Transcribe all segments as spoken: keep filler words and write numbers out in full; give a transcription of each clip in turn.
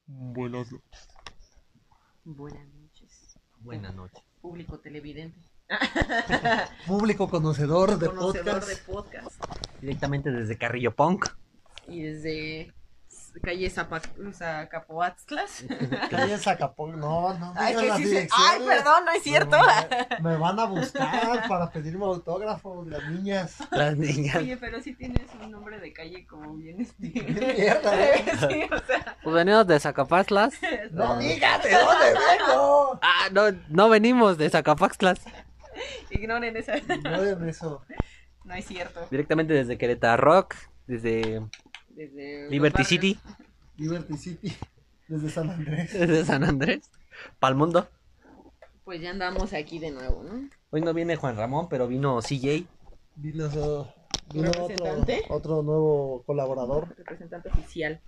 Buenas noches. Buenas noches. Buenas noches. Público televidente. Público conocedor de Conocedor podcast. de podcast. Directamente desde Carrillo Punk. Y desde calle Zapa- Zacapoaxtlas. Calle Zacapón. No, no. Ay, digas que las sí se- direcciones. Ay, perdón, no es cierto. Me, me van a buscar para pedirme autógrafos las niñas. Las niñas. Oye, pero sí tienes un nombre de calle como bien este. Qué mierda, ¿eh? Sí, o sea. Pues venimos de Zacapazlas. No digas de dónde vengo. Ah, no, no venimos de Zacapaxtlas. Ignoren esa. No digan eso. No es cierto. Directamente desde Querétaro Rock, desde Desde los Liberty barrios. City, Liberty City. Desde San Andrés. desde San Andrés, pa'l mundo. Pues ya andamos aquí de nuevo, ¿no? Hoy no viene Juan Ramón, pero vino C J. Vino, so- vino otro, ¿Representante? otro nuevo colaborador. Representante oficial.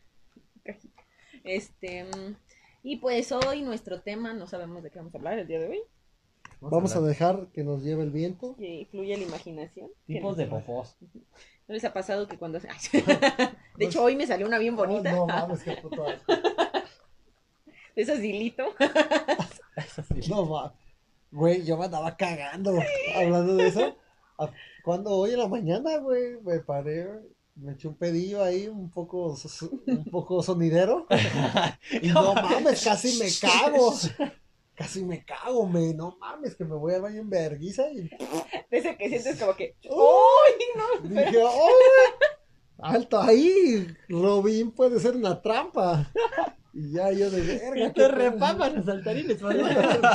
Este. mm, Y pues hoy nuestro tema, no sabemos de qué vamos a hablar el día de hoy. Vamos a dejar que nos lleve el viento. Que fluye la imaginación. Tipos Que de popós. ¿No les ha pasado que cuando... De hecho, hoy me salió una bien bonita. Oh, no mames, qué puto asco. De esas de hilito. No mames. Güey, yo me andaba cagando hablando de eso. A- Cuando hoy en la mañana, güey, me paré, me eché un pedillo ahí, un poco, so- un poco sonidero. Y no mames, casi me cago. Casi me cago, me, no mames, que me voy al baño en vergüenza y De ese que sientes como que... ¡Oh! ¡Uy! No, dije, ¡oh! Alto ahí, Robin puede ser una trampa. Y ya yo de verga. Te repapan los saltarines, ¿vale?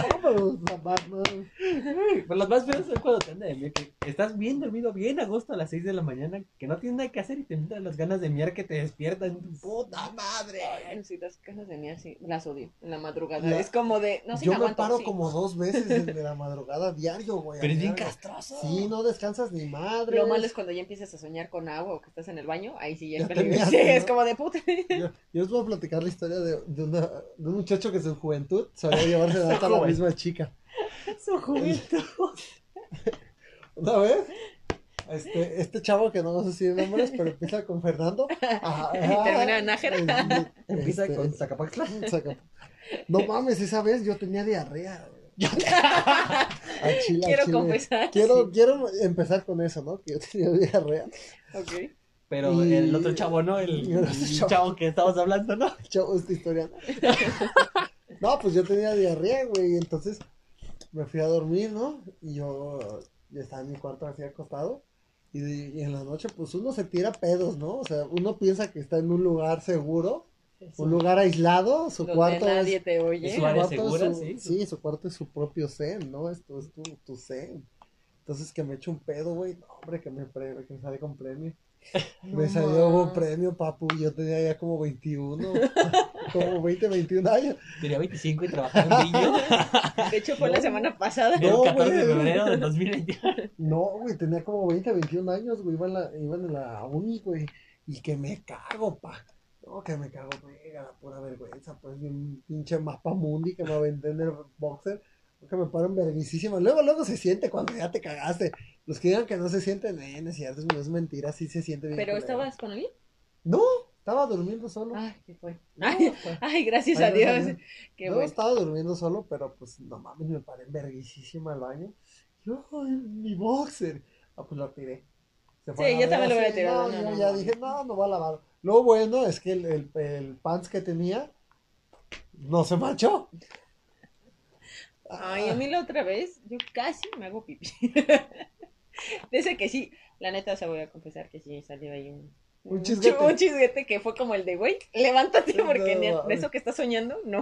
Pero los más feos es cuando te anda de miar, que estás bien dormido, bien a gusto a las seis de la mañana, que no tienes nada que hacer y te entran las ganas de miar que te despiertan. ¡Puta madre! Ay, sí, las casas de mía, sí, las odio en la madrugada. La- Es como de... No sé, Yo me me aguanto. paro sí. como dos veces desde la madrugada diario, güey. Pero es bien diario. castroso. Sí, no descansas ni madre. Lo malo es cuando ya empiezas a soñar con agua o que estás en el baño. Ahí sí ya es Ya te peligroso. measte, Sí, es ¿no? como de puta. Yo, yo les voy a platicar la historia de, de, una, de un muchacho que en su juventud solía llevarse de alta a la joven. misma chica. Su juventud. Una vez, este, este chavo que no sé si nombres, pero empieza con Fernando. Ajá, Y termina en Nájera. este, Empieza este, con Zacapaxtlas. saca- No mames, esa vez yo tenía diarrea. Güey. Al chile, al Quiero chile. confesar. Quiero, quiero empezar con eso, ¿no? Que yo tenía diarrea. Ok. Pero Y- el otro chavo, ¿no? El, El otro el chavo. chavo que estamos hablando, ¿no? Chavo, esta historia. No, pues yo tenía diarrea, güey. y Entonces me fui a dormir, ¿no? Y yo ya estaba en mi cuarto así acostado. Y, y en la noche, pues uno se tira pedos, ¿no? O sea, uno piensa que está en un lugar seguro, un lugar aislado. Su Donde cuarto nadie es. te oye. Es Su su área cuarto es segura, su- sí. Sí, su cuarto es su propio zen, ¿no? Esto es tu, tu zen. Entonces que me echo un pedo, güey. No, hombre, que me, pre- que me sale con premio. No Me salió ma. un premio, papu. Yo tenía ya como veintiuno, como veinte, veintiún años. Tenía veinticinco y trabajaba en Brillo. De hecho, fue la semana pasada. El No, catorce de güey. febrero del dos mil veintiuno. No, güey, tenía como veinte, veintiún años, güey. Iba en la, iba en la uni, güey. Y que me cago, pa. No, que me cago, mega, pura vergüenza. Pues un pinche mapa mundi que me aventé en el boxer. Que me paro en verguisísima. Luego, luego se siente cuando ya te cagaste. Los que digan que no se sienten, eh, no es cierto, no es mentira, sí se siente bien. ¿Pero culero. estabas con alguien? No, estaba durmiendo solo. Ay, ¿qué fue? No, Ay, pues, ay, gracias ay, a gracias a Dios. Dios. Qué no, bueno. estaba durmiendo solo, pero pues no mames, me paré en verguisísima al baño. Yo, ay, mi boxer. Ah, pues lo tiré. Se fue Sí, a yo la también lo verga, hubiera sí, tirado, No, no, yo no, ya no. dije, no, no va a lavar. Lo bueno es que el, el, el pants que tenía no se manchó. Ay, a mí la otra vez, yo casi me hago pipí. De ese que sí, la neta, o sea, voy a confesar que sí salió ahí un, Un un chisguete. chi- un chisguete que fue como el de, güey, levántate porque No, ni- mames. eso que estás soñando, no.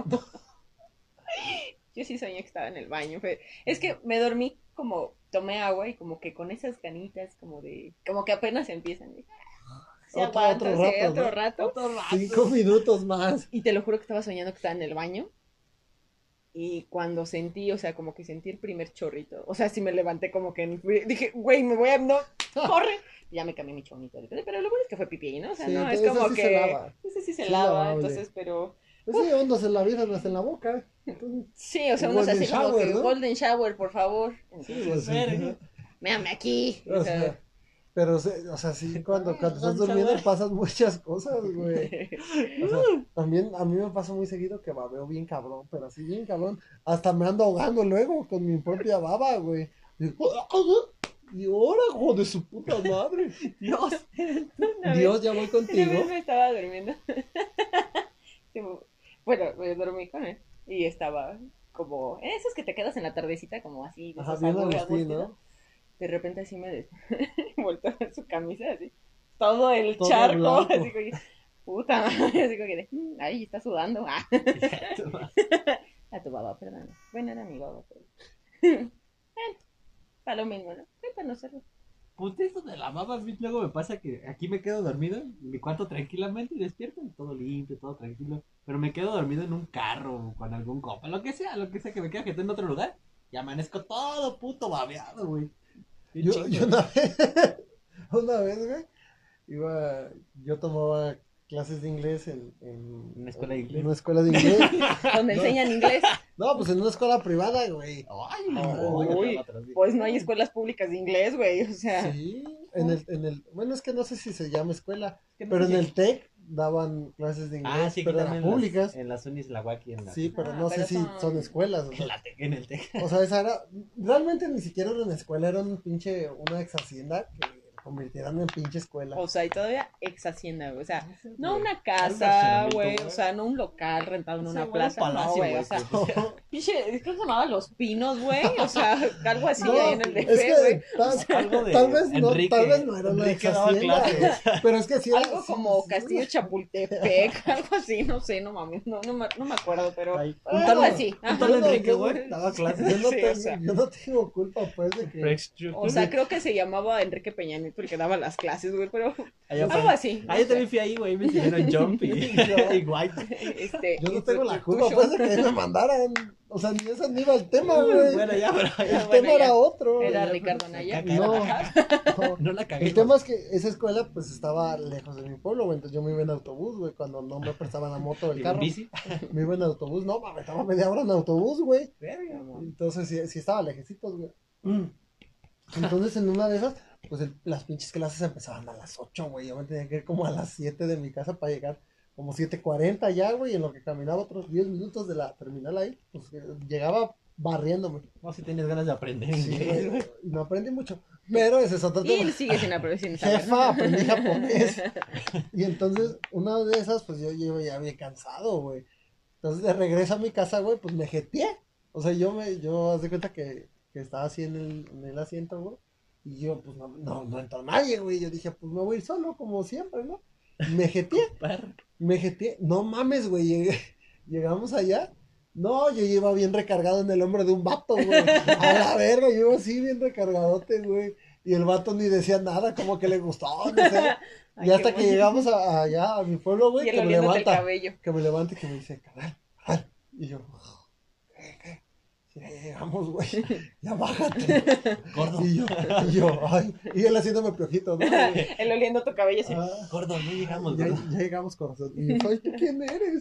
Yo sí soñé que estaba en el baño. Fue... Es que me dormí como, tomé agua y como que con esas ganitas como de, como que apenas empiezan. Dije, "Ah, sí Otro- aguanta, otro sí, rato, otro ¿no? rato. Otro rato. Cinco minutos más. Y te lo juro que estaba soñando que estaba en el baño. Y cuando sentí, o sea, como que sentí el primer chorrito. O sea, sí me levanté como que en- dije, güey, me voy a. No, corre. Y ya me cambié mi chonito. Pero lo bueno es que fue pipí, ¿no? O sea, Sí, no, es entonces como sí que. se lava. Ese sí se Sí, lava, lavable. entonces, pero. Pues sí, hondos en la vida, no es en la boca. Entonces, Sí, o sea, Un uno se golden hace como shower, que ¿no? golden shower, por favor. sí, Entonces, pues, sí. verga. méame aquí. O O sea, sea, Pero, se- o sea, sí, cuando, cuando estás durmiendo pasan muchas cosas, güey. O sea, también a mí me pasa muy seguido que babeo bien cabrón, pero así bien cabrón. Hasta me ando ahogando luego con mi propia baba, güey. Y, y ahora, hijo de su puta madre. Dios. Una vez- Dios, ya voy Una contigo. vez me estaba durmiendo. Sí, bueno, me dormí con él y estaba como, esos que te quedas en la tardecita como así, de Ajá, esos bien agu- Agustín, agustitos. ¿no? De repente así me des... volteó su camisa así, todo el Todo charco, blanco. así como que, puta madre, así como que de, "Mm, ay, está sudando, ah, a tu baba, perdón, bueno, era mi baba, pero, bueno, para lo mismo, ¿no? Fue para no hacerlo. Pues eso de la baba, a mí luego me pasa que aquí me quedo dormido en mi cuarto tranquilamente y despierto, todo limpio, todo tranquilo. Pero me quedo dormido en un carro, con algún copa, lo que sea, lo que sea, que me queda que esté en otro lugar. Y amanezco todo puto babeado, güey. Bien Yo, chingo. yo una vez, una vez, güey, iba, yo tomaba clases de inglés en, en ¿Una escuela de inglés? en una escuela de inglés. Donde No. enseñan inglés, No, pues en una escuela privada, güey. Ay, Uy, oiga, otra vez. pues no hay escuelas públicas de inglés, güey, o sea, Sí, en el, en el, bueno, es que no sé si se llama escuela, Es que no pero sé en si- el TEC daban clases de inglés, Ah, sí, aquí pero también eran en las- públicas. En las unis, la Waki, en la... Sí, pero Ah, no pero sé si son- son escuelas. O En sea, la Tec, en el Tec. o sea, esa era, realmente ni siquiera era una escuela, era un pinche, una ex hacienda que convirtieron en pinche escuela. o sea, y todavía ex hacienda, güey, o sea, no Güey. una Algo casa, accionamiento, güey, güey. o sea, no un local rentado en Sí, una güey, plaza, un palacio, no, güey, güey, o sea, pues. pinche, creo que se llamaba Los Pinos, güey, o sea, algo así No, ahí en el D es F, que güey, tal, Algo de tal vez no, Enrique. tal vez no era una ex Enrique daba hacienda, clases. güey, pero es que sí era, algo sí, como sí, Castillo güey. Chapultepec, algo así, no sé, no mames, no, no, me, no me acuerdo, pero Ay, algo un tal- así, Un ajá. tal Yo no- Enrique, yo no- güey, daba clases. Yo no, Sí, o tengo, sea. yo no tengo culpa, pues, de que... O sea, creo que se llamaba Enrique Peña Nieto el que daba las clases, güey, pero Allá algo fue. así. Ah, yo también fui ahí, güey, me enseñaron Jump y, y White. Este, Yo no y tengo tu- la tu- culpa, tu pues, show. de que me mandaran. O sea, ni esa ni iba el tema, güey. Bueno, ya, pero El ya. bueno, tema ya. era otro. Era Ya, Ricardo pero Anaya. acá No, era- no. No la cagué. El tema es que esa escuela, pues, estaba lejos de mi pueblo, güey. Entonces yo me iba en autobús, güey, cuando no me prestaban la moto o el ¿Y en carro. bici? Me iba en autobús. No, mames, estaba media hora en autobús, güey. Verga. Entonces sí, sí estaba lejecitos, güey. Entonces en una de esas, pues el- las pinches clases empezaban a las ocho, güey. Yo me tenía que ir como a las siete de mi casa para llegar como siete cuarenta ya, güey. En lo que caminaba otros diez minutos de la terminal ahí, pues eh, llegaba barriéndome. No, si tienes ganas de aprender Sí, inglés, güey, güey. y no aprendí mucho. Pero ese es otro Y tema. él sigue sin aprender, sin saber. Jefa, aprendí japonés. Y entonces, una de esas, pues yo llevo ya bien cansado, güey. Entonces, de regreso a mi casa, güey, pues me jeteé. O sea, yo me, yo haz de cuenta que, que estaba así en el, en el asiento, güey. Y yo, pues no, no, no entró nadie, güey. Yo dije, pues me voy a ir solo, como siempre, ¿no? Y me jeteé, Perro. me jeteé. No mames, güey. llegué- llegamos allá. No, yo iba bien recargado en el hombro de un vato, güey. A la verga, yo iba así bien recargadote, güey. Y el vato ni decía nada, como que le gustó, no sé. Ay, Y hasta qué que bueno. llegamos a- allá a mi pueblo, güey, Y él que me oliéndote el levanta. cabello. Que me levanta y que me dice, carnal, carnal. Y yo, ¿qué, qué? Sí, ya llegamos, güey. Ya bájate. Gordo. Y yo, y yo, ay. Y él haciéndome piojito, ¿no? güey? Él oliendo tu cabello así. Ah, Gordo, no llegamos, ya, gordo. ya llegamos, corazón. Y yo, ay, ¿tú quién eres?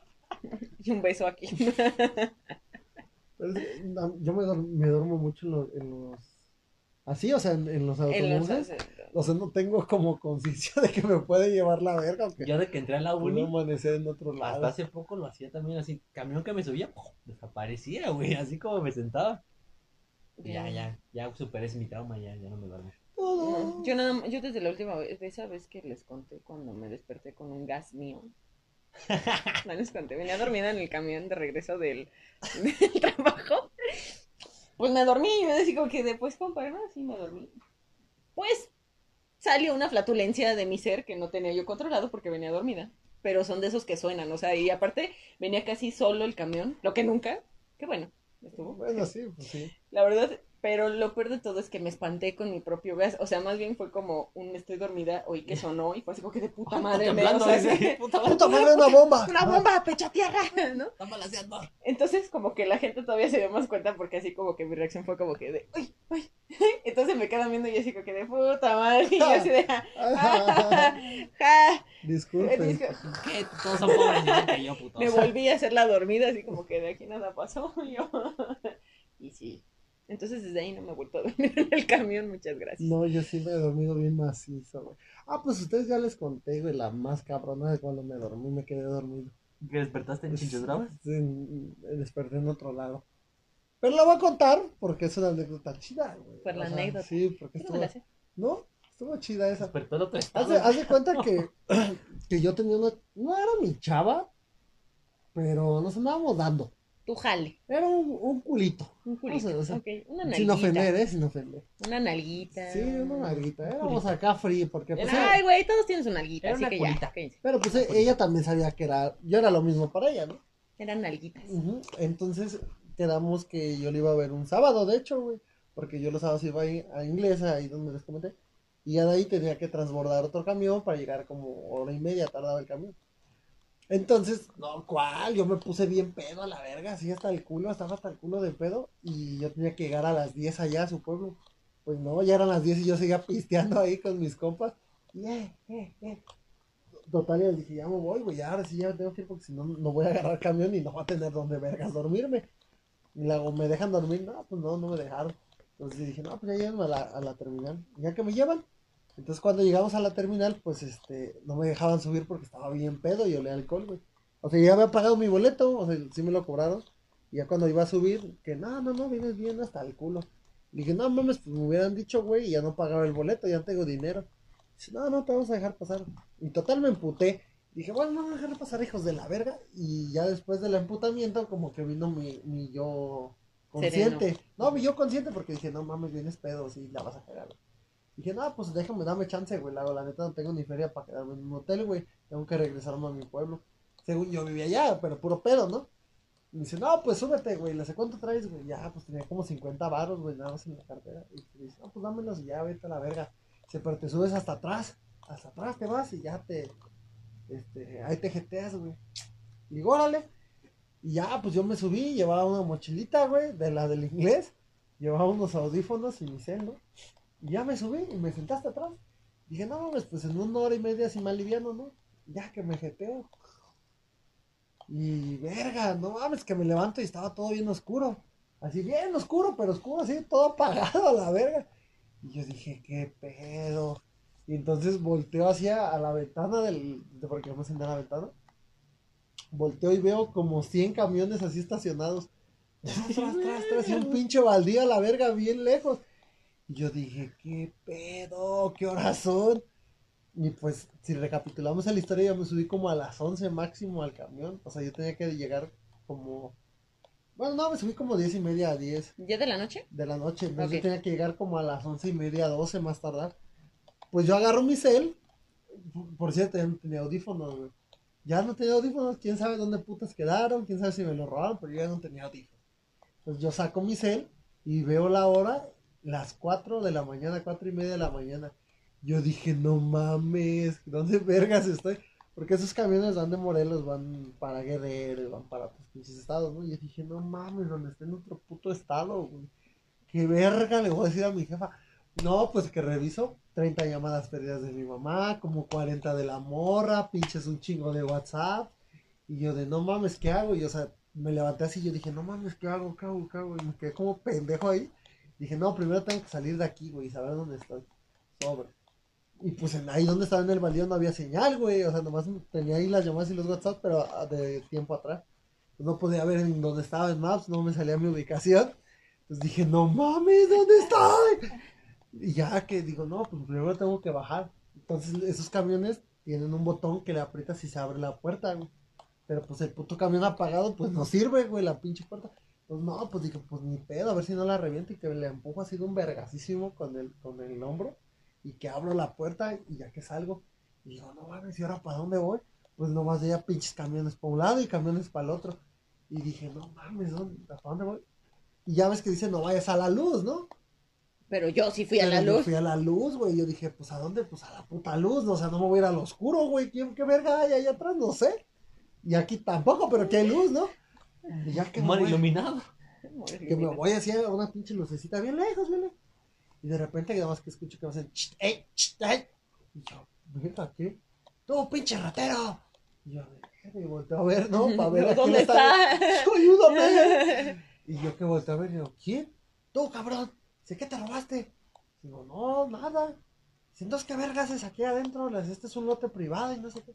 Y un beso aquí. Pero es que, no, yo me, duermo, me duermo mucho en los, en los... Así, o sea, en, en los En los- autobuses. O sea, no tengo como conciencia de que me puede llevar la verga o que Yo de que entré a la puedo uni, amanecer en otro hasta lado. hace poco lo hacía también así. Camión que me subía, ¡pum! Desaparecía, güey. Así como me sentaba. Y Ya, ya, ya superé ese mi trauma, ya, ya no me duermo. Todo. No, yo nada más- yo desde la última vez, de esa vez que les conté cuando me desperté con un gas mío. No les conté, venía dormida en el camión de regreso del, del trabajo. Pues me dormí y me decía como que después, compadre, no, sí me dormí. Pues salió una flatulencia de mi ser que no tenía yo controlado porque venía dormida. Pero son de esos que suenan, o sea, y aparte venía casi solo el camión, lo que nunca, que bueno, estuvo. Bueno, sí, pues sí. La verdad, pero lo peor de todo es que me espanté con mi propio gas. O sea, más bien fue como un estoy dormida, oí que sonó y fue así como que de puta madre. Está me- o temblando, sea, dice. sí, Puta ¡Puta madre, una bomba! una bomba, pecho a tierra, ¿no? Está balaseando. Entonces, como que la gente todavía se dio más cuenta porque así como que mi reacción fue como que de, uy, uy. Entonces me quedan viendo y yo así como que de puta madre. Y yo así de, ja, ja, ja. Disculpe. Dije, ¿Qué? Todos son pobres igual que yo, puto. me volví a hacer la dormida, así como que de aquí nada pasó. Y yo, y sí, Entonces desde ahí no me he vuelto a dormir en el camión, muchas gracias. No, yo sí me he dormido bien macizo, güey. Ah, pues ustedes ya les conté, güey, la más cabrona de cuando me dormí, me quedé dormido. ¿Que despertaste en Chinches Bravas? Sí, me desperté en otro lado. Pero la voy a contar porque es una anécdota chida, güey. Por la O sea, anécdota. Sí, porque Yo no me estuvo... la sé. ¿No? Estuvo chida esa. Despertó el otro Haz estado. de, haz de cuenta que, que yo tenía una... No era mi chava, pero nos andábamos dando. Tu jale. Era un, un culito. Un culito. O sea, o sea, Ok, una sin nalguita. ofender, ¿eh? Sin ofender. Una nalguita. Sí, una nalguita. Éramos acá free porque... Pues, Era- Ay, güey, todos tienen su nalguita, Era así una que culita. ya, cállense. pero pues ella también sabía que era... Yo era lo mismo para ella, ¿no? Eran nalguitas. Ujú. Entonces quedamos que yo le iba a ver un sábado, de hecho, güey. Porque yo los sábados iba a, a inglés, ahí donde les comenté. Y ya de ahí tenía que transbordar otro camión para llegar como hora y media, tardaba el camión. Entonces, no, ¿cuál? Yo me puse bien pedo a la verga, así hasta el culo, estaba hasta el culo de pedo. Y yo tenía que llegar a las diez allá a su pueblo. Pues no, ya eran las diez y yo seguía pisteando ahí con mis compas. Y eh, eh, eh. Total, y les dije, ya me voy, güey, ya ahora sí ya me tengo que ir porque si no, no voy a agarrar camión y no voy a tener donde vergas dormirme. Y luego, ¿me dejan dormir? No, pues no, no me dejaron. Entonces dije, no, pues ya llévenme a la, a la terminal. Y ya que me llevan. Entonces cuando llegamos a la terminal, pues este, no me dejaban subir porque estaba bien pedo y olía alcohol, güey. O sea, ya había pagado mi boleto, o sea, sí me lo cobraron. Y ya cuando iba a subir, que no, no, no, vienes bien hasta el culo. Y dije, no mames, pues me hubieran dicho, güey, y ya no pagaba el boleto, ya no tengo dinero. Dice, no, no, te vamos a dejar pasar. Y total me emputé. Dije, bueno, no me dejar pasar, hijos de la verga. Y ya después del emputamiento, como que vino mi, mi yo consciente. Sereno. No, mi yo consciente, porque dije, no mames, vienes pedo, sí, la vas a cagar. Dije, no, pues déjame, dame chance, güey. La, la neta no tengo ni feria para quedarme en un hotel, güey. Tengo que regresarme a mi pueblo. Según yo vivía allá, pero puro pedo, ¿no? Y me dice, no, pues súbete, güey. Le sé, ¿cuánto traes, güey? Ya, pues tenía como cincuenta varos, güey, nada más en la cartera. Y me dice, no, pues dámelos y ya, vete a la verga. Dice, pero te subes hasta atrás. Hasta atrás te vas y ya te. Este, ahí te jeteas, güey. Y digo, órale. Y ya, pues yo me subí, llevaba una mochilita, güey, de la del inglés. Llevaba unos audífonos y mi cel, ¿no? Y ya me subí y me senté hasta atrás. Dije, no mames, pues en una hora y media así me aliviano, ¿no? Ya que me jeteo. Y verga, no mames, que me levanto y estaba todo bien oscuro. Así bien oscuro, pero oscuro, así, todo apagado a la verga. Y yo dije, qué pedo. Y entonces volteo hacia a la ventana del. De porque vamos a andar a la ventana. Volteo y veo como cien camiones así estacionados. Tras, tras, tras, tras, y un pinche baldío a la verga bien lejos. Y yo dije, qué pedo, qué horas son. Y pues, si recapitulamos la historia, yo me subí como a las once máximo al camión. O sea, yo tenía que llegar como. Bueno, no, me subí como diez y media a diez ¿Ya de la noche? de la noche. Entonces Ok. yo tenía que llegar como a las once y media, doce más tardar. Pues yo agarro mi cel. Por cierto, ya no tenía audífonos, güey. Ya no tenía audífonos. Quién sabe dónde putas quedaron. Quién sabe si me lo robaron. Pero yo ya no tenía audífonos. Entonces yo saco mi cel y veo la hora. Las cuatro de la mañana, cuatro y media de la mañana. Yo dije, no mames, ¿dónde vergas estoy? Porque esos camiones van de Morelos, van para Guerrero, van para pues, pinches estados, ¿no? Y yo dije, no mames, donde esté en otro puto estado, güey. ¿Qué verga le voy a decir a mi jefa? No, pues que reviso treinta llamadas perdidas de mi mamá, como cuarenta de la morra, pinches un chingo de WhatsApp. Y yo de, no mames, ¿qué hago? Y o sea, me levanté así y yo dije, no mames, ¿qué hago? ¿Qué hago? ¿Qué hago? Y me quedé como pendejo ahí. Dije, no, primero tengo que salir de aquí, güey, y saber dónde estoy. Sobre. Y pues en ahí donde estaba en el baldío no había señal, güey. O sea, nomás tenía ahí las llamadas y los WhatsApp, pero ah, de tiempo atrás. Pues no podía ver en dónde estaba en Maps, no me salía mi ubicación. Entonces dije, no mames, ¿dónde estoy? Y ya que digo, no, pues primero tengo que bajar. Entonces esos camiones tienen un botón que le aprietas y se abre la puerta, güey. Pero pues el puto camión apagado, pues no sirve, güey, la pinche puerta. Pues no, pues dije, pues ni pedo, a ver si no la reviento y que le empujo así de un vergasísimo con el, con el hombro. Y que abro la puerta y ya que salgo. Y digo, no mames, ¿y ahora para dónde voy? Pues nomás veía pinches camiones para un lado y camiones para el otro. Y dije, no mames, ¿dónde, ¿para dónde voy? Y ya ves que dicen, no vayas a la luz, ¿no? Pero yo sí fui a Pero la yo luz. fui a la luz, güey. Yo dije, pues ¿a dónde? Pues a la puta luz, ¿no? O sea, no me voy a ir al oscuro, güey. ¿Qué, qué verga hay allá atrás? No sé. Y aquí tampoco, pero que hay luz, ¿no? Y ya que me Mar voy, iluminado. que me voy así a una pinche lucecita bien lejos, bien lejos. Y de repente, nada más que escucho que me hacen, ¡Cht, ey, cht, ey! Y yo, ¿verga qué? ¡Tú, pinche ratero! Y yo, y volteo a ver, ¿no? Para ver a quién ¿Dónde está. está? ¡Ayúdame! Y yo que volteo a ver, y digo, ¿quién? tú, cabrón, dice, ¿qué te robaste? Digo, no, nada. Dice, entonces, ¿qué vergas es aquí adentro? Este es un lote privado y no sé qué.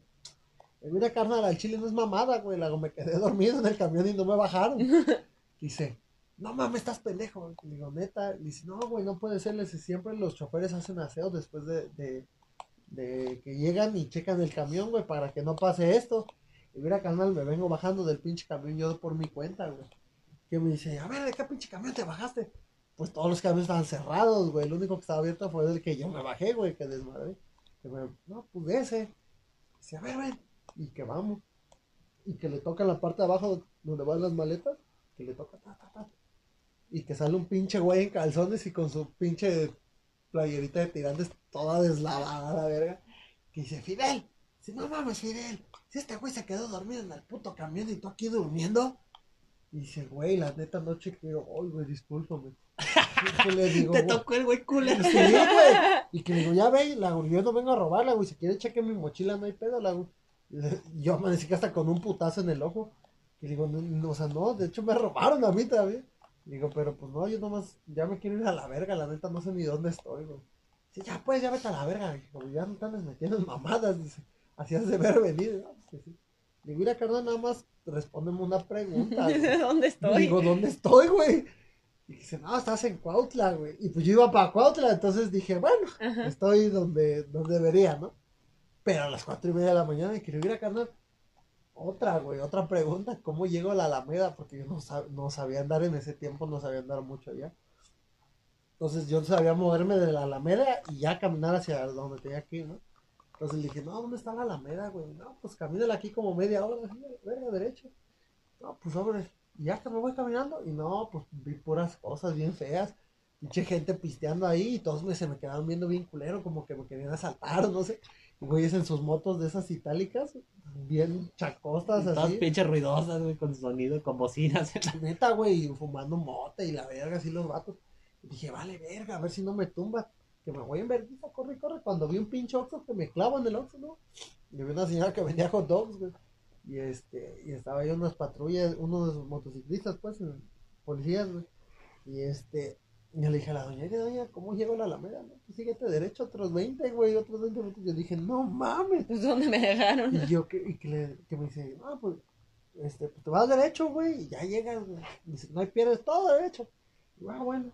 Y mira, carnal, al chile no es mamada, güey. Luego me quedé dormido en el camión y no me bajaron. Dice, no mames, estás pendejo. Le digo, neta. Dice, no, güey, no puede ser. Dice, siempre los choferes hacen aseo después de, de, de que llegan y checan el camión, güey, para que no pase esto. Y mira, carnal, me vengo bajando del pinche camión yo por mi cuenta, güey. Que me dice, a ver, ¿de qué pinche camión te bajaste? Pues todos los camiones estaban cerrados, güey. El único que estaba abierto fue el que yo me bajé, güey, que desmadré. Que me, no, pues ese. Dice, a ver, ven. Y que vamos. Y que le toca la parte de abajo donde van las maletas. Que le toca, ta, ta, ta. Y que sale un pinche güey en calzones y con su pinche playerita de tirantes toda deslavada, la verga. Que dice, Fidel. Dice, no mames, Fidel. Si este güey se quedó dormido en el puto camión y tú aquí durmiendo. Y dice, güey, la neta noche que yo, ay, güey, discúlpame. Y le digo, te tocó el güey culero. Sí, güey. Y que le digo, ya ve, la yo no vengo a robarla, güey. Si quiere cheque mi mochila, no hay pedo, la güey. Yo amanecí que hasta con un putazo en el ojo. Y le digo, no, no, o sea, no, de hecho me robaron a mí también. Y digo, pero pues no, yo nomás, ya me quiero ir a la verga, la neta no sé ni dónde estoy, güey. Dice, ya pues, ya vete a la verga. Y como ya no están metiendo en mamadas, dice, así has de ver venir, ¿no? Pues, sí. Digo, mira, carnal, nada más respóndeme una pregunta. ¿Dónde estoy? Digo, ¿dónde estoy, güey? Y dice, no, estás en Cuautla, güey. Y pues yo iba para Cuautla, entonces dije, bueno, ajá, estoy donde, donde debería, ¿no? Pero a las cuatro y media de la mañana me quiero ir a carnal. Otra, güey, otra pregunta, ¿cómo llego a la Alameda? Porque yo no, sab no sabía andar en ese tiempo, no sabía andar mucho allá. Entonces yo sabía moverme de la Alameda y ya caminar hacia donde tenía que ir, ¿no? Entonces le dije, no, ¿dónde está la Alameda, güey? No, pues camínale aquí como media hora, así, verga, derecho. No, pues sobre, y ya que me voy caminando, y no, pues vi puras cosas bien feas. Pinche gente pisteando ahí, y todos me, se me quedaban viendo bien culero, como que me querían asaltar, no sé. Y güeyes en sus motos de esas itálicas, bien chacostas, así. Todas pinches ruidosas, güey, con sonido, con bocinas. Neta, güey, fumando mota y la verga, así los vatos. Y dije, vale, verga, a ver si no me tumba. Que me voy en vergüenza, corre, corre. Cuando vi un pinche Oxxo que me clavo en el Oxxo, ¿no? Y vi una señora que vendía hot dogs, güey. Y este, y estaba ahí unas patrullas, unos motociclistas, pues, policías, güey. Y este, y le dije a la doña, doña, ¿cómo llego a la Alameda? No, pues síguete derecho, otros veinte, güey, otros veinte minutos. Yo dije, no mames. Pues, ¿dónde me dejaron? Y yo, que, y que, le, que me dice, no, pues, este, pues te vas derecho, güey, y ya llegas, güey. Y dice, no hay pierdes, todo derecho. Y yo, ah, bueno.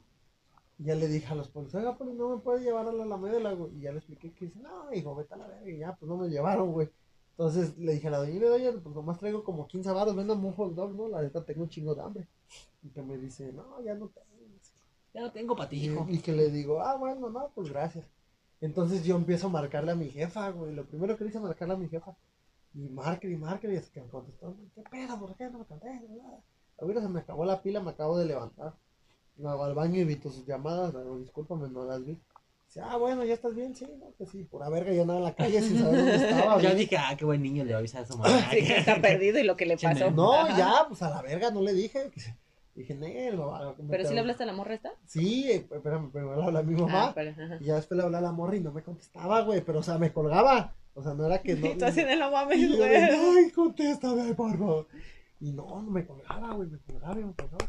Y ya le dije a los policías, oiga, poli, no me puede llevar a la Alameda, güey. Y ya le expliqué que dice, no, hijo, vete a la verga. Y ya, pues no me llevaron, güey. Entonces le dije a la doña, doña, pues nomás traigo como quince varos, vendan un hot dog, ¿no? La neta tengo un chingo de hambre. Y que me dice, no, ya no tengo. Ya no tengo para ti, hijo. Y, y que le digo, ah, bueno, no, pues gracias. Entonces yo empiezo a marcarle a mi jefa, güey. Lo primero que hice es marcarle a mi jefa. Y marque y marque y es que me contestó, ¿qué pedo? ¿Por qué no me contestas? Ahorita se me acabó la pila, me acabo de levantar. Me hago al baño y vi tus llamadas, pero discúlpame, no las vi. Dice, ah, bueno, ¿ya estás bien? Sí, no, que sí, pura verga, yo andaba en la calle sin saber dónde estaba. Yo dije, ah, qué buen niño, le va a avisar a su mamá. Sí, que está perdido y lo que le pasó. No, Ajá. ya, pues a la verga no le dije. Dije, no, no. ¿Pero sí le hablaste a la morra esta? Sí, espérame, primero le hablé a mi mamá. Ah, pero, ajá. Y ya después le hablé a la morra y no me contestaba, güey, pero o sea, me colgaba. O sea, no era que no. Tú haciendo la mames, y yo güey. de, ay, contéstame, por favor. Y no, no me colgaba, güey, me colgaba y me colgaba.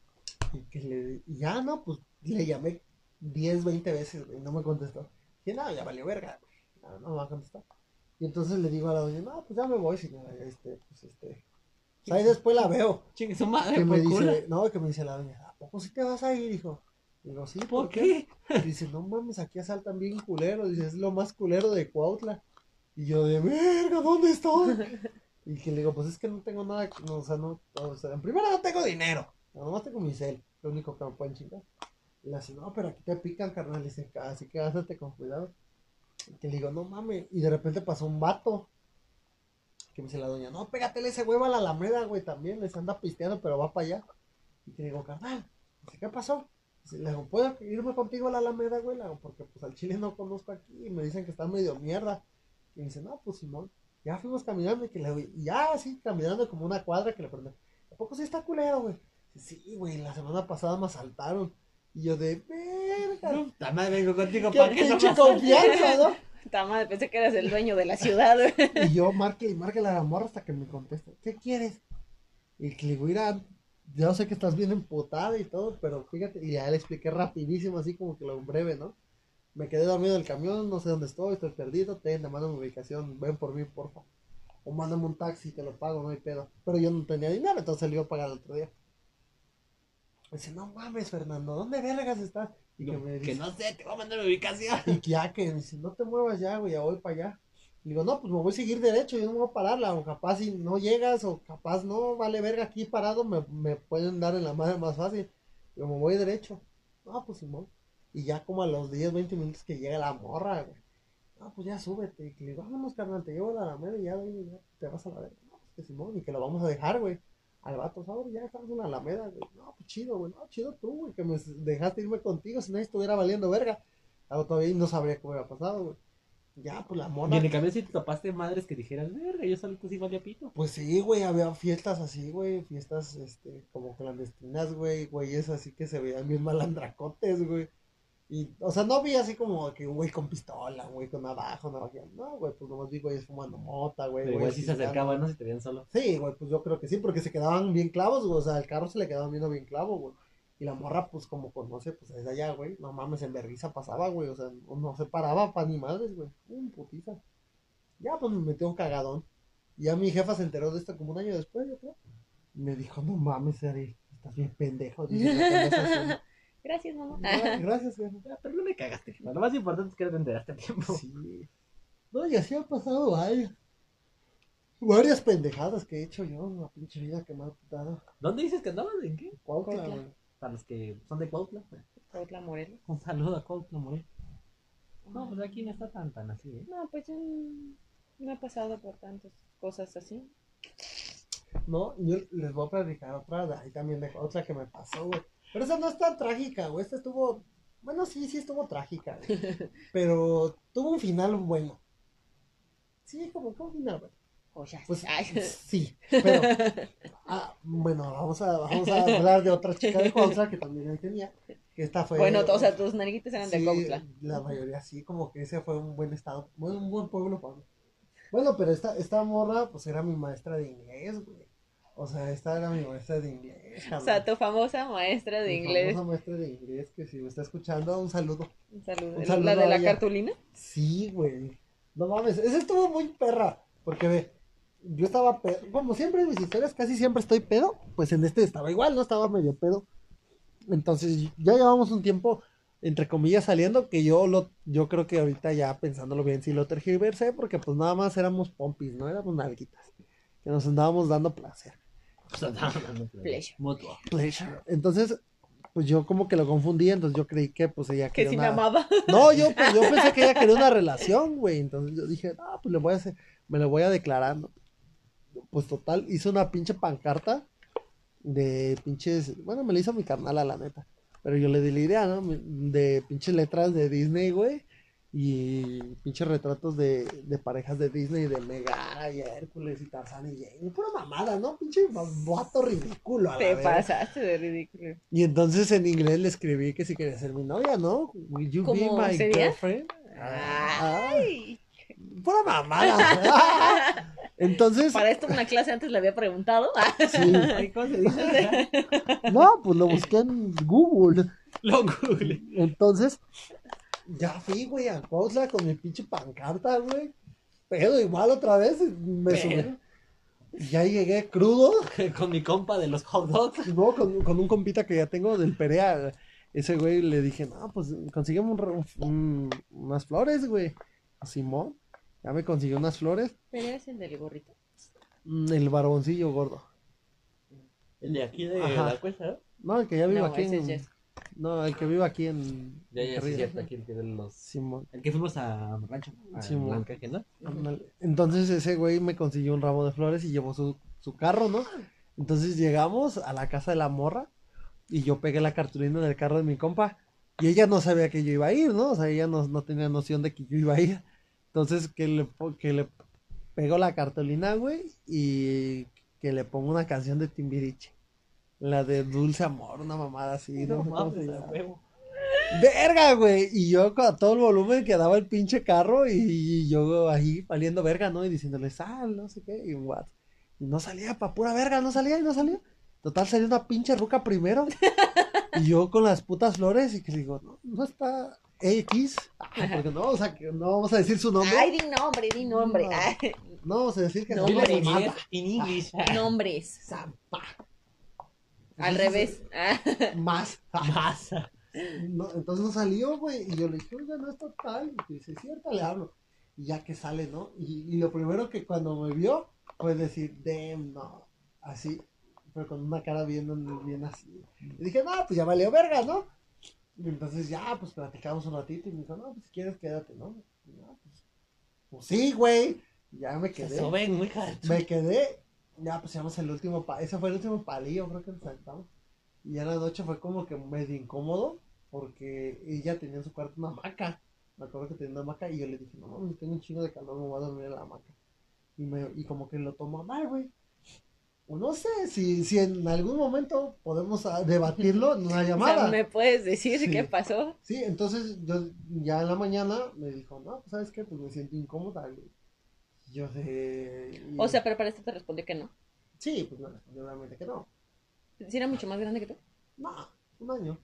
Y que le, y ya no, pues le llamé diez, veinte veces, güey, no me contestó. Dije, no, ya valió verga, güey, no, no me va a contestar. Y entonces le digo a la doña, no, pues ya me voy, señora, este, pues este. O sea, ahí después la veo. Chingue su madre, Que me por culo. dice, no, que me dice la doña, ¿a poco sí te vas a ir, hijo? Digo, sí, ¿por, ¿Por qué? qué? Dice, no mames, aquí asaltan bien culero, dice, es lo más culero de Cuautla. Y yo de, verga, ¿dónde estoy? Y que le digo, pues es que no tengo nada, no, o sea, no, o sea, en primera no tengo dinero, nomás tengo mi cel, lo único que me pueden chingar. Y le dice, no, pero aquí te pican, carnal, y dice, así que gástate con cuidado. Y que le digo, no mames, y de repente pasó un vato, que me dice la doña, no, pégatele ese huevo a la Alameda, güey, también, les anda pisteando, pero va para allá. Y que le digo, carnal, dice, ¿qué pasó? Dice, le digo, ¿puedo irme contigo a la Alameda, güey? Le digo, porque pues al chile no conozco aquí, y me dicen que está medio mierda. Y me dice, no, pues Simón, ya fuimos caminando, y que le digo, y ya así, caminando como una cuadra, que le pregunté, ¿a poco sí está culero, güey? Dice, sí, güey, la semana pasada me asaltaron. Y yo de, verga. La madre vengo contigo Qué para que no pinche me confianza, ¿no? Ta madre, pensé que eras el dueño de la ciudad, güey. Y yo marque y marque la morra hasta que me contesta, ¿qué quieres? Y que le digo, mira, yo sé que estás bien emputada y todo, pero fíjate, y ya le expliqué rapidísimo, así como que lo breve, ¿no? Me quedé dormido en el camión, no sé dónde estoy, estoy perdido, te mando mi ubicación, ven por mí, porfa. O mándame un taxi, te lo pago, no hay pedo. Pero yo no tenía dinero, entonces le iba a pagar el otro día. Dice, no mames, Fernando, ¿dónde vergas estás? Y no, que me dice, que no sé, te voy a mandar mi ubicación. Y que ya que me dice, no te muevas ya, güey, ya voy para allá. Y digo, no, pues me voy a seguir derecho, yo no me voy a pararla, o capaz si no llegas, o capaz no, vale verga aquí parado, me, me pueden dar en la madre más fácil. Digo, me voy derecho. No, pues Simón. Y ya como a los diez, veinte minutos que llega la morra, güey. No, pues ya súbete. Y que le digo, vámonos, carnal, te llevo a la Alameda y ya, güey, ya te vas a la verga. No, pues que Simón, y que lo vamos a dejar, güey. Al vato, ¿sabes? Ya estamos en la Alameda, güey. No, pues chido, güey. No, chido tú, güey, que me dejaste irme contigo, si nadie estuviera valiendo verga. Algo todavía no sabría cómo hubiera pasado, güey. Ya, pues la Y morra. en el camión sí te topaste madres que dijeras, verga, yo solito sí valía pito. Pues sí, güey, había fiestas así, güey, fiestas, este, como clandestinas, güey, güeyes así que se veían bien malandracotes, güey. Y, o sea, no vi así como que un güey con pistola, güey, con navaja, navaja. No, güey, pues nomás vi güeyes fumando mota, güey. Pero igual güeyes sí se pisteando. acercaban, ¿no? Si te veían solo. Sí, güey, pues yo creo que sí, porque se quedaban bien clavos, güey, o sea, el carro se le quedaba viendo bien clavo, güey. Y la morra, pues como conoce, pues es de allá, güey, no mames, en vergüenza pasaba, güey, o sea, no, no se paraba pa' ni madres, güey, un putiza. Ya, pues me metió un cagadón. Y ya mi jefa se enteró de esto como un año después, yo creo. Y me dijo, no mames, Ari, estás bien pendejo. Dice, "¿Lo que andas haciendo?". Gracias, mamá. Gra- Gracias, jefa. Ah, pero no me cagaste, jefa. Lo más importante es que te enteraste a tiempo. Sí. No, y así han pasado varias. Varias pendejadas que he hecho yo en la pinche vida que me ha dado. ¿Dónde dices que andabas? ¿En qué? Cuautla, Cuautla. güey. Para los que son de Cuautla. Cuautla, Morelos. Un saludo a Cuautla, Morelos. No, pues aquí no está tan tan así, ¿eh? No, pues yo no no he pasado por tantas cosas así. No, yo les voy a platicar otra de ahí también de otra que me pasó, güey. Pero esa no es tan trágica, güey. Esta estuvo. Bueno, sí, sí estuvo trágica, güey. Pero tuvo un final bueno. Sí, como que un final bueno. Joyas. Pues Ay. sí, pero. Ah, bueno, vamos a, vamos a hablar de otra chica de Cuautla que también ahí tenía. Que esta fue. Bueno, o sea, tus nalguitas eran de Sí, Cuautla. la mayoría sí, como que ese fue un buen estado, bueno, un buen pueblo para mí. Bueno, pero esta, esta morra, pues era mi maestra de inglés, güey. O sea, esta era mi maestra de inglés, O cabrón. sea, tu famosa maestra de Mi inglés. famosa maestra de inglés, que si me está escuchando, un saludo. Un saludo. Un saludo ¿La de a la ella. cartulina? Sí, güey. No mames, esa estuvo muy perra. Porque ve, yo estaba pedo. Como siempre en mis historias, casi siempre estoy pedo. Pues en este estaba igual, ¿no? Estaba medio pedo. Entonces, ya llevamos un tiempo, entre comillas, saliendo. Que yo lo, yo creo que ahorita ya pensándolo bien, sí lo tergiversé. Porque pues nada más éramos pompis, ¿no? Éramos nalguitas. Que nos andábamos dando placer. Pues andábamos dando Pleasure. mutuo. Pleasure. Entonces, pues yo como que lo confundí. Entonces yo creí que pues ella Que quería si me una... amaba. No, yo, pues, yo pensé que ella quería una relación, güey. Entonces yo dije, ah, pues le voy a hacer, me lo voy a declarar, ¿no? Pues total, hice una pinche pancarta de pinches, bueno, me la hizo mi carnal a la neta. Pero yo le di la idea, ¿no? De pinches letras de Disney, güey. Y pinches retratos de, de parejas de Disney, de Megara y Hércules y Tarzán y Jane. Pura mamada, ¿no? Pinche vato ridículo. A la Te verga. pasaste de ridículo. Y entonces en inglés le escribí que si quería ser mi novia, ¿no? Will you be ¿Cómo my sería? girlfriend? Ah, Ay. pura mamada. Entonces, Para esto una clase antes le había preguntado. sí. Ay, ¿cómo se dice? No, pues lo busqué en Google. Lo Google. Entonces, ya fui, güey, a Cuautla con mi pinche pancarta, güey. Pero igual otra vez me Pero. subí. Ya llegué crudo, Con mi compa de los hot dogs. no, con, con un compita que ya tengo del Perea. Ese güey le dije, no, pues consígueme un, re- un- unas flores, güey. A Simón, ya me consiguió unas flores. ¿Pero es el del gorrito? Mm, El barboncillo gordo. El de aquí de Ajá. la cuesta, ¿no? No, el que ya vive No, aquí ese es en. Jess. No, el que vive aquí en. Ya, ya, sí, Carrillo. cierto, aquí el que de los... Simón. El que fuimos a Rancho, a Sí, mo. Blancaje, ¿no? Ándale. Entonces ese güey me consiguió un ramo de flores y llevó su, su carro, ¿no? Entonces llegamos a la casa de la morra y yo pegué la cartulina en el carro de mi compa y ella no sabía que yo iba a ir, ¿no? O sea, ella no, no tenía noción de que yo iba a ir. Entonces que le, po- que le pego la cartulina, güey, y que le pongo una canción de Timbiriche. La de Dulce Amor, una mamada así, ¿no? No sé cómo se mames, a llama. huevo. Verga, güey. Y yo con todo el volumen que daba el pinche carro y yo ahí valiendo verga, ¿no? Y diciéndole, sal, no sé qué, y what. Y no salía, pa' pura verga, no salía y no salía. Total, salió una pinche ruca primero. Y yo con las putas flores y que le digo, no, no está X. Ay, porque no, o sea, que no vamos a decir su nombre. Ay, di nombre, di nombre. No. Ay, No vamos a decir que No, se llama hombre. Samantha. In English. nombres. Zampa. Al Entonces, revés. Ah, Más. Más. No, entonces no salió, güey. Y yo le dije, oiga, no está tal. Y dice, cierto, le hablo. Y ya que sale, ¿no? Y, y lo primero que cuando me vio fue decir, damn, no. Así, pero con una cara bien, bien así. Y dije, no, pues ya valió verga, ¿no? Y entonces ya, pues platicamos un ratito. Y me dijo, no, pues si quieres, quédate, ¿no? Y yo, pues, pues sí, güey. Y ya me quedé. Eso ven, muy caro. Me quedé. Ya, pues llegamos el último pa ese fue el último palillo, creo que nos sentamos. Y ya en la noche fue como que medio incómodo, porque ella tenía en su cuarto una hamaca. Me acuerdo que tenía una hamaca y yo le dije, no mames, tengo un chingo de calor, me voy a dormir en la hamaca. Y, me, y como que lo tomó mal, güey. O no sé, si, si en algún momento podemos ah, debatirlo en una o llamada. sea, ¿me puedes decir Sí. qué pasó? Sí, entonces yo ya en la mañana me dijo, no, pues sabes qué, pues me siento incómoda, güey. Y yo de... y- O sea, pero para esto te respondió que no. Sí, pues me respondió obviamente que no. ¿Sí era mucho más grande que tú? No, un año.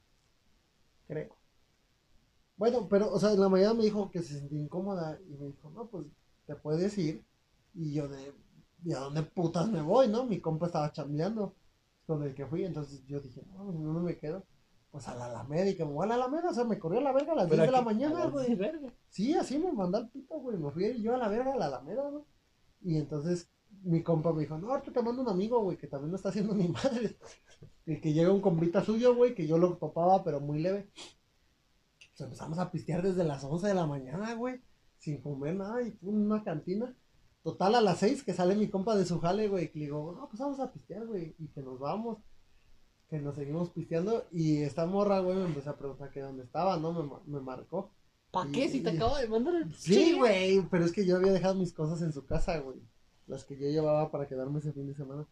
Creo. Bueno, pero, o sea, en la mañana me dijo que se sentía incómoda y me dijo, no, pues te puedes ir. Y yo de, ¿y a dónde putas me voy, no? Mi compa estaba chambeando con el que fui, entonces yo dije, no, pues no me quedo. Pues a la Alameda y que me voy a la Alameda, o sea, me corrió a la verga a las diez de la mañana, güey. Sí, así me mandó al pito, güey. Me fui yo a la verga a la Alameda, güey. Y entonces mi compa me dijo, no, ahorita te mando un amigo, güey, que también lo está haciendo mi madre. Y que llega un compita suyo, güey, que yo lo topaba, pero muy leve. Pues empezamos a pistear desde las once de la mañana, güey. Sin comer nada y fue una cantina. Total, a las seis que sale mi compa de su jale, güey. Que le digo, no, pues vamos a pistear, güey. Y que nos vamos. Que nos seguimos pisteando. Y esta morra, güey, me empezó a preguntar que dónde estaba, ¿no? Me, me marcó. ¿Para qué? Si te Y- acabo de mandar el... Sí, güey, pero es que yo había dejado mis cosas en su casa, güey. Las que yo llevaba para quedarme ese fin de semana.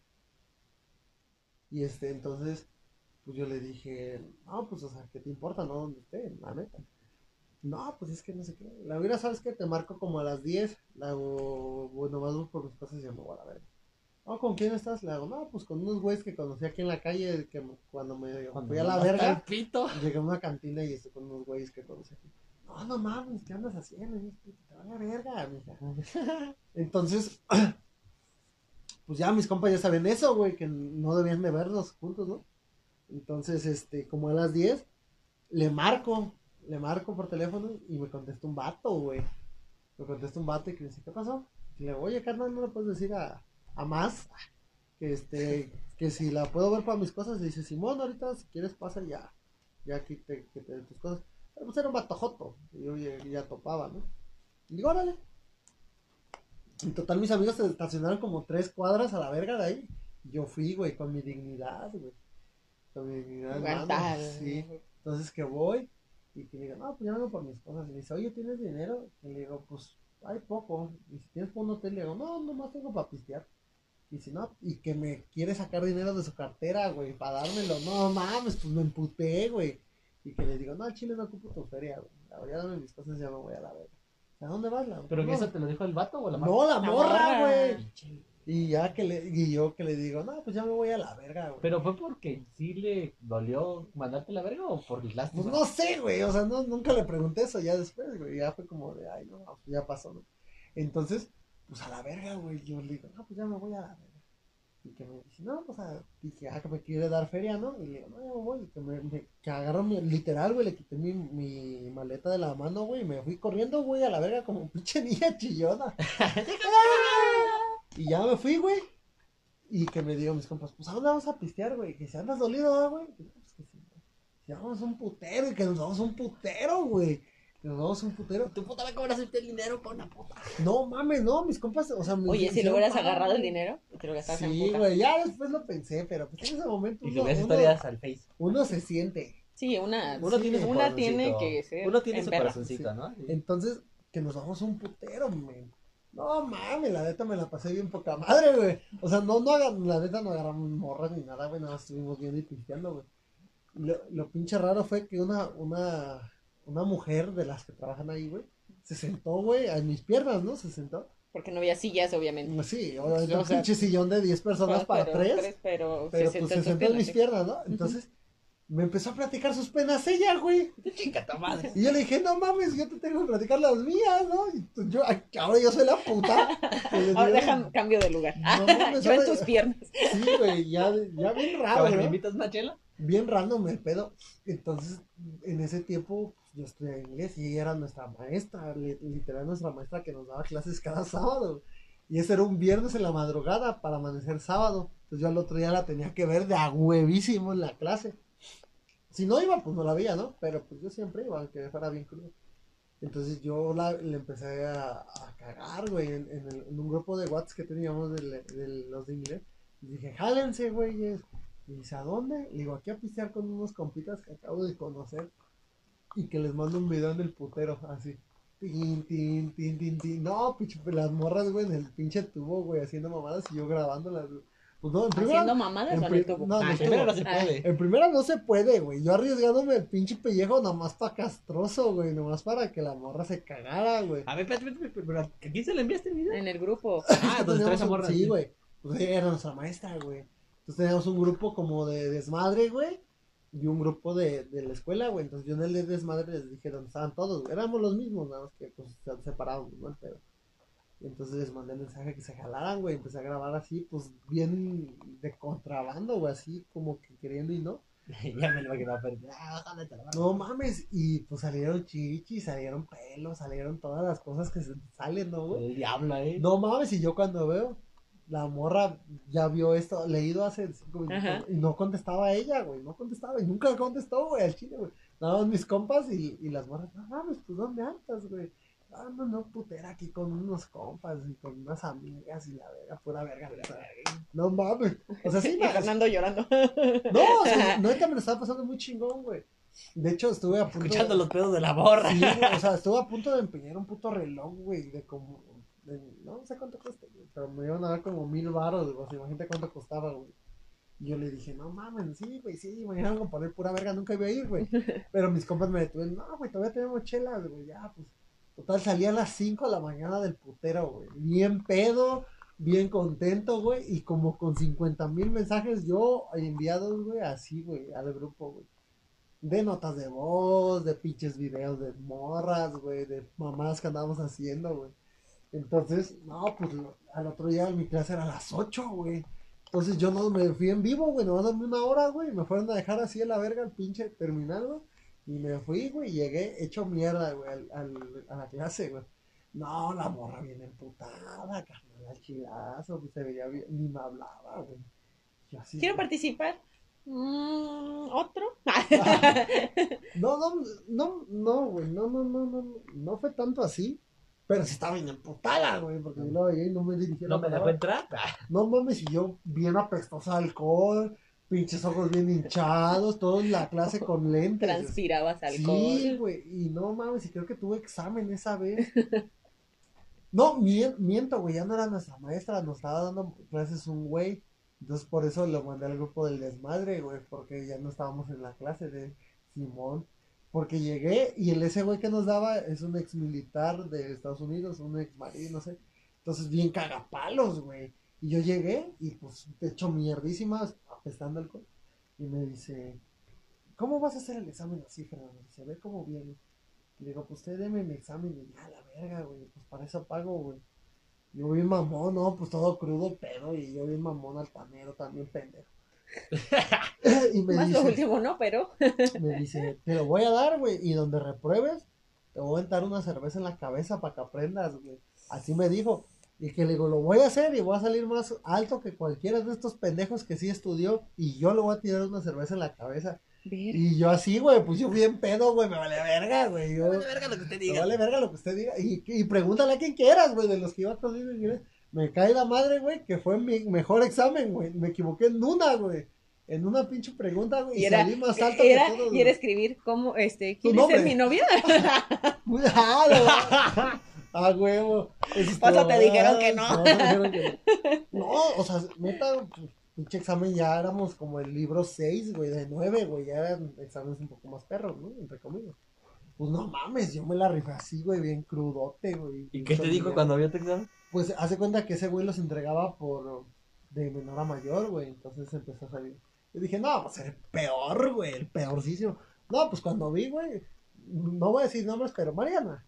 Y este, entonces, pues yo le dije, no, pues, o sea, ¿qué te importa, no? Donde esté, la neta. No, pues es que no sé qué. La hubiera, ¿sabes qué? Te marco como a las diez. Le hago, bueno, más voy por mis cosas y ya me voy a la verga. No, ¿con quién estás? Le hago, no, pues con unos güeyes que conocí aquí en la calle, que cuando me Cuando fui a la mandaste verga. al pito. Llegué a una cantina y estoy con unos güeyes que conocí aquí. No, no mames, ¿qué andas haciendo? Y yo, te va a la verga, mija. Entonces, pues ya mis compas ya saben eso, güey, que no debían de vernos juntos, ¿no? Entonces, este, como a las diez, le marco, le marco por teléfono y me contesta un vato, güey. Me contesta un vato y que dice, ¿qué pasó? Y le digo, oye, carnal, ¿no le puedes decir a, a más? Que este, que si la puedo ver para mis cosas. Y dice, Simón, ahorita si quieres pasa ya, ya aquí te, que te den tus cosas. Pero pues era un vato joto, y yo ya, ya topaba, ¿no? Y digo, órale. En total mis amigos se estacionaron como tres cuadras a la verga de ahí. Yo fui, güey, con mi dignidad, güey. Con mi dignidad, hermano. Aguantar. Sí. Entonces que voy y que le digo, no, pues ya vengo por mis cosas. Y me dice, oye, ¿tienes dinero? Y le digo, pues hay poco. Y si tienes por un hotel, le digo, no, nomás tengo para pistear. Y si no, y que me quiere sacar dinero de su cartera, güey, para dármelo. No mames, pues me emputé, güey. Y que le digo, no, al chile no ocupo tu feria, güey. Ahora ya dame mis cosas y ya me voy a la verga. ¿A dónde vas, la ¿Pero que no, eso te lo dijo el vato o la no, la La morra, morra. güey. Y ya que le, y yo que le digo, no, pues ya me voy a la verga, güey. ¿Pero fue porque sí le dolió mandarte la verga o por lástima? Pues no sé, güey, o sea, no, nunca le pregunté eso ya después, güey, ya fue como de, ay, no, pues ya pasó, ¿no? Entonces, pues a la verga, güey, yo le digo, no, pues ya me voy a la verga. Y que me dice, no, pues a, dije, ah, que me quiere dar feria, ¿no? Y le digo, no, ya me voy, y que me, me que agarró mi, literal, güey, le quité mi, mi maleta de la mano, güey, y me fui corriendo, güey, a la verga como pinche niña chillona. Y ya me fui, güey. Y que me digo mis compas, pues ¿a dónde vamos a pistear, güey? Que si andas dolido, ¿eh, güey? Que, no, pues que si, si vamos a un putero, y que nos vamos a un putero, güey. Que nos vamos a un putero. Tu puta me cobras el dinero por una puta. No mames, no, mis compas, o sea, me Oye, si hicieron lo hubieras paro, agarrado el güey. dinero y te lo gastabas en Sí, puta. güey, ya después lo pensé, pero pues en ese momento Y uno, subías uno, historias al Face. uno se siente. Sí, una, Uno Sí, tiene su una corazoncito. tiene que ser Uno tiene en su perra. corazoncito, ¿no? Sí. Entonces, que nos vamos a un putero, men. No mames, la neta me la pasé bien poca madre, güey. O sea, no, no hagan, la neta no agarramos morras ni nada, güey, nada más estuvimos viendo y pisteando, güey. Lo, lo pinche raro fue que una, una, una mujer de las que trabajan ahí, güey, se sentó, güey, a mis piernas, ¿no? Se sentó. Porque no había sillas, obviamente. Sí, obviamente O un sea, pinche sillón de diez personas para pero tres, tres, pero, pero se pues sentó se en tus sentó en mis piernas, piernas, ¿no? Entonces me empezó a platicar sus penas ella, güey. Chinga tu madre. Y yo le dije, no mames, yo te tengo que platicar las mías, ¿no? Y tú- yo, ay, ahora yo soy la puta. que le Ahora digo, déjame, cambio de lugar. No mames, Yo en ahora- tus piernas. Sí, güey, ya, ya bien raro, Cabrón, ¿me ¿no? invitas una chela? Bien random el pedo. Entonces, en ese tiempo, pues, yo estudiaba inglés y ella era nuestra maestra, li- literal nuestra maestra que nos daba clases cada sábado. Y ese era un viernes en la madrugada para amanecer sábado. Entonces yo al otro día la tenía que ver de a huevísimo en la clase. Si no iba, pues no la veía, ¿no? Pero pues yo siempre iba, aunque fuera bien crudo. Entonces yo la, le empecé a, a cagar, güey, en, en, el- en un grupo de WhatsApp que teníamos de, de los de inglés. Y dije, jálense, güeyes. Y dice, ¿a dónde? Le digo, aquí a pistear con unos compitas que acabo de conocer. Y que les mando un video en el putero, así. Tin, tin, tin, tin, tin. No, pinche, las morras, güey, en el pinche tubo, güey, haciendo mamadas y yo grabándolas, güey. Pues no, en primera. Haciendo mamadas en o en pri- el tubo. no, en Ah, el Primero tubo. no se Ah. puede. En primera no se puede, güey. Yo arriesgándome el pinche pellejo nomás pa' castroso, güey. Nomás para que la morra se cagara, güey. A ver, espérate, espérate, espérate, pero ¿a quién se le enviaste el video? En el grupo. Ah, Es que donde está teníamos esa un- morra. Sí, güey. Pues ella era nuestra maestra, güey. Entonces teníamos un grupo como de desmadre, güey. Y un grupo de, de la escuela, güey. Entonces yo en el de desmadre les dije dónde estaban todos, güey. Éramos los mismos, nada más que pues se separábamos, ¿no? Pero. Y entonces les mandé mensaje que se jalaran, güey. Empecé a grabar así, pues bien de contrabando, güey. Así como que queriendo y no. Ya me lo imaginaba, pero. Ah, ojalá te la mando. No mames. Y pues salieron chichis, salieron pelos, salieron todas las cosas que se salen, ¿no, güey? El diablo, eh. No mames, y yo cuando veo, la morra ya vio esto, leído hace cinco minutos, Ajá. y no contestaba ella, güey, no contestaba, y nunca contestó, güey, al chile, güey. Nada más mis compas y, y las morras, no mames, pues ¿dónde andas, güey? Ah, no, no, putera, aquí con unos compas y con unas amigas y la verga, pura verga. O sea, no mames. O sea, sí, Y me- Fernando llorando. no, o sea, no es que me lo estaba pasando muy chingón, güey. De hecho, estuve a punto Escuchando los pedos de la borra. Sí, güey, o sea, estuve a punto de empeñar un puto reloj, güey, de como, de- no sé cuánto cuesta, güey, pero me iban a dar como mil baros, güey, o sea, imagínate cuánto costaba, güey. Y yo le dije, no mames, sí, güey, sí, mañana vamos a poner pura verga, nunca iba a ir, güey. Pero mis compas me detuvieron, no, güey, todavía tenemos chelas, güey, ya, pues. Total, salí a las cinco de la mañana del putero, güey, bien pedo, bien contento, güey, y como con cincuenta mil mensajes yo enviados, güey, así, güey, al grupo, güey. De notas de voz, de pinches videos de morras, güey, de mamadas que andábamos haciendo, güey. Entonces, no, pues al otro día mi clase era a las ocho, güey. Entonces yo no me fui en vivo, güey, nomás dame una hora, güey. Me fueron a dejar así a la verga el pinche terminal, güey. Y me fui, güey, y llegué hecho mierda, güey, al, al- a la clase, güey. No, la morra bien emputada, carnal, al chilazo, pues se veía bien, ni me hablaba, güey. Yo así, Quiero güey. participar. Mm, ¿Otro? No, no, no, no, güey, no, no, no, no, no, no fue tanto así, pero sí estaba bien emputada, güey, porque yo la veía y no me dirigía la ¿No me dejó palabra. entrar? Ah, No mames, y yo bien apestosa a alcohol, pinches ojos bien hinchados, todo en la clase con lentes. Transpirabas alcohol. Sí, güey, y no mames, y creo que tuve examen esa vez. No, mien- miento, güey, ya no era nuestra maestra, nos estaba dando clases un güey. Entonces por eso lo mandé al grupo del desmadre, güey, porque ya no estábamos en la clase de Simón. Porque llegué y el ese güey que nos daba es un ex militar de Estados Unidos, un ex marino, no sé. Entonces bien cagapalos, güey. Y yo llegué y pues te echo mierdísimas, apestando alcohol. Y me dice, ¿cómo vas a hacer el examen así, Fernando? Se ve como bien. Le digo, pues usted deme mi examen. Y ya, la verga, güey, pues para eso pago, güey. Yo bien mamón, ¿no? Pues todo crudo, pedo. Y yo bien mamón, altanero, también pendejo. Y me Más lo dice, último, ¿no? Pero. me dice, te lo voy a dar, güey. Y donde repruebes, te voy a aventar una cerveza en la cabeza para que aprendas, güey. Así me dijo. Y que le digo, lo voy a hacer y voy a salir más alto que cualquiera de estos pendejos que sí estudió. Y yo le voy a tirar una cerveza en la cabeza. Ver. Y yo así, güey, pues yo bien pedo, güey, me vale verga, güey. Yo, vale verga lo que usted me diga. vale verga lo que usted diga. Y, y pregúntale a quien quieras, güey, de los que iba conmigo en inglés. Me cae la madre, güey, que fue mi mejor examen, güey. Me equivoqué en una, güey. En una pinche pregunta, güey. Y, Y era, salí más alto era, que todos. y era escribir cómo, este, Tu ¿quieres ser nombre. mi novia? Güey. Ah, no, a huevo. Eso O sea, estuvo- te dijeron que no. No, te dijeron que no. No, o sea, neta, pues, pinche examen ya éramos como el libro seis, güey, de nueve, güey. Ya eran exámenes un poco más perros, ¿no? Entre comillas. Pues no mames, yo me la rifé así, güey, bien crudote, güey. ¿Y qué te dijo Bien- cuando vio tu examen? pues hace cuenta que ese güey los entregaba por de menor a mayor, güey, entonces empezó a salir. Y dije, no, pues el peor, güey, el peorcísimo. No, pues cuando vi, güey, no voy a decir nombres, pero Mariana,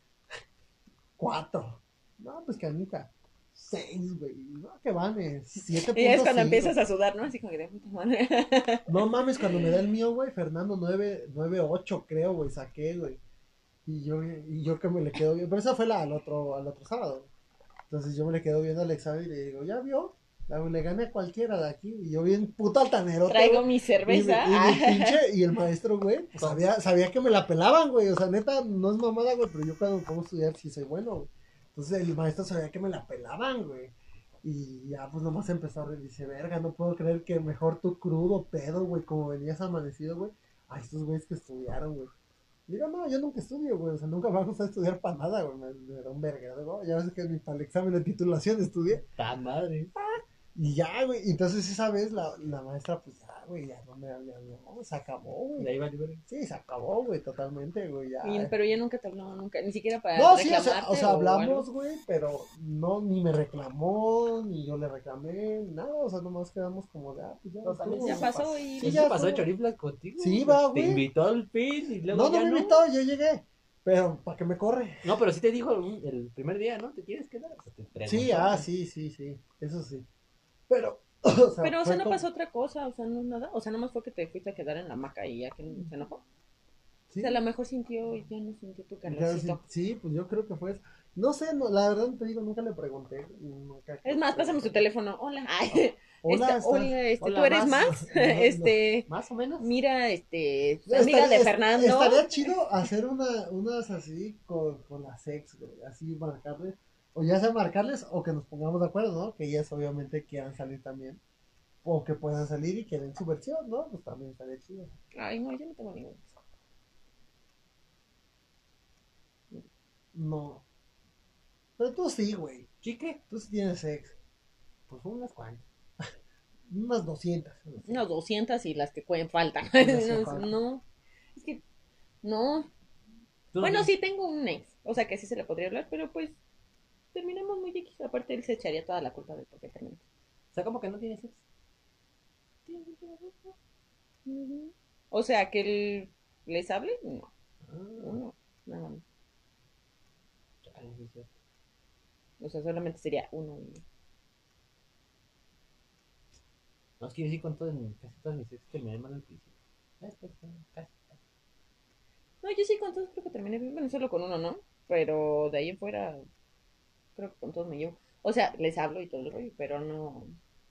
cuatro. No, pues Canita, seis, güey. No, que vale, siete. Y es cuando empiezas a sudar, ¿no? Así como que de puta madre. No mames, cuando me da el mío, güey, Fernando, nueve, nueve, ocho, creo, güey, saqué, güey. Y yo, y yo que me le quedo bien, pero esa fue la al otro, al otro sábado. Entonces yo me le quedo viendo al examen y le digo, ¿ya vio? Le gané a cualquiera de aquí. Y yo bien puto altanero. Traigo mi cerveza. Y, y, y, pinche, y el maestro, güey, pues, sabía, sabía que me la pelaban, güey. O sea, neta, no es mamada, güey, pero yo cuando me pongo a estudiar sí soy bueno, güey. Entonces el maestro sabía que me la pelaban, güey. Y ya, pues nomás empezó a reír. Dice, verga, no puedo creer que mejor tú crudo, pedo, güey, como venías amanecido, güey. A estos güeyes que estudiaron, güey. Digo, no, yo nunca estudio, güey, o sea, nunca me va a gustar estudiar para nada, güey, me, me da un verga, ¿no? Ya ves que ni para el examen de titulación estudié. ¡Ta madre! Y ya, güey, entonces esa vez la, la maestra, pues ya, güey, ya no me había, no, se acabó, güey. ¿De ahí va libre? Sí, se acabó, güey, totalmente, güey, ya. Y, pero yo nunca te habló, nunca, ni siquiera para No, sí, reclamarte. o sea, o sea o hablamos, algo. güey, pero no, ni me reclamó, ni yo le reclamé, nada, o sea, nomás quedamos como de, ah, pues ya. No, también estuvo, Ya güey. pasó y... Sí, Sí, ya ya pasó de estuvo. choriflas contigo. Sí, va, güey. Te invitó al fin y luego No, no ya me no. invitó, yo llegué, pero para que me corre. No, pero sí te dijo el, el primer día, ¿no? ¿Te quieres quedar? O sea, te Sí, preguntó. ah, sí, sí, sí, eso sí. Pero, o sea, Pero, o fue sea, no como- pasó otra cosa, o sea, no nada. O sea, nomás fue que te fuiste a quedar en la hamaca y ya que se enojó. Sí, O sea, a lo mejor sintió, ya no sintió tu claro, sí, calorcito. sí, pues yo creo que fue eso. No sé, no, la verdad te digo, nunca le pregunté. Nunca Es más, pásame tu teléfono. Hola. Ay, Hola, esta- está- hola, este, hola, ¿tú eres más. más? No, no. este, Más o menos. mira, este, Estaría- amiga de est- Fernando. Estaría chido hacer una, unas así con, con las ex, güey, así marcarles. O ya sea marcarles o que nos pongamos de acuerdo, ¿no? Que ellas obviamente quieran salir también. O que puedan salir y que den su versión, ¿no? Pues también estaría chido. Ay, no, yo no tengo ningún. No. Pero tú sí, güey. ¿Chique? Tú sí tienes ex. Pues unas cuantas. Unas doscientas. No, doscientas y las que pueden faltan. Las que no, faltan. no, es que, no. ¿Tú Bueno, no? sí tengo un ex, o sea que sí se le podría hablar, pero pues terminamos muy X. Aparte él se echaría toda la culpa de por qué terminamos. O sea, como que no tienes sexo. Ujú. O sea, que él les hable, no, Ah, no, nada más. chale, sí es cierto. O sea, solamente sería uno y... No, es que yo sí con todo, en casi todas mis sexos terminé mal al principio. Después, eh, casi, casi. No, yo sí con todos creo que terminé bien, bueno, solo con uno, ¿no? Pero de ahí en fuera, creo que con todos me llevo. O sea, les hablo y todo el rollo, pero no...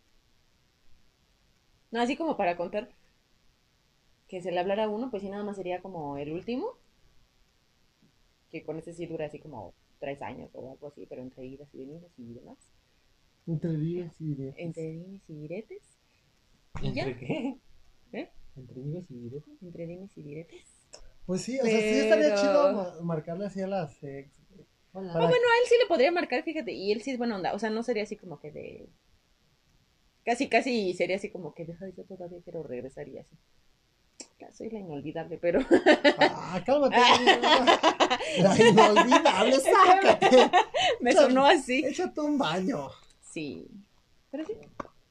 No, así como para contar que se le hablara a uno, pues sí, nada más sería como el último. Que con ese sí dura así como tres años o algo así, pero entre idas y venidas y demás. Entre diez y diez. Entre dimes y diretes. ¿Y ya? ¿Entre qué? ¿Eh? ¿Entre dimes y diretes? Entre dimes y diretes. Pues sí, o sea, sí estaría Pero- chido ma- marcarle así a las ex. güey. Hola. Para- Ah, bueno, a él sí le podría marcar, fíjate, y él sí es buena onda. O sea, no sería así como que de... Casi, casi sería así como que, deja, yo todavía quiero regresar y así. Ya soy la inolvidable, pero... Ah, cálmate. La inolvidable, sácate. Me sonó así. Échate un baño. Sí. Pero sí.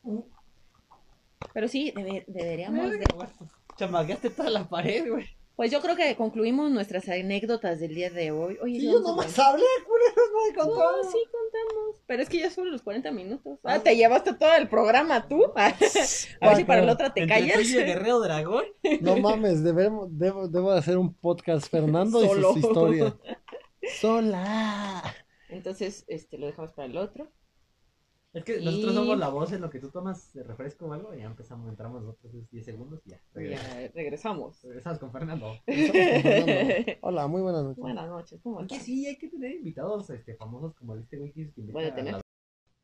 Pero sí, debe- deberíamos de... Chamagueaste toda la pared, güey. Pues yo creo que concluimos nuestras anécdotas del día de hoy. Oye, Sí, sí, yo vamos a nomás ver. hablé, culeros, no me contó. No, sí contamos. Pero es que ya son los cuarenta minutos. Ah, te llevaste todo el programa tú. A ver si para la otra te Entre callas. tú y el Guerrero Dragón. No mames, debemos, debo, debo de hacer un podcast Fernando Solo. y sus historias. Sola. Entonces, este, lo dejamos para el otro. Es que Y- nosotros somos la voz en lo que tú tomas de refresco o algo y ya empezamos, entramos nosotros diez segundos y ya. Ya, regresamos. Regresamos con Fernando. Estamos con Fernando. Hola, muy buenas noches. Buenas noches, ¿cómo Porque estás? sí, hay que tener invitados este, famosos como este güey que invita Voy a a tener. la-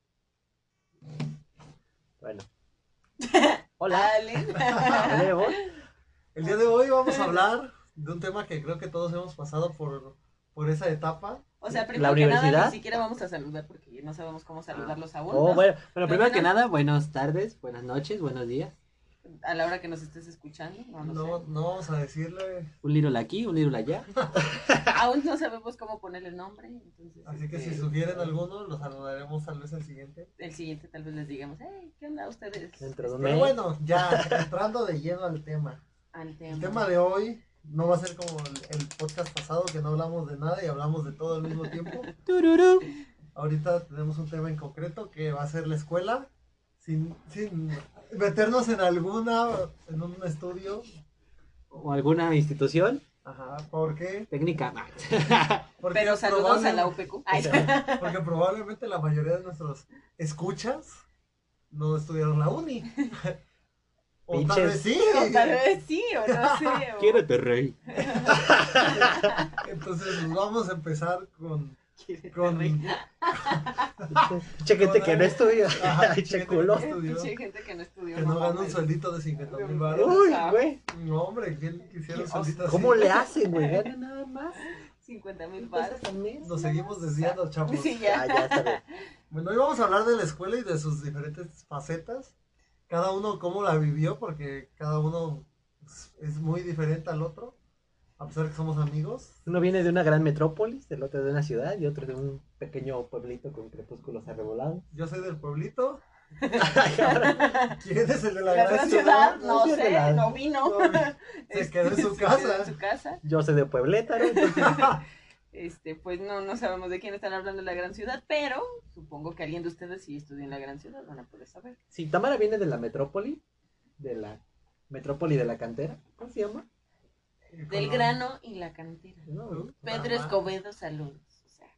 Bueno. Hola. Dale, vos. El día de hoy vamos a hablar de un tema que creo que todos hemos pasado por, por esa etapa. O sea, ¿La primero que nada, universidad? ni siquiera vamos a saludar porque no sabemos cómo saludarlos aún. Oh, ¿no? bueno, bueno, primero que Terminamos. nada, buenas tardes, buenas noches, buenos días. a la hora que nos estés escuchando. No, no, No, sé. no vamos a decirle. Un little aquí, un little allá. Aún no sabemos cómo ponerle nombre. Entonces, Así que este, si sugieren alguno, los saludaremos tal vez el siguiente. el siguiente tal vez les digamos, hey, ¿qué onda ustedes? Dentro de un Pero mes. bueno, ya entrando de lleno al tema. Al tema. El tema de hoy no va a ser como el, el podcast pasado que no hablamos de nada y hablamos de todo al mismo tiempo. Tururú. Ahorita tenemos un tema en concreto que va a ser la escuela, sin, sin meternos en alguna, en un estudio. O alguna institución Ajá, ¿por qué? técnica. Porque Pero saludos a la probable- U P Q. Ay, Porque probablemente la mayoría de nuestros escuchas no estudiaron la uni. O tal Pinches. vez sí. o tal vez sí, o no sé. o- Quiérete, rey. Entonces pues, vamos a empezar con... Quiérete, con rey. Che, gente que no estudia. Ajá, Ay, gente che culo. que no estudió, Pinche gente que no estudió. que no gana un mames. sueldito de cincuenta mil baros. Uy, güey. No, hombre, ¿quién quisiera un Qué sueldito así? ¿Cómo le hacen, güey? Ganan nada más. cincuenta mil baros. al mes. Nos seguimos desviando, chavos. Sí, Ah, ya. ya está bien. Bueno, hoy vamos a hablar de la escuela y de sus diferentes facetas. Cada uno cómo la vivió, porque cada uno es- es muy diferente al otro. A pesar que somos amigos. Uno viene de una gran metrópolis, el otro de una ciudad y otro de un pequeño pueblito con crepúsculos arrebolados. Yo soy del pueblito. Ay, cabrón. ¿Quién es el de la, La gran gran ciudad? ciudad, no Sí, es de sé, la- no vino. No, se quedó en su Se quedó en casa. su casa. Yo soy de Pueblétaro. Este, pues no, no sabemos de quién están hablando en la gran ciudad, pero supongo que alguien de ustedes si estudia en la gran ciudad van a poder saber. Sí, Tamara viene de la metrópoli, de la metrópoli de la cantera. ¿Cómo se llama? Del grano y la cantera. No, Pedro Escobedo, saludos. O sea,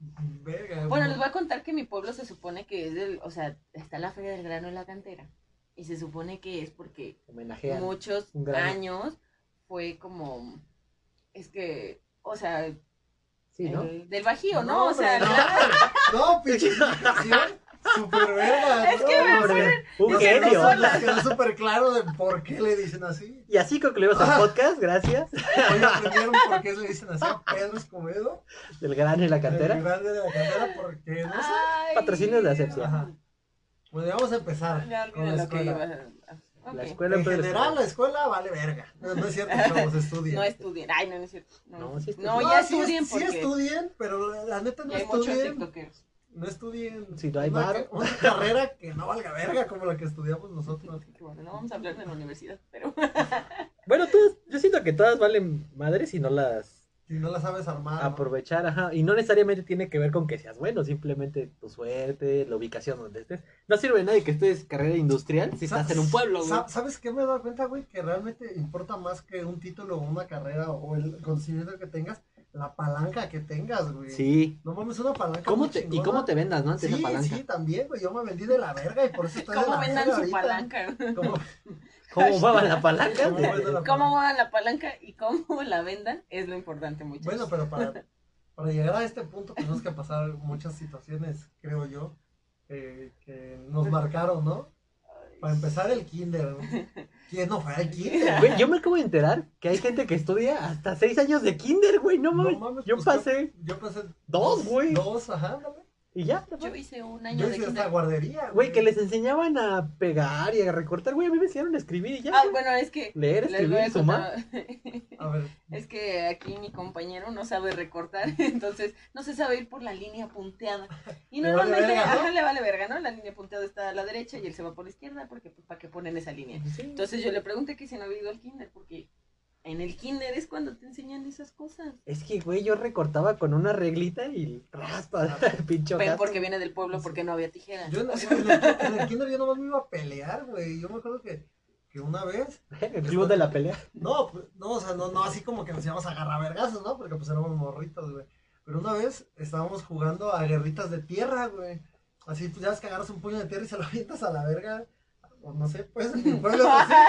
Verga. bueno, les voy a contar que mi pueblo se supone que es del, o sea, está la feria del grano y la cantera. Y se supone que es porque homenajean. muchos un grano. años fue como, es que, o sea, Sí, ¿no? el- del Bajío, ¿no? O hombre, sea, no, la- no, pinche explicación super verga. Es ¿no? que me Hombre, un Nos genio. quedó- Nos quedó súper claro de por qué le dicen así. Y así concluimos el podcast, gracias. Hoy aprendieron por qué le dicen así a Pedro Escobedo. Del grano y la El cantera. grande de la cantera, porque no sé. Ay. Patrocinios de Asepsia. Ajá. Bueno, ya vamos a empezar Ya con olvidé la lo que escuela. iba a- ok. La escuela En Pedro general, Escobedo. la escuela vale verga. No, no es cierto, chavos, estudien. No estudien. Ay, no, no es cierto. No, No, sí no, estudien. ya sí, estudien sí porque estudien, pero la, la neta no ya hay muchos estudien. tiktokeros. No estudien Si no hay una, varo. ca- una carrera que no valga verga como la que estudiamos nosotros. Que bueno, no vamos a hablar de la universidad, pero Bueno, todas, yo siento que todas valen madres si no las Si no la sabes armar. ¿no? aprovechar, ajá. Y no necesariamente tiene que ver con que seas bueno, simplemente tu suerte, la ubicación donde estés. No sirve de nadie que estés carrera industrial si estás en un pueblo, güey. Sa- ¿Sabes qué me he dado cuenta, güey? Que realmente importa más que un título o una carrera o el conocimiento que tengas, la palanca que tengas, güey. Sí. No mames, una palanca. ¿Cómo muy te, y chingona. cómo te vendas, no? Ante Sí, esa palanca. sí, también, güey. Yo me vendí de la verga y por eso estoy de ¿cómo la vendan verga su ahorita. palanca? ¿Cómo, ¿Cómo muevan la palanca? cómo vendo la ¿Cómo palanca? muevan la palanca y cómo la vendan? Es lo importante, muchachos. Bueno, pero para, para llegar a este punto tenemos que pasar muchas situaciones, creo yo, eh, que nos marcaron, ¿no? Para empezar, el kinder. ¿no? ¿Quién no fue al kinder? Güey, yo me acabo de enterar que hay gente que estudia hasta seis años de kinder, güey. No No mames. mames, Yo pues, pasé Yo pasé Dos, güey. Dos, ajá, ándale. y ya. Yo hice un año Yo de hice hasta kinder. guardería. Güey, que les enseñaban a pegar y a recortar, güey. A mí me enseñaron a escribir y ya. Ah, bueno, es que Leer, les voy a escribir, sumar. contar. A ver. Es que aquí mi compañero no sabe recortar, entonces no se sabe ir por la línea punteada. Y Le vale normalmente, verga, ¿no? ajá, le vale verga, ¿no? La línea punteada está a la derecha y él se va por la izquierda, porque pues, ¿para qué ponen esa línea? Sí. Entonces yo le pregunté que si no había ido al kinder, porque en el kinder es cuando te enseñan esas cosas. Es que, güey, yo recortaba con una reglita y raspa, pincho Pero gato. porque viene del pueblo, porque no había tijeras. Yo en, en el, en el kinder yo nomás me iba a pelear, güey. Yo me acuerdo que, que una vez. El club de la pelea. No, pues, no, o sea, no, no así como que nos íbamos a agarrar vergazos, ¿no? Porque pues éramos morritos, güey. Pero una vez estábamos jugando a guerritas de tierra, güey. Así, pues ya ves que agarras un puño de tierra y se lo avientas a la verga. O no sé, pues en mi pueblo es así.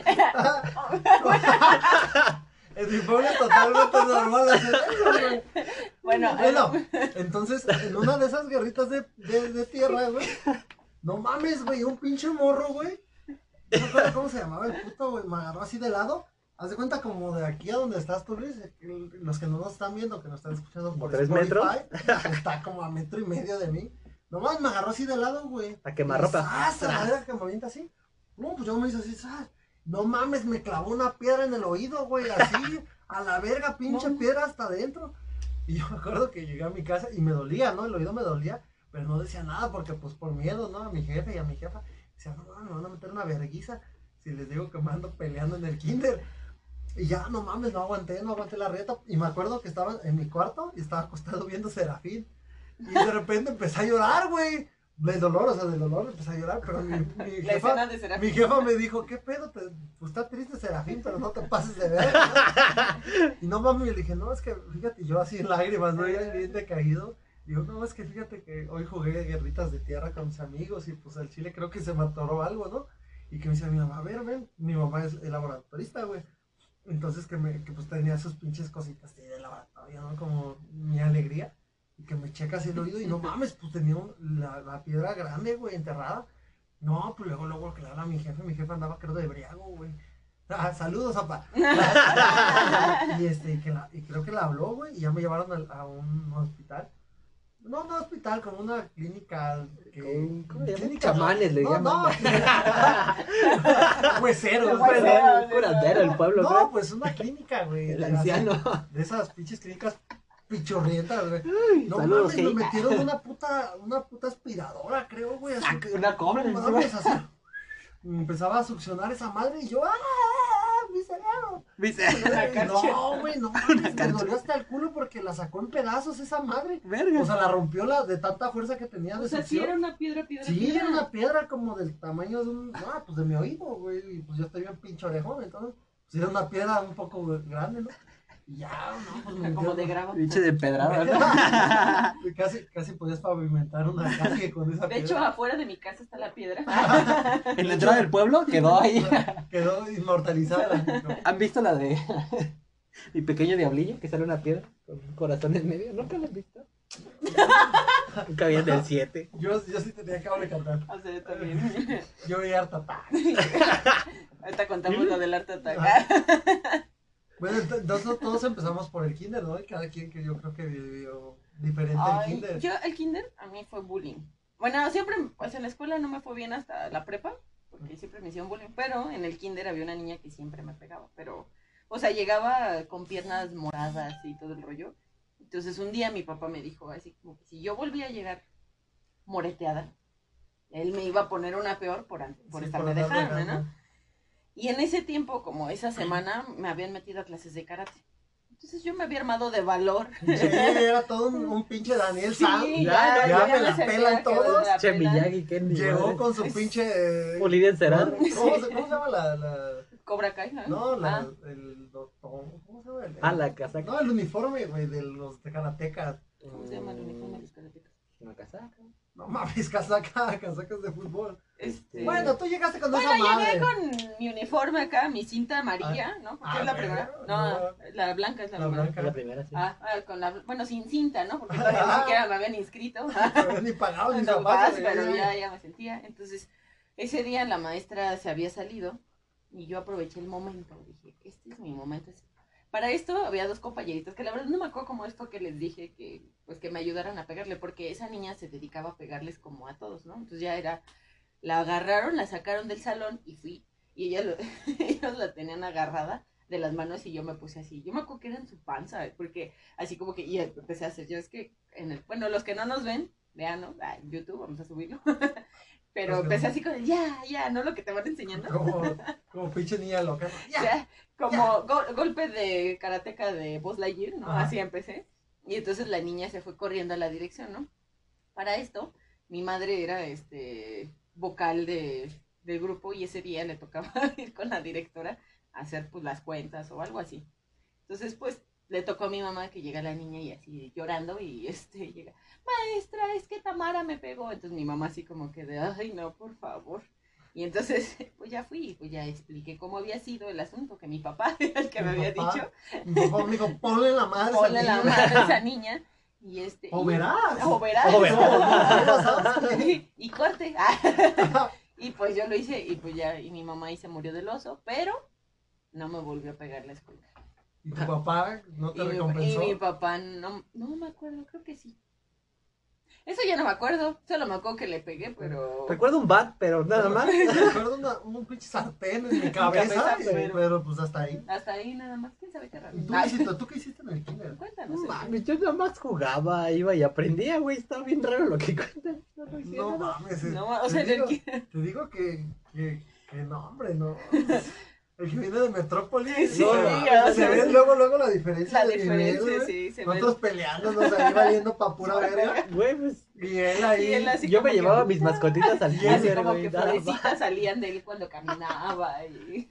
En mi pueblo es totalmente normal hacer eso, güey. Bueno, Bueno, entonces, en una de esas guerritas de, de, de tierra, güey. No mames, güey, un pinche morro, güey. No me acuerdo cómo se llamaba el puto, güey. Me agarró así de lado. Haz de cuenta como de aquí a donde estás tú, Luis. Los que no nos están viendo, que nos están escuchando por ¿Tres Spotify, está como a metro y medio de mí. Nomás me agarró así de lado, güey. A quemarropa. ¡Ah! Se la verga que me avienta así. No, pues yo me hice así, ¿sabes? No mames, me clavó una piedra en el oído, güey, así, a la verga, pinche no. piedra hasta adentro. Y yo me acuerdo que llegué a mi casa y me dolía, ¿no? El oído me dolía, pero no decía nada porque, pues, por miedo, ¿no? A mi jefe y a mi jefa. Decía, no, no, me van a meter una verguiza si les digo que me ando peleando en el kinder. Y ya, no mames, no aguanté, no aguanté la rieta. Y me acuerdo que estaba en mi cuarto y estaba acostado viendo Serafín. Y de repente empecé a llorar, güey. Del dolor, o sea, del dolor empecé a llorar, pero mi, mi, jefa, mi jefa me dijo, ¿qué pedo? Te, pues está triste Serafín, pero no te pases de ver, ¿no? Y no mami, le dije, no, es que fíjate, yo así en lágrimas, ¿no? Ya bien decaído. Digo, no, es que fíjate que hoy jugué guerritas de tierra con mis amigos y pues al chile creo que se me atoró algo, ¿no? Y que me dice mi mamá, a ver, ven, mi mamá es el laboratorista, güey. Entonces que, me, que pues tenía sus pinches cositas de laboratorio, ¿no? Como mi alegría. Y que me checa así el oído y no mames, pues tenía un, la, la piedra grande, güey, enterrada. No, pues luego, luego que le habla a mi jefe, mi jefe andaba creo de embriago, güey. Ah, saludos, apa. y este, y, que la, y creo que la habló, güey, y ya me llevaron a, a un hospital. No, no hospital, como una clínica. Que, ¿Cómo, cómo clínica chamanes le no, llaman? No, hueseros. Curandero el pueblo, no, creo. Pues una clínica, güey. El anciano. De esas pinches clínicas pichorrientas, güey. No saludos, mames, me metieron una puta, una puta aspiradora, creo, güey. Así, una cobra no encima. mames, así. Empezaba a succionar esa madre y yo, ¡ah! ¡Mi cerebro! Mi cerebro. No, güey, no mames, me dolió hasta el culo porque la sacó en pedazos esa madre. Verga. O sea, la rompió la, de tanta fuerza que tenía de O sea, sí era una piedra, piedra, Sí, piedra. era una piedra como del tamaño de un, ah, pues de mi oído, güey. Y pues yo estoy bien pinche orejón, entonces, pues era una piedra un poco grande, ¿no? Y ya, no, pues me Como de grava. Pinche de pedrada. casi, casi podías pavimentar una calle con esa De piedra. hecho, afuera de mi casa está la piedra. En la entrada del pueblo quedó ahí. Quedó inmortalizada. ¿Han visto la de Mi Pequeño Diablillo? Que sale una piedra con un corazón en medio. ¿Nunca la has visto? Nunca vi el del siete. Yo, yo sí tenía que de cantar. O sea, también. Yo veía Art Attack. Ahorita contamos lo del Art Attack. Bueno, entonces todos empezamos por el kinder, ¿no? Y cada quien que yo creo que vivió diferente Ay, el kinder. Yo, el kinder, a mí fue bullying. Bueno, siempre, pues en la escuela no me fue bien hasta la prepa, porque siempre me hicieron bullying, pero en el kinder había una niña que siempre me pegaba, pero, o sea, llegaba con piernas moradas y todo el rollo. Entonces un día mi papá me dijo así como que si yo volvía a llegar moreteada, él me iba a poner una peor por, por sí, estarme por dejando, dejando, ¿no? Y en ese tiempo, como esa semana, me habían metido a clases de karate. Entonces yo me había armado de valor. Sí, era todo un, un pinche Daniel sí, Sam. Ya, ya, ya, ya me la pelan todos. Che Miyagi, Kenny. Llegó con su pinche... Olivia Encerado. ¿Cómo, ¿Cómo se llama la...? la... Cobra Kai, ¿no? No, la, ah. el doctor... ¿Cómo se llama? El, ah, la casaca. No, el uniforme, güey, de los de karatecas. ¿Cómo se llama el uniforme de los karatecas? Una casaca. No mames, casaca, casacas de fútbol. Este... Bueno, tú llegaste con bueno, esa madre. Bueno, llegué con mi uniforme acá, mi cinta amarilla, ah, ¿no? Porque ah, es la pero, primera. No, no, la blanca es la, la primera. blanca. La primera, sí. Ah, ah, con la, bueno, sin cinta, ¿no? Porque todavía ni siquiera me habían inscrito. No, ni pagado ni no, zapatos. pero ya, ya me sentía. Entonces, ese día la maestra se había salido y yo aproveché el momento. Dije, este es mi momento. Para esto había dos compañeritas que la verdad no me acuerdo cómo esto que les dije que pues que me ayudaran a pegarle, porque esa niña se dedicaba a pegarles como a todos, ¿no? Entonces ya era, la agarraron, la sacaron del salón y fui, y ella lo, ellos la tenían agarrada de las manos y yo me puse así, yo me acuerdo que era en su panza, porque así como que, y empecé a hacer, yo es que, en el, bueno, los que no nos ven, vean, ¿no? Ah, en YouTube, vamos a subirlo. Pero empecé así con el ya, ya, ¿no? Lo que te van enseñando. Como, como pinche niña loca. Ya, ya, como go golpe de karateca de Buzz Lightyear, ¿no? Ajá. Así empecé. Y entonces la niña se fue corriendo a la dirección, ¿no? Para esto, mi madre era este vocal de, del grupo y ese día le tocaba ir con la directora a hacer pues las cuentas o algo así. Entonces, pues, le tocó a mi mamá que llega la niña y así llorando y este llega, maestra, es que Tamara me pegó. Entonces mi mamá así como que de, ay no, por favor. Y entonces pues ya fui y pues ya expliqué cómo había sido el asunto, que mi papá era el que mi me había papá, dicho. Mi papá me dijo, ponle la madre ponle a esa la niña. madre a esa niña. Y este, o verás. O verás. O verás. y, y corte. Y pues yo lo hice y pues ya, y mi mamá ahí se murió del oso, pero no me volvió a pegar la escuela. ¿Y tu papá no te y recompensó? Mi, y mi papá, no, no me acuerdo, creo que sí. Eso ya no me acuerdo. Solo me acuerdo que le pegué, pero. Recuerdo un bat, pero nada más. Recuerdo una- un pinche sartén en mi cabeza, cabeza, y- pero- pero pues hasta ahí. Hasta ahí nada más. ¿Quién sabe qué raro? ¿Y tú, Ay, Luisito, tú qué hiciste en el kinder? Cuéntanos. No Sergio. mames, yo nada más jugaba, iba y aprendía, güey. Estaba bien raro lo que cuentan. No, no, hacía No nada. mames. eh, No, o te sea, en el digo- kinder. Te digo que, que, que no, hombre, no. El que viene de Metrópolis, Sí, no, sí, mames, o se sea, ve sí. luego, luego la diferencia La de nivel, diferencia, güey. sí, se ve. Nosotros peleándonos ahí valiendo pa' pura verga. Güey, pues Y él ahí. Y él así yo como me que- llevaba mis mascotitas al Y Así kinder, como güey. que nada más. florecitas salían de él cuando caminaba. Y...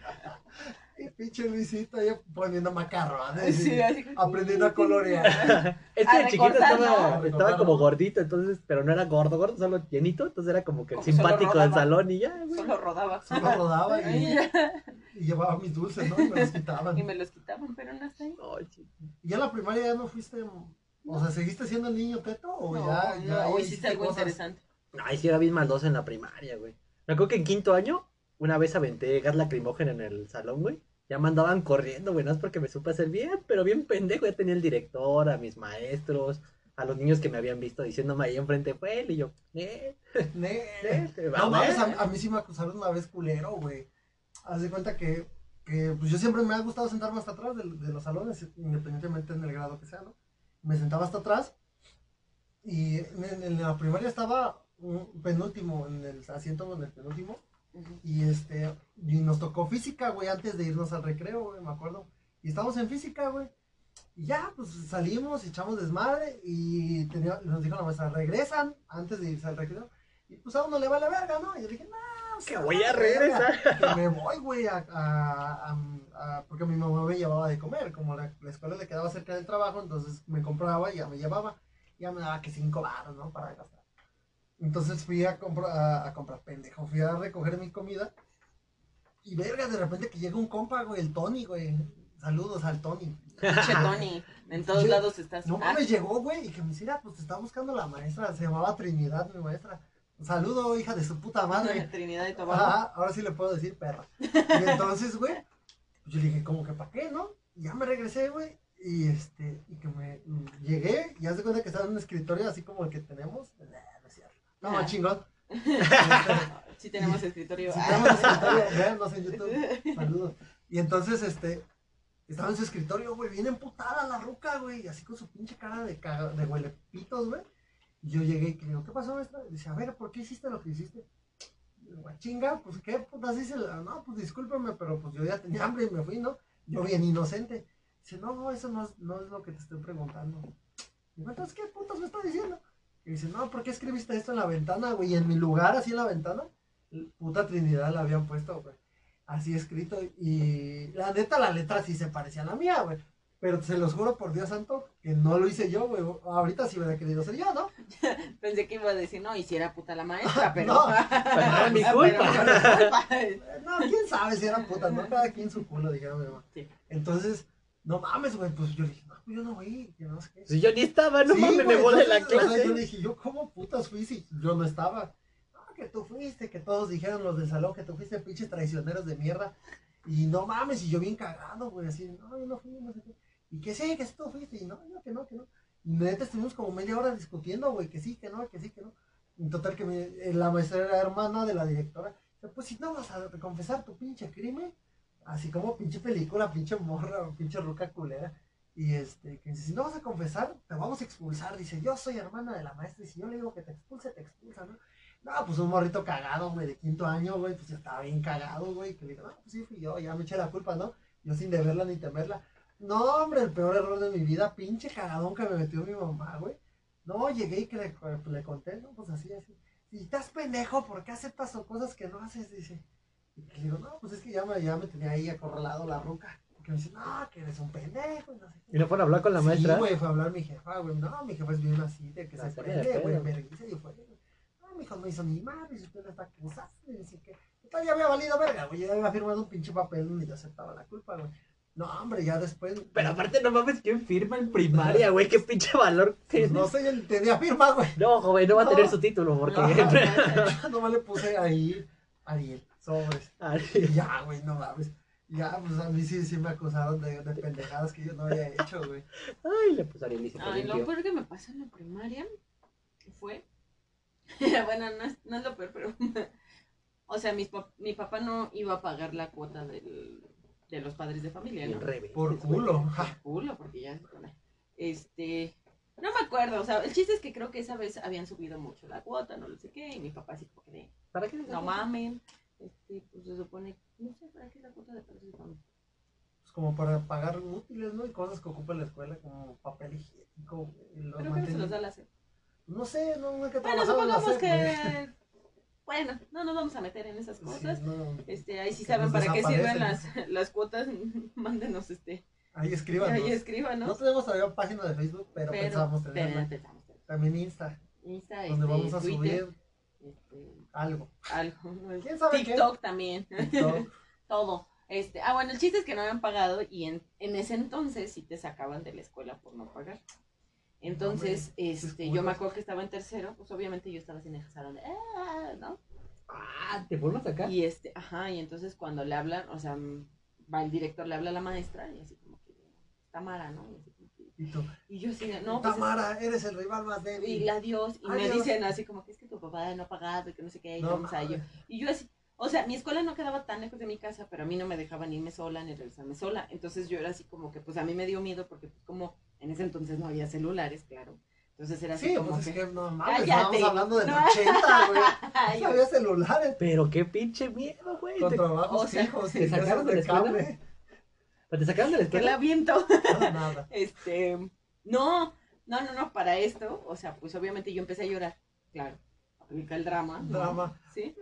Y pinche Luisito ahí poniendo macarrones. Sí, y así como- aprendiendo a colorear. Es que A de chiquito recortar, estaba, ¿no? estaba A como recortar, ¿no? gordito, entonces, pero no era gordo, gordo, solo llenito, entonces era como que el Como que solo simpático del rodaba. salón y ya, güey. Solo rodaba. Solo rodaba Y, y, y llevaba mis dulces, ¿no? Y me los quitaban. y me los quitaban, pero no hasta ahí. Ay, sí. ¿Y ya en la primaria ya no fuiste, o sea, seguiste siendo el niño teto o No, ya, no, ya o ahí hiciste algo cosas? interesante. Ay, sí, era bien maldoso en la primaria, güey. Me acuerdo que en quinto año, una vez aventé gas lacrimógeno en el salón, güey. Ya me andaban corriendo, güey, no es porque me supe hacer bien, pero bien pendejo. Ya tenía el director, a mis maestros, a los niños que me habían visto diciéndome ahí enfrente, fue él, y yo, eh, Ne- eh, te va, No mames, güey. a, a mí sí me acusaron una vez culero, güey. Haz de cuenta que, que pues yo siempre me ha gustado sentarme hasta atrás de, de los salones, independientemente en el grado que sea, ¿no? Me sentaba hasta atrás y en, en la primaria estaba un penúltimo, en el asiento en el penúltimo. Ujú. Y este, y nos tocó física, güey, antes de irnos al recreo, güey, me acuerdo. Y estábamos en física, güey. Y ya, pues salimos, echamos desmadre y tenía, nos dijo la maestra, regresan antes de irse al recreo. Y pues a uno le vale verga, ¿no? Y yo dije, no, Que se voy a vale verga, regresar. que me voy, güey, a, a- a- a- porque mi mamá me llevaba de comer. Como la, la escuela le quedaba cerca del trabajo, entonces me compraba y ya me llevaba. Ya me daba que cinco baros, ¿no? Para gastar. Entonces fui a, compra- a, a comprar, pendejo, fui a recoger mi comida. Y verga, de repente que llega un compa, güey, el Tony, güey. Saludos al Tony. Pinche Tony, en todos Yo- lados estás. No Ah, mames, llegó, güey, y que me decía, pues te está buscando la maestra. Se llamaba Trinidad, mi maestra. Saludo, hija de su puta madre. Trinidad y Tobago. Ajá, ahora sí le puedo decir perra. Y entonces, güey, pues yo le dije, como que para qué, ¿no? Y ya me regresé, güey. Y este, y que me mm, llegué, y haz de cuenta que estaba en un escritorio así como el que tenemos. Eh, No es cierto. No, Ah. chingón. Este, Sí tenemos escritorio. Si Ah. tenemos escritorio, véanos en YouTube. Saludos. Y entonces, este, estaba en su escritorio, güey, bien emputada la ruca, güey, así con su pinche cara de, caga, de huelepitos, güey. Y yo llegué y le digo, ¿qué pasó, maestra? Y dice, a ver, ¿por qué hiciste lo que hiciste? Y digo, "Ah, chinga, pues qué putas hice. La- No, pues discúlpame, pero pues yo ya tenía hambre y me fui, ¿no? Yo bien inocente. Dice, no, no, eso no es, no es lo que te estoy preguntando. Digo, entonces, ¿qué putas me está diciendo? Y dice, no, ¿por qué escribiste esto en la ventana, güey? Y en mi lugar, así en la ventana, puta Trinidad la habían puesto, güey. Así escrito. Y la neta, la letra sí se parecía a la mía, güey. Pero se los juro por Dios santo que no lo hice yo, güey. Ahorita sí hubiera querido ser yo, ¿no? Pensé que iba a decir, no, hiciera puta la maestra, pero. No. Pero no es mi Pero culpa. no es mi culpa. Eh, No, quién sabe si eran putas, ¿no? Cada quien su culo, dijeron mi mamá. Sí. Entonces, no mames, güey. Pues yo dije, no, pues yo no voy, que no sé qué. Si yo ni estaba, no Sí, mames, me güey, volé la entonces, o sea, yo clase. le dije, yo cómo putas fui si yo no estaba. No, que tú fuiste, que todos dijeron los del salón que tú fuiste pinches traicioneros de mierda. Y no mames, y yo bien cagado, güey, así, no, yo no fui, no sé qué. Y que sí, que sí tú fuiste, y no, yo que no, que no. Y neta estuvimos como media hora discutiendo, güey, que sí, que no, que sí, que no. En total que me- eh, la maestra era hermana de la directora. Pues si no vas a confesar tu pinche crimen, así como pinche película, pinche morra, pinche ruca culera. Y este, que dice, si no vas a confesar, te vamos a expulsar. Dice, yo soy hermana de la maestra, y si yo le digo que te expulse, te expulsa, ¿no? No, pues un morrito cagado, güey, de quinto año, güey, pues ya estaba bien cagado, güey, que le digo, no, pues sí fui yo, ya me eché la culpa, ¿no? Yo sin deberla ni temerla. No, hombre, el peor error de mi vida, pinche cagadón que me metió mi mamá, güey. No, llegué y que le, le conté, ¿no? Pues así, así. Si estás pendejo, ¿por qué aceptas o cosas que no haces? Dice. Y le digo, no, pues es que ya me, ya me tenía ahí acorralado la ruca. Que me dice, no, que eres un pendejo, y no sé qué. ¿Y no fueron a hablar con la maestra? Sí, güey, fue a hablar mi jefa, güey. No, mi jefa es bien así, de que Ah, se sí, prende, de güey, pedo. vergüenza y fue. No, mi hijo no hizo ni madre, si usted la está acusando, y dice que. Entonces ya había valido verga, güey. Yo había firmado un pinche papel donde yo aceptaba la culpa, güey. No, hombre, ya después. Pero aparte, no mames, ¿quién firma en primaria, güey? ¿Qué pinche valor Pues tiene? no sé, él tenía firma, güey. No, joven, no va a No. tener su título porque... Yo nomás le puse ahí, Ariel, sobres. Y ya, güey, no mames. Ya, pues a mí sí, sí me acusaron de, de pendejadas que yo no había hecho, güey. Ay, le puse Ariel y se Ay, lo limpio. peor que me pasó en la primaria fue, bueno, no es, no es lo peor, pero, o sea, mis pap- mi papá no iba a pagar la cuota del, de los padres de familia, ¿no? Por culo. Por culo, porque ya, este, no me acuerdo, o sea, el chiste es que creo que esa vez habían subido mucho la cuota, no lo sé qué, y mi papá así como que de, ¿Para qué? no mamen, este, pues se supone, no sé, ¿para qué la cuota de padres de familia? Pues como para pagar útiles, ¿no? Y cosas que ocupa la escuela, como papel higiénico. Y los Pero que no se los da manten- la S E P. No sé, no, nunca he Bueno, trabajado en la supongamos S E P, güey. que, bueno, no nos vamos a meter en esas cosas. Sí, no, Este, ahí sí que saben nos para qué sirven las, desaparecen. las cuotas, mándenos este, ahí escriban. ahí escriban, ¿no? No tenemos todavía página de Facebook, pero, Pero, pensamos pero tenerla. pensamos tener. También Insta, Insta, donde este, vamos a Twitter, subir este, algo. algo, ¿no? ¿Quién sabe qué? TikTok también, TikTok. todo. Este, ah, bueno, el chiste es que no habían pagado y en, en ese entonces sí te sacaban de la escuela por no pagar. Entonces, No, hombre, este, qué yo me culos. acuerdo que estaba en tercero, pues obviamente yo estaba sin el salón de, ah, ¿no? Ah, ¿te fueron a sacar? Y este, ajá, y entonces cuando le hablan, o sea, mm, va el director, le habla a la maestra y así como que, Tamara, ¿no? Y, así como que- Y tú, y yo así, de, no, pues es- Tamara, eres el rival más débil. y la Dios, y me Adiós. dicen así como que es que tu papá no ha pagado y que no sé qué, y No, vamos a ello. mames. Y yo así, o sea, mi escuela no quedaba tan lejos de mi casa, pero a mí no me dejaban irme sola ni regresarme sola. Entonces yo era así como que, pues a mí me dio miedo porque pues como en ese entonces no había celulares, claro. Entonces era así Sí, como pues que... es que no mames, ¡Cállate! estábamos hablando del No. ochenta, güey. Ay, No había celulares. Pero qué pinche miedo, güey. Con Te... trabajos o sea, fijos ¿te y sacaron de la escuela? cable. ¿Te sacaron de la que la escuela? viento. No, nada. Este, no, no, no, no, para esto, o sea, pues obviamente yo empecé a llorar, claro, aplica el drama, ¿no? Drama. ¿Sí?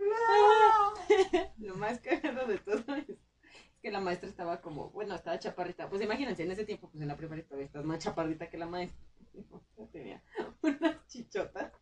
Lo más cagado de todo es que la maestra estaba como, bueno, estaba chaparrita, pues imagínense, en ese tiempo, pues en la primaria todavía estás más chaparrita que la maestra, tenía unas chichotas,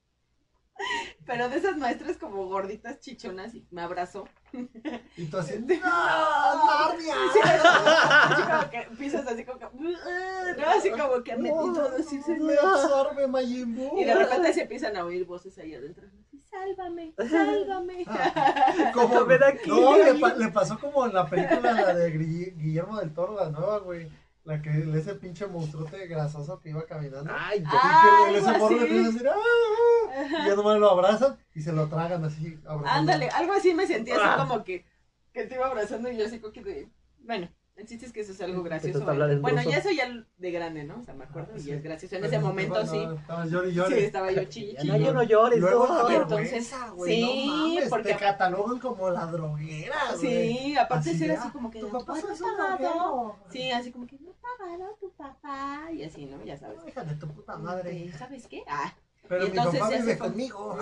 pero de esas maestras como gorditas chichonas y me abrazó. Y tú así, Sí. ¡no! ¡Narnia! Sí, así como que pisas así como que, no, así como que me No, todo así, se me absorbe Majin Buu. y de repente se empiezan a oír voces ahí adentro. Así, sálvame, sálvame. Como, Ven aquí, no, ven le, aquí. pa- le pasó como en la película la de Gri- Guillermo del Toro, la nueva, güey. La que ese pinche monstruote grasoso que iba caminando. Ay, ya. Ah, y que ese algo morro le así. empieza a decir, ¡ah! Y ya nomás lo abrazan y se lo tragan así. abrazando. Ándale, algo así me sentí así Ah. como que, que te iba abrazando y yo así como que de... Bueno, el chiste es que eso es algo gracioso. Empezaste a hablar en Bueno, ruso. ya eso ya de grande, ¿no? O sea, me acuerdo Ah, y sí. es gracioso. En Pero ese no, momento no, sí. Estaba llori, Sí, llori. estaba yo chilli, Ya, chilli. no, no llores, Luego no. la entonces- vergüenza, güey, sí, no mames, porque- te catalogan como la droguera, güey. Sí, aparte Así ser de, así ah, como que tu tu papá papá es no un ha pagado. droguero. Sí, así como que no ha pagado tu papá y así, ¿no? Ya sabes. No, hija de tu puta madre. Este, ¿Sabes qué? Ah, Pero y mi entonces papá ya vive se fue. conmigo.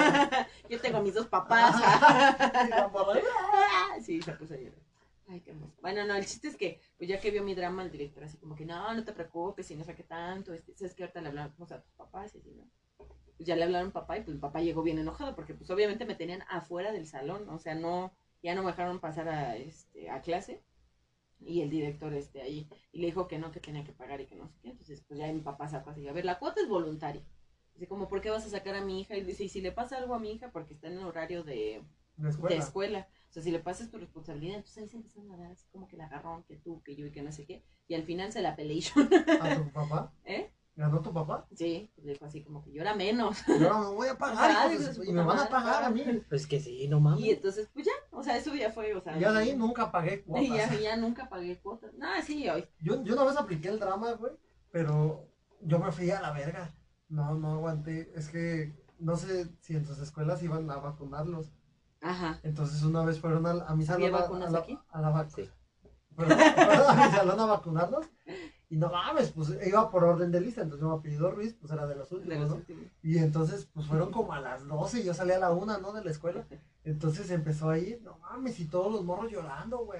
yo tengo mis dos papás. Y la morra, Sí, se puso a llorar. Ay, qué hermoso. Bueno, no, el chiste es que, pues ya que vio mi drama, el director así como que, no, no te preocupes, y no sé qué tanto, este, sabes que ahorita le hablamos a tus papás, y así, ¿no? Pues ya le hablaron papá, y pues el papá llegó bien enojado, porque pues obviamente me tenían afuera del salón, o sea, no, ya no me dejaron pasar a, este, a clase, y el director, este, ahí, y le dijo que no, que tenía que pagar y que no sé qué, entonces pues ya mi papá sacó así, a ver, la cuota es voluntaria. Dice, como, ¿por qué vas a sacar a mi hija? Y dice, y si le pasa algo a mi hija, porque está en el horario de, La escuela. de escuela. O sea, si le pasas tu responsabilidad, entonces ahí se empezaron a dar así como que el agarrón, que tú, que yo y que no sé qué. Y al final se la peleé. ¿A tu papá? ¿Eh? ¿Ganó tu papá? Sí, pues le dijo así como que llora menos. Yo no me voy a pagar, Ajá, hijos de hijo de su- su y me puta van a madre, pagar a mí. Pues que sí, no mames. Y entonces, pues ya, o sea, eso ya fue, o sea. Y ya de ahí nunca pagué Y ya, cuotas. ya nunca pagué cuotas. No, sí, hoy. Yo, yo una vez apliqué el drama, güey, pero yo me fui a la verga. No, no aguanté. Es que no sé si en sus escuelas iban a vacunarlos. Ajá. Entonces una vez fueron a, a mi ¿Había salón a, vacunas a la, aquí? a la vac- Sí. fueron, fueron a mi salón a vacunarlos. Y no mames, pues iba por orden de lista. Entonces yo me apellido Ruiz, pues era de los últimos, De los ¿no? últimos. Y entonces, pues fueron como a las doce y yo salí a la una, ¿no? De la escuela. Entonces empezó a ir, no mames, y todos los morros llorando, güey.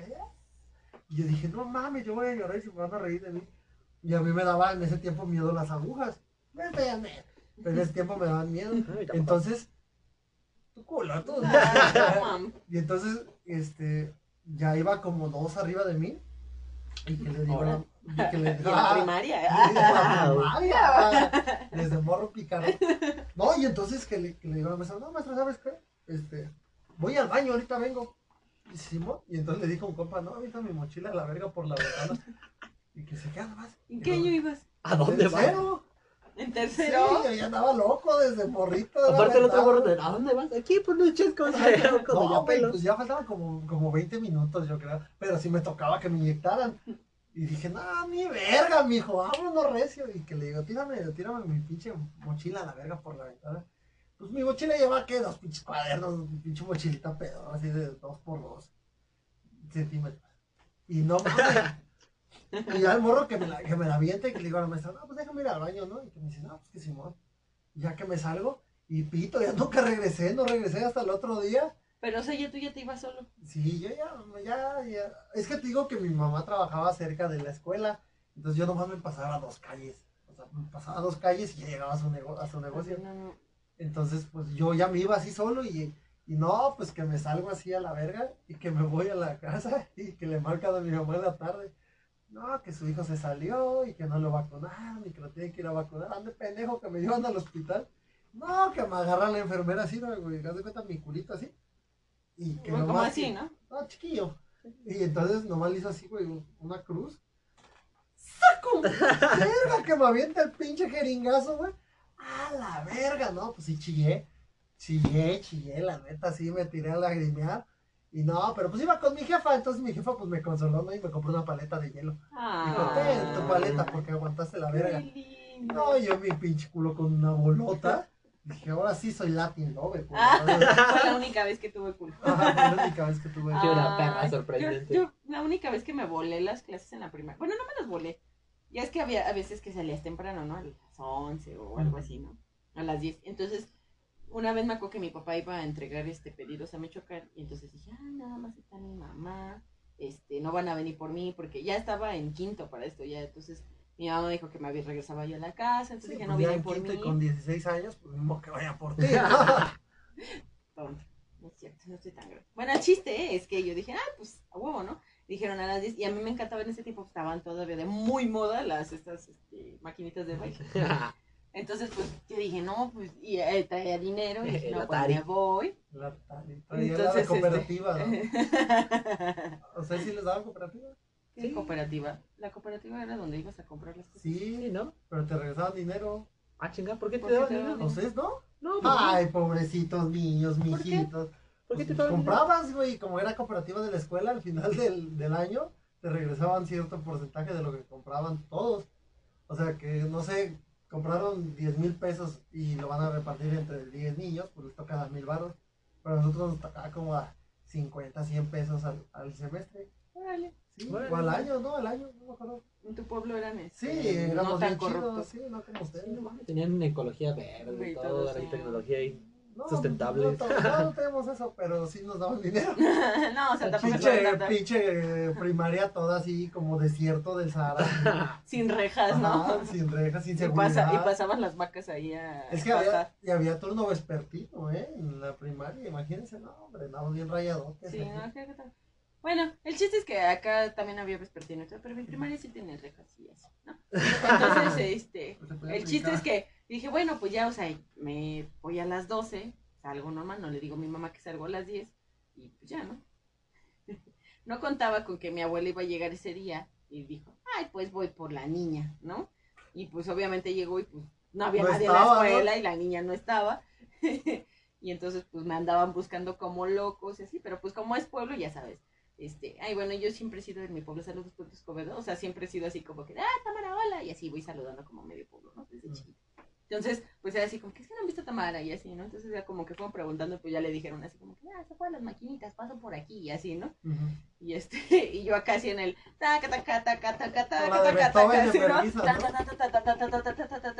Y yo dije, no mames, yo voy a llorar y se van a reír de mí. Y a mí me daba en ese tiempo miedo las agujas. Vete, véanme. Pero en ese tiempo me daban miedo. Entonces, tu culo, tú. Ah, no, mam. Y entonces, este, ya iba como dos arriba de mí. Y que le digo, Ahora. y que le Y digo, en la "Ah, primaria. sí, en la Ah, primaria, desde morro picado. No, y entonces que le, que le digo a la maestra, no, maestra, ¿sabes qué? Este, voy al baño, ahorita vengo. Y, Simón, y entonces le dijo a un compa, no, avienta mi mochila a la verga por la ventana. Y que se queda nomás. ¿En qué año ibas? ¿A dónde vas? ¿Tercero? En Sí, tercero. yo ya andaba loco desde morrito. era Aparte el otro aventado. gorro de, ¿a dónde vas? Aquí por unos chescos. Como No, ya güey, pelos. pues ya faltaban como, como veinte minutos, yo creo. Pero sí me tocaba que me inyectaran. Y dije, no, ni verga, mijo, vámonos recio. Y que le digo, tírame, tírame mi pinche mochila a la verga por la ventana. Pues mi mochila lleva, ¿qué? Dos pinches cuadernos, mi pinche mochilita pedo, así de dos por dos centímetros. Y no mames. Y ya el morro que me la, que me la avienta y que le digo a la maestra, no, pues déjame ir al baño, ¿no? Y que me dice, no, pues que Simón. Y ya que me salgo, y pito, ya nunca regresé, no regresé hasta el otro día. Pero o sea, ya tú ya te ibas solo. Sí, yo ya, ya, ya. Es que te digo que mi mamá trabajaba cerca de la escuela, entonces yo nomás me pasaba a dos calles. O sea, me pasaba a dos calles y ya llegaba a su, nego a su negocio. No, no. Entonces, pues yo ya me iba así solo y, y no, pues que me salgo así a la verga y que me voy a la casa y que le marcan a mi mamá en la tarde. No, que su hijo se salió y que no lo vacunaron y que lo tienen que ir a vacunar. Ande pendejo que me llevan al hospital. No, que me agarra la enfermera así, ¿no, güey? ¿Te das cuenta mi culito así? Y que Como nomás así, que- ¿no? No, chiquillo. Y entonces nomás le hizo así, güey, una cruz. ¡Saco! ¡Verga! Que me avienta el pinche jeringazo, güey. ¡A la verga! No, pues sí chillé. Chillé, chillé, la neta, sí me tiré a lagrimear. Y no, pero pues iba con mi jefa, entonces mi jefa pues me consoló, ¿no? Y me compró una paleta de hielo. Dijo, ten tu paleta porque aguantaste la verga. Qué lindo. No, yo mi pinche culo con una bolota. Dije, ahora sí soy Latin Lover. Ah, fue la única vez que tuve culpa. Ajá, fue la única vez que tuve. Qué una perra Ay, sorprendente. Yo, yo la única vez que me volé las clases en la primaria. Bueno, no me las volé. Ya es que había a veces que salías temprano, ¿no? A las once o algo así, ¿no? A las diez. Entonces, una vez me acuerdo que mi papá iba a entregar este pedidos a Michoacán. Y entonces dije, ah, nada más está mi mamá. Este, no van a venir por mí porque ya estaba en quinto para esto. Ya, entonces mi mamá me dijo que me había regresaba yo a la casa. Entonces Sí, dije, pues no ya vienen en por quinto mí. y con dieciséis años, pues mismo que vayan por ti. Tonto. No es cierto, no estoy tan grande. Bueno, el chiste ¿eh? es que yo dije, ah, pues a huevo, ¿no? Dijeron a las diez y a mí me encantaba en ese tiempo, estaban todavía de muy moda las estas este, maquinitas de baile. Entonces, pues yo dije, no, pues, y él traía dinero y dije, El no, pues Atari. me voy. La, la, la Entonces, cooperativa, este... ¿no? O sea, ¿sí les daban cooperativa? ¿Qué Sí. cooperativa? La cooperativa era donde ibas a comprar las cosas. Sí, Sí, ¿no? pero te regresaban dinero. Ah, chinga, ¿por qué te ¿Por qué daban te dinero? daban ¿Ustedes no? No, pues, Ay, pobrecitos niños, ¿Por qué? mijitos. ¿por qué te Pues, daban dinero? comprabas, güey, como era cooperativa de la escuela, al final del, del año te regresaban cierto porcentaje de lo que compraban todos. O sea que, no sé, compraron diez mil pesos y lo van a repartir entre diez niños, pues les toca dar mil baros. Pero a nosotros nos tocaba como a cincuenta, cien pesos al, al semestre. Órale. Sí, Bueno. o al año, ¿no? Al año, no me acuerdo. En tu pueblo eran Sí, este, éramos no tan bien chidos, corruptos. sí, no como ustedes. Sí, no mames, tenían ecología verde Güey, y todo todo, eso. y tecnología ahí. No, Sustentables. No, no, no tenemos eso, pero sí nos daban dinero. No, o sea, tampoco es Pinche, tanta- pinche primaria toda así como desierto del Sahara. sin rejas, ¿no? Ajá, sin rejas, sin Y, seguridad. pasa, y pasaban las vacas ahí a Es que había, pastar. y había turno vespertino, ¿eh? En la primaria, imagínense, no, hombre, andamos bien rayadotes. Sí, ¿eh? no, ¿qué- qué tal? Bueno, el chiste es que acá también había vespertino, y todo, pero mi primaria sí tenía rejas y así, ¿no? Entonces, este, Pues se podía el chiste brincar. es que dije, bueno, pues ya, o sea, me voy a las doce, salgo normal, no le digo a mi mamá que salgo a las diez, y pues ya, ¿no? No contaba con que mi abuela iba a llegar ese día, y dijo, ay, pues voy por la niña, ¿no? Y pues obviamente llegó y pues no había No nadie estaba, en ¿no? la escuela y la niña no estaba. Y entonces pues me andaban buscando como locos y así, pero pues como es pueblo, ya sabes. Este, ay, bueno, yo siempre he sido en mi pueblo, saludos Puerto Escobedo, o sea, siempre he sido así como que, ah, Tamara, hola, y así voy saludando como medio pueblo, ¿no? Desde Mm. chiquita. Entonces, pues era así como que es que no han visto a Tamara y así, ¿no? Entonces ya como que fueron preguntando, pues ya le dijeron así como que, ah, se fue a las maquinitas, paso por aquí y así, ¿no? Ujú. Y este, y yo acá así en el taca taca taca taca taca Como la de taca taca Beethoven así, en ¿no? vergüenza, ¿no? Ta, ta, ta, ta, ta, ta, ta, ta, ta, ta, ta, ta,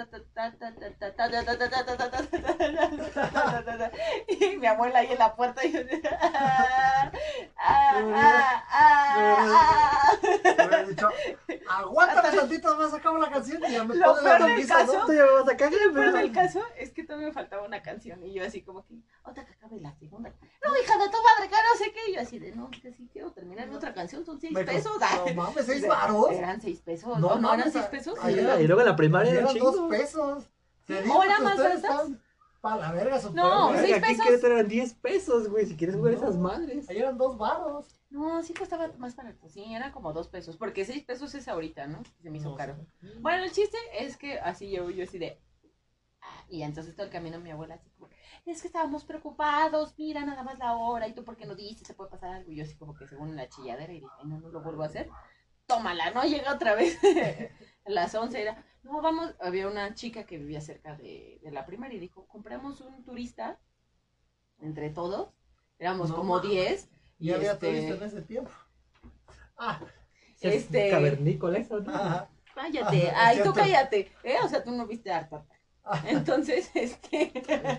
ta, ta, ta, y mi abuela ahí en la puerta y yo ah, ah, ah, ah, Me hubieran dicho, aguántame tantito, más acabo la canción y ya me Lo ponen la peor del camisa, caso- ¿no? Tú ya me vas a cagar, Lo peor pero... del caso es que todavía me faltaba una canción y yo así como que, otra que acabe la segunda. No, hija de tu madre, que no sé qué. Y yo así de, no, es que sí quiero terminar mi otra canción, son seis Me pesos. costó- No mames, seis varos. Eran seis pesos. No No, no, eran mames, seis pesos. ahí Sí, y luego en la primaria Eran era un chingo. dos pesos. Te Sí, digo ¿o eran que más ustedes baratas? están- Pa' la verga, super. No, güey. seis Aquí en pesos. Querétaro eran diez pesos, güey, si quieres jugar No. esas madres. Ahí eran dos varos. No, sí costaba más barato. Sí, era como dos pesos. Porque seis pesos es ahorita, ¿no? Se me hizo No caro. sé. Bueno, el chiste es que así yo, yo así de. ah, Y entonces todo el camino mi abuela así como, es que estábamos preocupados, mira nada más la hora, y tú por qué no dices, se puede pasar algo. Y yo así como que según la chilladera y dije, "Ay, no, no lo vuelvo a hacer. Tómala, ¿no? Llega otra vez. A las once era, no, vamos, había una chica que vivía cerca de, de la primaria y dijo, compramos un turista entre todos, éramos No como mames. diez. Y Y había este, turista en ese tiempo. Ah, Es este, cavernícola eso, ¿no? ajá. cállate, Ah, ay, es tú cierto. cállate, ¿eh? O sea, tú no viste harta. Ah, Entonces, este,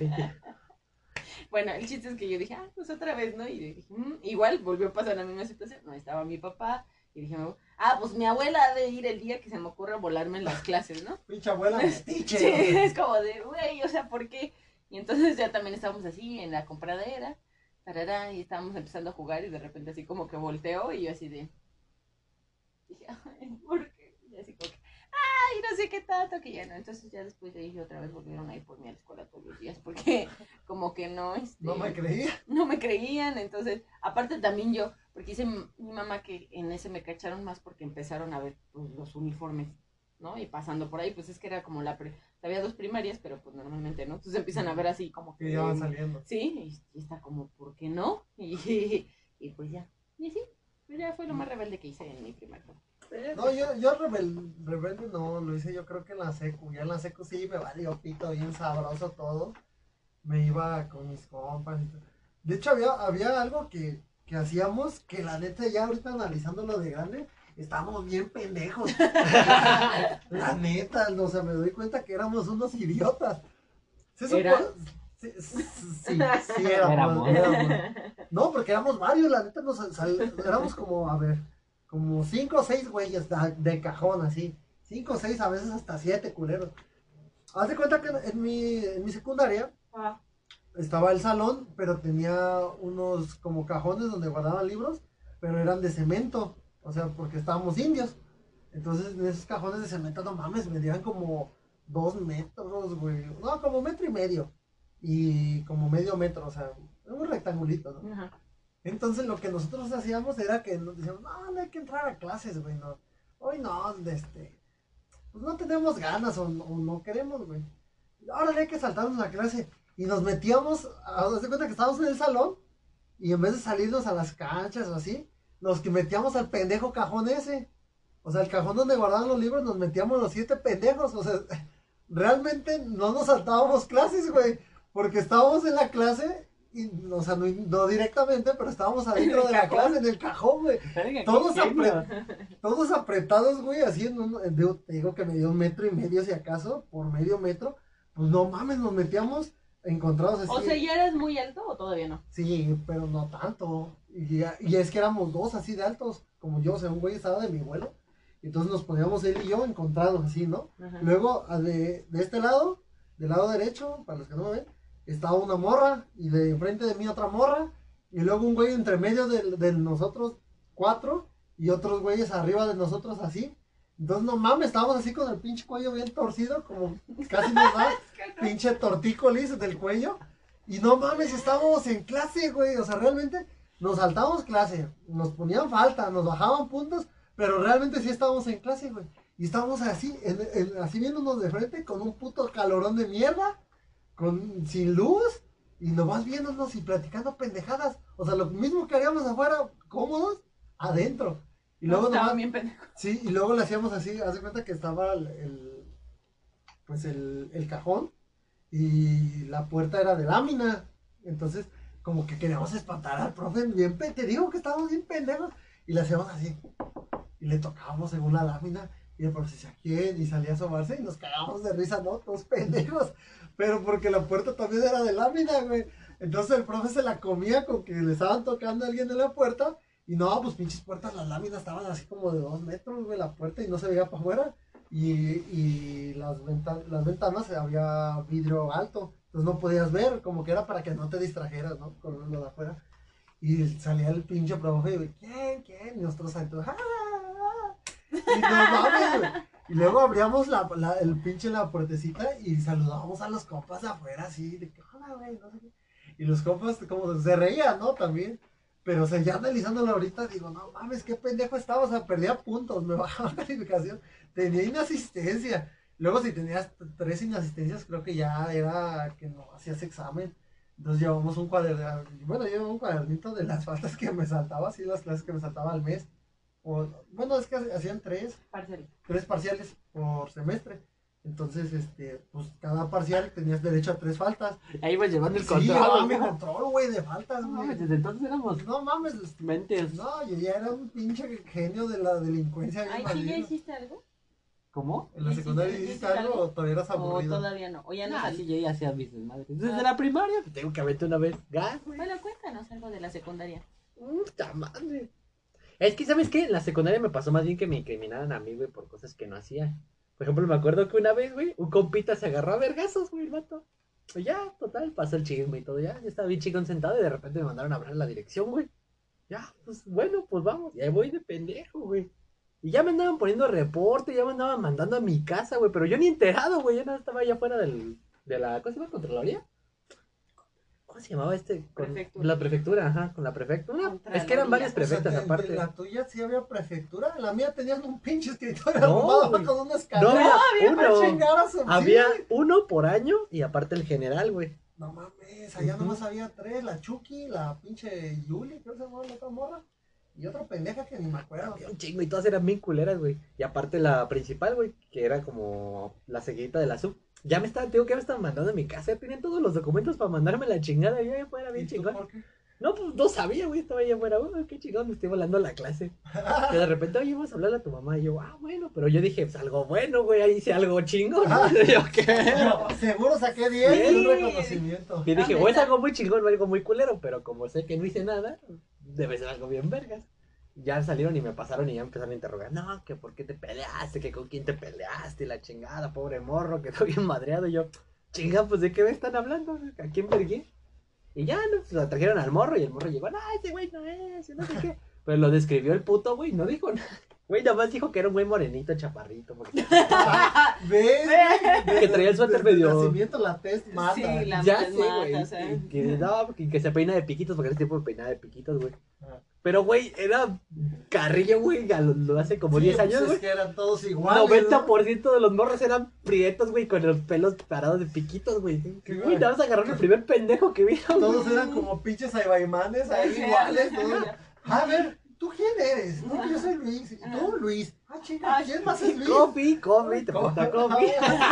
bueno, el chiste es que yo dije, ah, pues otra vez, ¿no? Y dije, "Mm", igual volvió a pasar la misma situación, no estaba mi papá, y dije, ah, pues mi abuela ha de ir el día que se me ocurra volarme en las clases, ¿no? pinche abuela metiche. Sí, es como de, güey, o sea, ¿por qué? Y entonces ya también estábamos así en la compradera, tarará, y estábamos empezando a jugar y de repente así como que volteo y yo así de, dije, ay, ¿por qué? Y así como que, ay, no sé qué tanto, que ya no. Entonces ya después de ahí otra vez volvieron a ir por mí a la escuela todos los días porque como que no, este, No me creía. no me creían, entonces, aparte también yo, porque dice m- mi mamá que en ese me cacharon más porque empezaron a ver pues, los uniformes, ¿no? Y pasando por ahí, pues es que era como la, pre- había dos primarias, pero pues normalmente, ¿no? Entonces empiezan a ver así como Que que, ya van saliendo. sí, y, y está como, ¿por qué no? Y, y pues ya, y sí, pues ya fue lo más rebelde que hice en mi primaria. No, yo, yo rebel, rebelde no, lo hice yo creo que en la secu. Ya en la secu sí me valió pito, bien sabroso todo. Me iba con mis compas. y todo. De hecho, había, había algo que, que hacíamos que la neta, ya ahorita analizándolo de grande, estábamos bien pendejos. La neta, o sea, me doy cuenta que éramos unos idiotas. Se supo- ¿Eran? Sí, sí, sí, sí éramos, Éramos. éramos. No, porque éramos varios, la neta, nos sal- éramos como, a ver, como cinco o seis güeyes de, de cajón, así. Cinco o seis, a veces hasta siete culeros. Haz de cuenta que en mi, en mi secundaria Ah, estaba el salón, pero tenía unos como cajones donde guardaban libros, pero eran de cemento, o sea, porque estábamos indios. Entonces, en esos cajones de cemento, no mames, medían como dos metros, güey. No, como metro y medio. Y como medio metro, o sea, un rectangulito, ¿no? ajá. Entonces, lo que nosotros hacíamos era que nos decíamos, no, no hay que entrar a clases, güey, no. Hoy no, este, pues no tenemos ganas o, o no queremos, güey. Ahora hay que saltarnos la clase. Y nos metíamos, a darse cuenta que estábamos en el salón, y en vez de salirnos a las canchas o así, nos que metíamos al pendejo cajón ese. O sea, el cajón donde guardaban los libros, nos metíamos los siete pendejos. O sea, realmente no nos saltábamos clases, güey. Porque estábamos en la clase, y, o sea, no, no directamente, pero estábamos adentro de la clase, en el cajón, güey. Todos, apre- todos apretados, güey, así en un, en- digo, te digo que me dio un metro y medio, si acaso, por medio metro. Pues no mames, nos metíamos encontrados así. O sea, ¿ya eres muy alto o todavía no? Sí, pero no tanto. Y, y es que éramos dos así de altos, como yo, o sea, un güey estaba de mi vuelo. Entonces nos poníamos él y yo encontrados así, ¿no? Ajá. Luego, a de, de este lado, del lado derecho, para los que no me ven, estaba una morra, y de enfrente de mí otra morra, y luego un güey entre medio de, de nosotros cuatro, y otros güeyes arriba de nosotros así. Entonces, no mames, estábamos así con el pinche cuello bien torcido, como casi nos da pinche tortícolis del cuello. Y no mames, estábamos en clase, güey. O sea, realmente nos saltábamos clase, nos ponían falta, nos bajaban puntos, pero realmente sí estábamos en clase, güey. Y estábamos así, en, en- así viéndonos de frente con un puto calorón de mierda, con, sin luz, y nomás viéndonos y platicando pendejadas. O sea, lo mismo que haríamos afuera, cómodos, adentro. Y luego Estaban nomás, bien pendejos. sí, y luego le hacíamos así, haz de cuenta que estaba el, el- pues el, el cajón, y la puerta era de lámina. Entonces, como que queríamos espantar al profe, bien, pe- te digo que estábamos bien pendejos, y le hacíamos así, y le tocábamos según la lámina, y el profe decía, ¿quién? Y salía a asomarse, y nos cagábamos de risa, ¿no? Todos pendejos, pero porque la puerta también era de lámina, güey. Entonces el profe se la comía con que le estaban tocando a alguien en la puerta, y no, pues pinches puertas, las láminas estaban así como de dos metros, güey, la puerta, y no se veía para afuera. Y, y las, venta- las ventanas había vidrio alto, entonces no podías ver, como que era para que no te distrajeras, ¿no? Con lo de afuera. Y salía el pinche profe y, ¿quién? ¿Quién? Y nosotros ahí todos, ¡ah! Y no mames, güey. Y luego abríamos la, la, el pinche la puertecita y saludábamos a los compas afuera así, de que, hola, güey, no sé qué. Y los compas como se reían, ¿no? También. Pero o sea, ya analizándolo ahorita, digo, no mames, qué pendejo estaba, o sea, perdía puntos, me bajaba la calificación, tenía inasistencia. Luego si tenías tres inasistencias, creo que ya era que no hacías examen. Entonces llevamos un cuadernito, bueno, llevaba un cuadernito de las faltas que me saltaba, así las clases que me saltaba al mes. O, bueno, es que hacían tres, Parcial. tres parciales por semestre. Entonces, este, pues cada parcial tenías derecho a tres faltas. Ahí vas llevando el Sí, control. llevaba mi ¿no? control, güey, de faltas, No güey. mames, desde entonces éramos No mames, mentes. no, yo ya era un pinche genio de la delincuencia. bien Ay, ¿sí ya maligno. hiciste algo? ¿Cómo? ¿En la ¿Ya secundaria hiciste- hiciste hiciste algo algo? o todavía eras ¿O aburrido? todavía no? ¿O ya no No, salí? sí, yo ya hacía mis desmadres. Desde Ah. la primaria, pues, tengo que aventarte una vez gas, güey. Bueno, cuéntanos algo de la secundaria. Puta madre. Es que, ¿sabes qué? En la secundaria me pasó más bien que me incriminaran a mí, güey, por cosas que no hacía. Por ejemplo, me acuerdo que una vez, güey, un compita se agarró a vergazos, güey, el vato. Pues ya, total, pasó el chisme y todo, ya. Yo estaba bien chingón sentado y de repente me mandaron a hablar en la dirección, güey. Ya, pues bueno, pues vamos. Y ahí voy de pendejo, güey. Y ya me andaban poniendo reporte, ya me andaban mandando a mi casa, güey. Pero yo ni enterado, güey. Yo no estaba allá afuera del, de la, ¿cómo se llama? ¿Contraloría? ¿Cómo se llamaba este? Con Prefectura. la prefectura, ajá, con la prefectura. Contraloría. Es que eran varias O sea, prefectas de- de aparte. la tuya sí había prefectura, en la mía tenían un pinche escritorio No, armado güey. con una No escalera. había para uno. chingar a su- Había sí. uno por año y aparte el general, güey. No mames, allá Ujú. nomás había tres, la Chucky, la pinche Yuli, creo que se llamaba la otra morra, y otra pendeja que ni me acuerdo. Había un chingo y todas eran bien culeras, güey. Y aparte la principal, güey, que era como la seguidita de la sub. Ya me estaban, digo que ya me estaban mandando a mi casa. Ya tenían todos los documentos para mandarme la chingada. Y ya fuera bien ¿Y tú chingón. por qué? No, pues no sabía, güey. Estaba allá afuera. Uy, qué chingón, me estoy volando la clase. Y de repente, oye, vamos a hablarle a tu mamá. Y yo, ah, bueno. Pero yo dije, pues algo bueno, güey. Ahí hice algo chingón. Ah. Y yo, ¿qué? Yo seguro saqué diez Sí. y un reconocimiento. Y dije, ¿Dónde o es está? algo muy chingón o algo muy culero. Pero como sé que no hice nada, debe ser algo bien vergas. Ya salieron y me pasaron y ya empezaron a interrogar. No, que por qué te peleaste, que con quién te peleaste, y la chingada, pobre morro, quedó bien madreado. Y yo, chinga, pues de qué me están hablando, ¿a quién vergué? Y ya, no, pues lo trajeron al morro y el morro llegó, no, ese güey no es, y no sé qué. Pero lo describió el puto, güey, no dijo nada. Güey, nada más dijo que era un güey morenito, chaparrito. Porque... ¿Ves? güey? Que traía el suéter Desde medio- nacimiento la test mata. Sí, la ya test sé, mata, güey. o sea. y Que, no, que, que se peina de piquitos, porque ese tipo de peinada de piquitos, güey. Ah. Pero, güey, era carrillo, güey, a lo, lo hace como Sí, diez pues años, es güey. que eran todos iguales. noventa por ciento de los morros eran prietos, güey, con los pelos parados de piquitos, güey. Qué Güey, nada más agarraron el primer pendejo que vieron. ¿No? güey. Todos eran como pinches aibaimanes ahí iguales. Todos. A ver, ¿tú quién eres? No, yo soy Luis. ¿Y tú, Luis? Ah, chica, ¿quién más es Luis? Coffee, coffee, te falta coffee.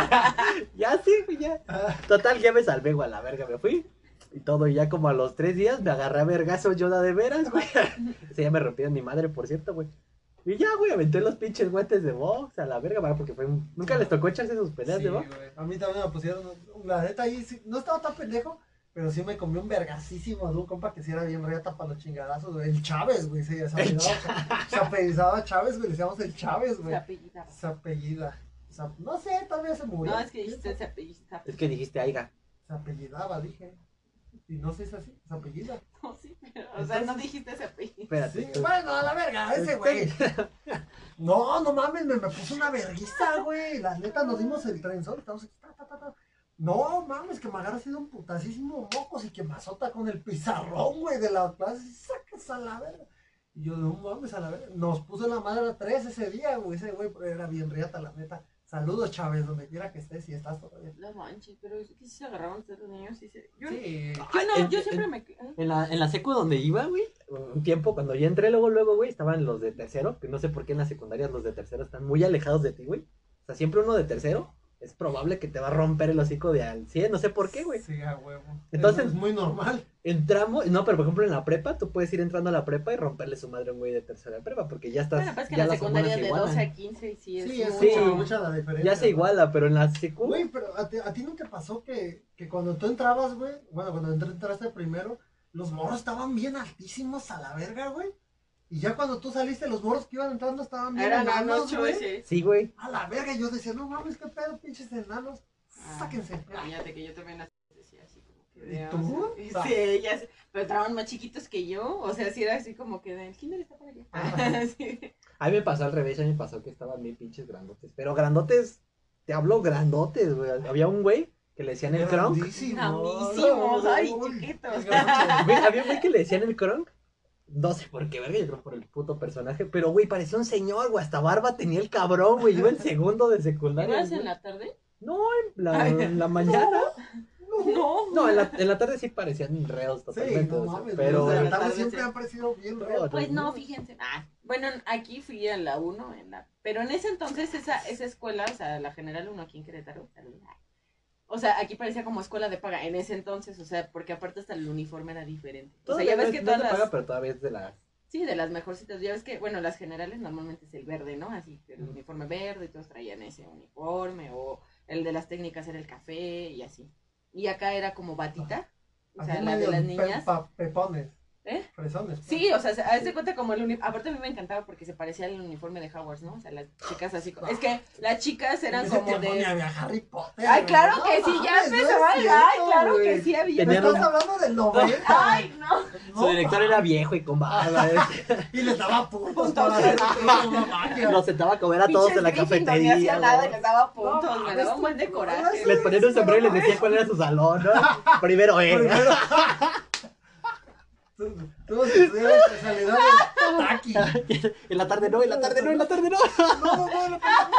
Ya sí, güey, ya. Ah, Total, ya me salvé, güey, a la verga, me fui. Y todo, y ya como a los tres días me agarré a vergazos yo de veras, güey. Ese ya me rompieron mi madre, por cierto, güey. Y ya, güey, aventé los pinches guantes de box a la verga, güey, porque fue un... Nunca les tocó echarse sus peleas sí, de box. güey. A mí también me pusieron, la neta ahí, sí, no estaba tan pendejo, pero sí me comí un vergasísimo de un compa que sí era bien reata para los chingadazos, güey. El Chávez, güey, se, se apellidaba, se apellidaba Chávez, güey, le decíamos el Chávez, Se güey. apellida. Se apellida. Se ap- no sé, todavía se murió. No, es que dijiste se apellida. Es que dijiste, aiga. Se apellidaba, dije. Y no sé si es así, se apellida. No, sí, pero, o sea, no dijiste se apellida. Espérate. Sí, entonces- bueno, a la verga, ese güey. No, no mames, me, me puso una verguiza, güey. La neta, nos dimos el trenzón, estamos aquí, ta, ta, ta, ta. No mames, que me agarra así de un putasísimo mocos y que me azota con el pizarrón, güey, de la clase. Sacas a la verga. Y yo, no mames, a la verga. Nos puso la madre a tres ese día, güey. Ese güey era bien riata, la neta. Saludos, Chávez, donde quiera que estés, si estás todavía. No manches, pero es que sí se agarraron ustedes los niños. Sí se... Yo, Sí. yo Ay, no, en- yo en- siempre me. En la, en la secu donde iba, güey, un tiempo cuando ya entré, luego, luego, güey, estaban los de tercero, que no sé por qué en las secundarias los de tercero están muy alejados de ti, güey. O sea, siempre uno de tercero es probable que te va a romper el hocico de al cien, no sé por qué, güey. Sí, a huevo. Entonces- es muy normal. Entramos, no, pero por ejemplo en la prepa, tú puedes ir entrando a la prepa y romperle su madre a un güey de tercera de prepa, porque ya estás, Bueno, pues que ya la las hormonas secundaria se de igualan. doce a quince sí es. Sí, es mucho. mucha, mucha la diferencia. Ya se iguala, pero en la secu, Güey, pero a ti, a ti no te pasó que, que cuando tú entrabas, güey, bueno, cuando entré, entraste primero, los morros estaban bien altísimos a la verga, güey. Y ya cuando tú saliste, los morros que iban entrando estaban bien Eran enanos, anoche, güey. ese. sí, güey. A la verga, yo decía, no mames, qué pedo, pinches enanos. Ah, Sáquense. Fíjate que yo también decía así como. ¿Y tú? Sí, ya sé. Pero estaban más chiquitos que yo. O sea, sí era así como que el kinder está para allá. Sí. A mí me pasó al revés, a mí me pasó que estaban bien pinches grandotes. Pero grandotes, te hablo grandotes, güey. Había un güey que le decían el cronk. Grandísimos, ay, chiquitos. Güey, había un güey que le decían el cronk. No sé por qué, verga, yo creo por el puto personaje. Pero, güey, parecía un señor, güey. Hasta barba tenía el cabrón, güey. Iba en segundo de secundaria. ¿Ibas güey. en la tarde? No, en la, en la mañana. No. No, en la, en la tarde sí parecían reos totalmente. Sí, no o sea, mames, pero. pero en la la tarde tarde siempre sí. han parecido bien No, real. Pues no, fíjense. Ah, bueno, aquí fui a la uno, en la... pero en ese entonces esa, esa escuela, o sea, la General uno aquí en Querétaro, o sea, aquí parecía como escuela de paga en ese entonces, o sea, porque aparte hasta el uniforme era diferente. O sea, ya ves que no todas se las... paga, pero todavía es de la. Sí, de las mejorcitas. Ya ves que, bueno, las generales normalmente es el verde, ¿no? Así, el Ujú. uniforme verde y todos traían ese uniforme, o el de las técnicas era el café y así. Y acá era como batita, o sea, Así la de medio las pe- niñas. pa- pepones. ¿Eh? Fresones. pues. Sí, o sea, se- haz de cuenta como el uniforme. Aparte a mí me encantaba porque se parecía al uniforme de Hogwarts, ¿no? O sea, las chicas así. co- Es que las chicas eran En ese como tiempo ni de. había Harry Potter. Ay, güey. claro No que sí, ya mames, no empezó. es Ay, cierto, ay, claro güey. que sí había. Me Tenían estás un- hablando del noventa. Ay, no. No, Su director era viejo y con barba. ¿eh? Y les daba puntos Puntos. para hacer una magia. Los sentaba a comer a todos en la Pinches Gryffindor cafetería. ni hacía nada y güey. les daba puntos, No, me mames, daba un buen de tú- coraje. Les ponían un sombrero y les decía cuál era su salón, ¿no? Primero, eh. Primero. Tú- Todos estudiaron especialidad de Taki. En la tarde no, en la tarde no, en la tarde no. No, no, no, no,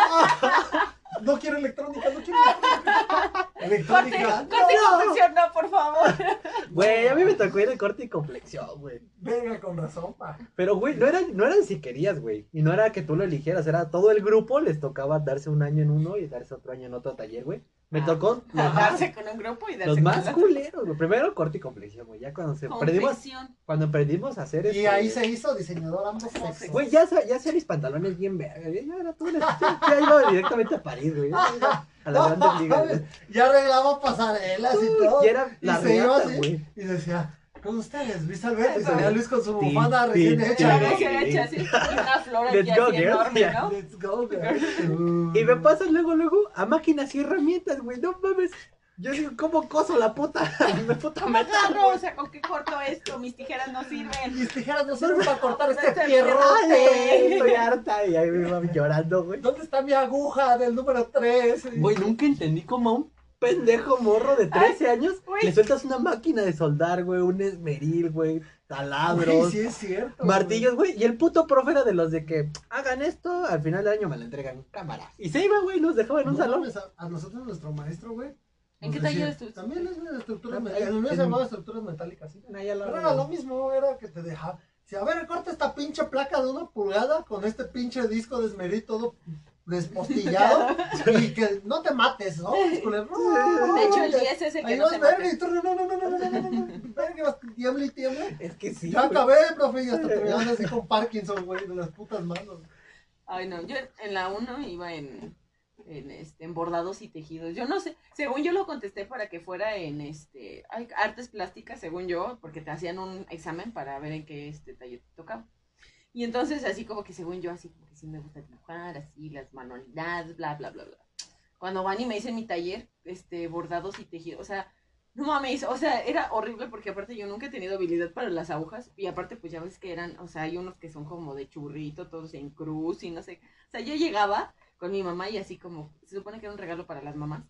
no. No quiero electrónica, no quiero electrónica. Corte, Electrónica. corte y confección, no, por favor. Güey, a mí me tocó ir de corte y complexión, güey. Venga, con razón, pa. Pero, güey, no eran, no eran si querías, güey. Y no era que tú lo eligieras, era todo el grupo les tocaba darse un año en uno y darse otro año en otro taller, güey. Me Ah. tocó los más, Darse con un grupo y darse los con más el otro. culeros, güey. Primero corte y complexión, güey. Ya cuando se perdimos, Confección. cuando perdimos a hacer Y este- ahí se hizo diseñador ambos sexos. Güey, ya, sa- ya hacía mis pantalones bien verga, ya, ya era todo, ya, ya iba directamente a París, güey. ya, ya, a las grandes ligas, güey. Ya arreglaba pasarelas y todo. Y era Y la se iba regata, así. güey. Y decía, con ustedes, Luis Alberto. Y salía Luis con su Tin, bufanda tin, recién Y hecha. la ¿no? vez hecha así, y una flor Let's aquí go, así girl. enorme, Ya. ¿no? Let's go, girl. Y me pasas luego, luego a máquinas y herramientas, güey. No mames. Yo digo, ¿cómo coso la puta? Me puta ¿Cómo madre. agarro? O sea, ¿con qué corto esto? Mis tijeras no sirven. Mis tijeras no sirven para cortar este Este Ay, pierrote. estoy harta. Y ahí me iba llorando, güey. ¿Dónde está mi aguja del número tres? Güey, nunca entendí cómo a un pendejo morro de trece años güey. le sueltas una máquina de soldar, güey, un esmeril, güey, taladros, Sí, es cierto. martillos, güey. Y el puto profe era de los de que hagan esto, al final del año me la entregan cámara. Y se iba, güey, nos dejaba en un No salón. mames, a, a nosotros nuestro maestro, güey. ¿En nos qué taller decía- estuviste? También es de estructuras Ah, metálicas. en- El mío se en- llamaba estructuras metálicas, sí. Ahí al lado, Pero era güey. lo mismo, era que te dejaba. Si a ver, corta esta pinche placa de una pulgada con este pinche disco de esmeril todo despostillado y que no te mates, ¿no? Culero. De hecho, el diez es el que Ahí no vas, se verga, mata. y tú, no, no, no, no, no, no, no, no, no, verga, vas, tiembla y tiembla. Es que sí. Ya güey. acabé, profe, y hasta terminando así con Parkinson, güey, de las putas manos. Ay, no, yo en la uno iba en, en, este, en bordados y tejidos. Yo no sé, según yo lo contesté para que fuera en este ay, artes plásticas, según yo, porque te hacían un examen para ver en qué este taller te tocaba. Y entonces así como que según yo, así como que sí me gusta dibujar, así las manualidades, bla, bla, bla, bla. Cuando van y me dicen mi taller, este, bordados y tejidos, o sea, no mames, o sea, era horrible porque aparte yo nunca he tenido habilidad para las agujas y aparte pues ya ves que eran, o sea, hay unos que son como de churrito, todos en cruz y no sé, o sea, yo llegaba con mi mamá y así como, se supone que era un regalo para las mamás,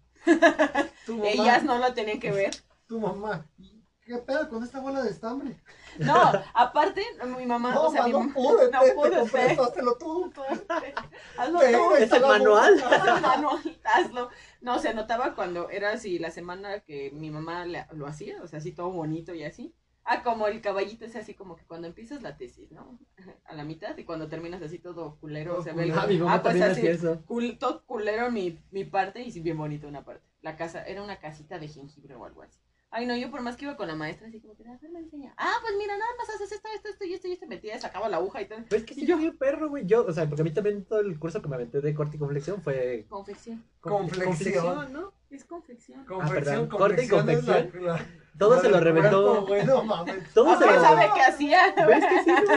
Tu mamá, ellas no lo tenían que ver. tu mamá. ¿Qué pedo con esta bola de estambre? No, aparte, mi mamá, No, o sea, ma, mi no mamá, pude, no te, te pude, compré fe. esto, hazlo tú. Hazlo Ve, tú. ahí Es está el la manual. bola. Haz el manual, hazlo. No, se notaba cuando era así la semana que mi mamá le- lo hacía, o sea, así todo bonito y así. Ah, como el caballito es así como que cuando empiezas la tesis, ¿no? A la mitad y cuando terminas así todo culero, Todo se ve el... culero. Ah, mi mamá Ah, pues también así, hacía eso. cul- todo culero mi, mi parte y sí bien bonito una parte. La casa, era una casita de jengibre o algo así. Ay, no, yo por más que iba con la maestra, así como que, a ver, me enseña. Ah, pues mira, nada más haces esto, esto, esto y esto y esto. Metía, sacaba la aguja y todo. Pues es que sí, yo vi un perro, güey. Yo, o sea, porque a mí también todo el curso que me aventé de corte y conflexión fue. Confección. Conflexión. ¿no? Es confección. Confección, perdón, corte y confección es la- confección. la- Todo la se lo del reventó. cuerpo, güey, no mames. Todo Ah, se pues lo. sabe qué hacía. ¿Ves que sí, güey?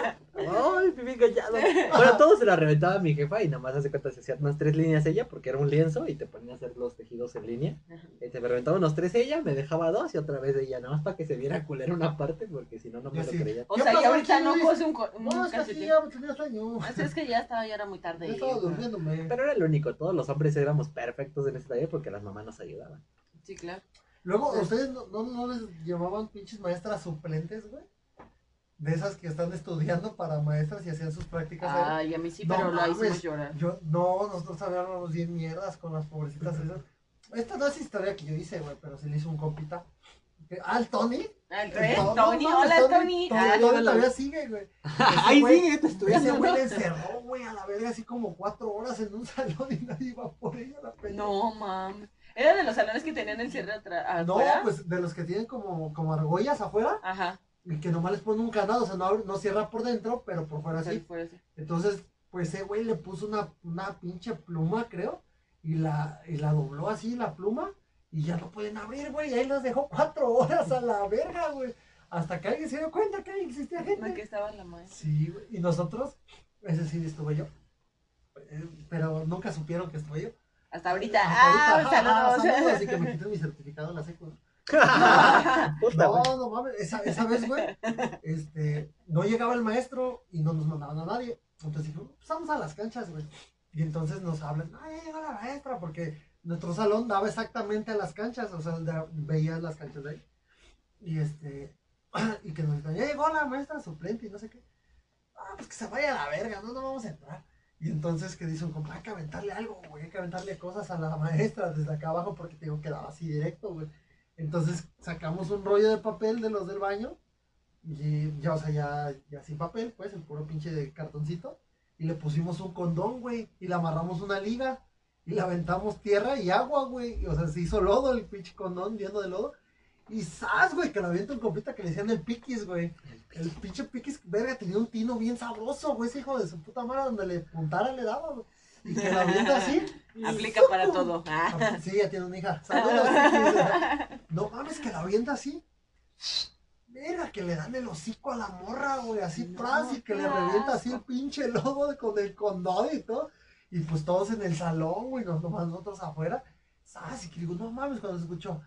Ay, bien callado. Bueno, todo se la reventaba a mi jefa y nada más hace cuenta se hacían unas tres líneas ella porque era un lienzo y te ponía a hacer los tejidos en línea. Y se me reventaba unos tres ella, me dejaba dos y otra vez ella, nada más para que se viera culera una parte porque si no, no me Ya lo sí. creía. O ¿Qué sea, y pasó ahorita aquí, no Luis? cose un, co- un No, es que aquí calcetín. ya tenía sueño. Así es que ya estaba, ya era muy tarde. Yo estaba y- durmiéndome. Pero era el único, todos los hombres éramos perfectos en ese taller porque las mamás nos ayudaban. Sí, claro. Luego, ¿ustedes no, no, no les llamaban pinches maestras suplentes, güey? De esas que están estudiando para maestras y hacían sus prácticas ahí. Ay, a mí sí, No pero la hicimos mames, llorar. Yo, no, nosotros hablábamos bien mierdas con las pobrecitas esas. Esta no es historia que yo hice, güey, pero se le hizo un compita. Que- Ah, el Tony. Al El rey, To- Tony, no mames, hola Tony. Tony, Ah, Tony no, todavía sigue, güey. Ahí güey- sigue, te Ese estudiando, güey ¿no? le encerró, güey, a la verga, así como cuatro horas en un salón y nadie iba por ella a la pelea. No, mames. Era de los salones que tenían el cierre atrás. No, pues de los que tienen como, como argollas afuera Ajá. y que nomás les ponen un candado, o sea, no, abre- no cierra por dentro, pero por fuera Sí. sí. Entonces, pues ese güey le puso una, una pinche pluma, creo, y la, y la dobló así, la pluma, y ya no pueden abrir, güey, y ahí las dejó cuatro horas a la verga, güey. Hasta que alguien se dio cuenta que ahí existía Aquí gente. estaba la maestra. Sí, güey, y nosotros, ese sí estuve yo, eh, pero nunca supieron que estuve yo. Hasta ahorita. Hasta Ah, ahorita, saludos. saludos, así que me quité mi certificado en la secu. Puta, No, güey. no mames, esa, esa vez, güey, este, no llegaba el maestro y no nos mandaban a nadie. Entonces dijimos, pues vamos a las canchas, güey. Y entonces nos hablan, ah, ya llegó la maestra, porque nuestro salón daba exactamente a las canchas, o sea, da- veías las canchas de ahí. Y este, y que nos dicen, ya llegó la maestra suplente y no sé qué. Ah, pues que se vaya a la verga, no, no vamos a entrar. Y entonces que dicen, como, hay que aventarle algo, güey, hay que aventarle cosas a la maestra desde acá abajo porque te digo que daba así directo, güey. Entonces sacamos un rollo de papel de los del baño, y ya, o sea, ya, ya sin papel, pues, el puro pinche de cartoncito, y le pusimos un condón, güey, y le amarramos una liga, y le aventamos tierra y agua, güey, y, o sea, se hizo lodo el pinche condón lleno de lodo, y ¡zas, güey! Que lo avienta un compita que le decían el piquis, güey. El pinche piquis, verga, tenía un tino bien sabroso, güey, ese hijo de su puta madre, donde le puntara le daba, güey. Y que lo avienta así. y Aplica ¡zum! para todo. Ah. Ah, sí, ya tiene una hija. Saludos, Piquis. No mames, que la avienta así. Mira, que le dan el hocico a la morra, güey, así No, tras y que qué le revienta así el asco. pinche lodo con el condón y todo. Y pues todos en el salón, güey, nos nomás nosotros afuera. ¿Sabes? Y que digo, no mames, cuando se escuchó.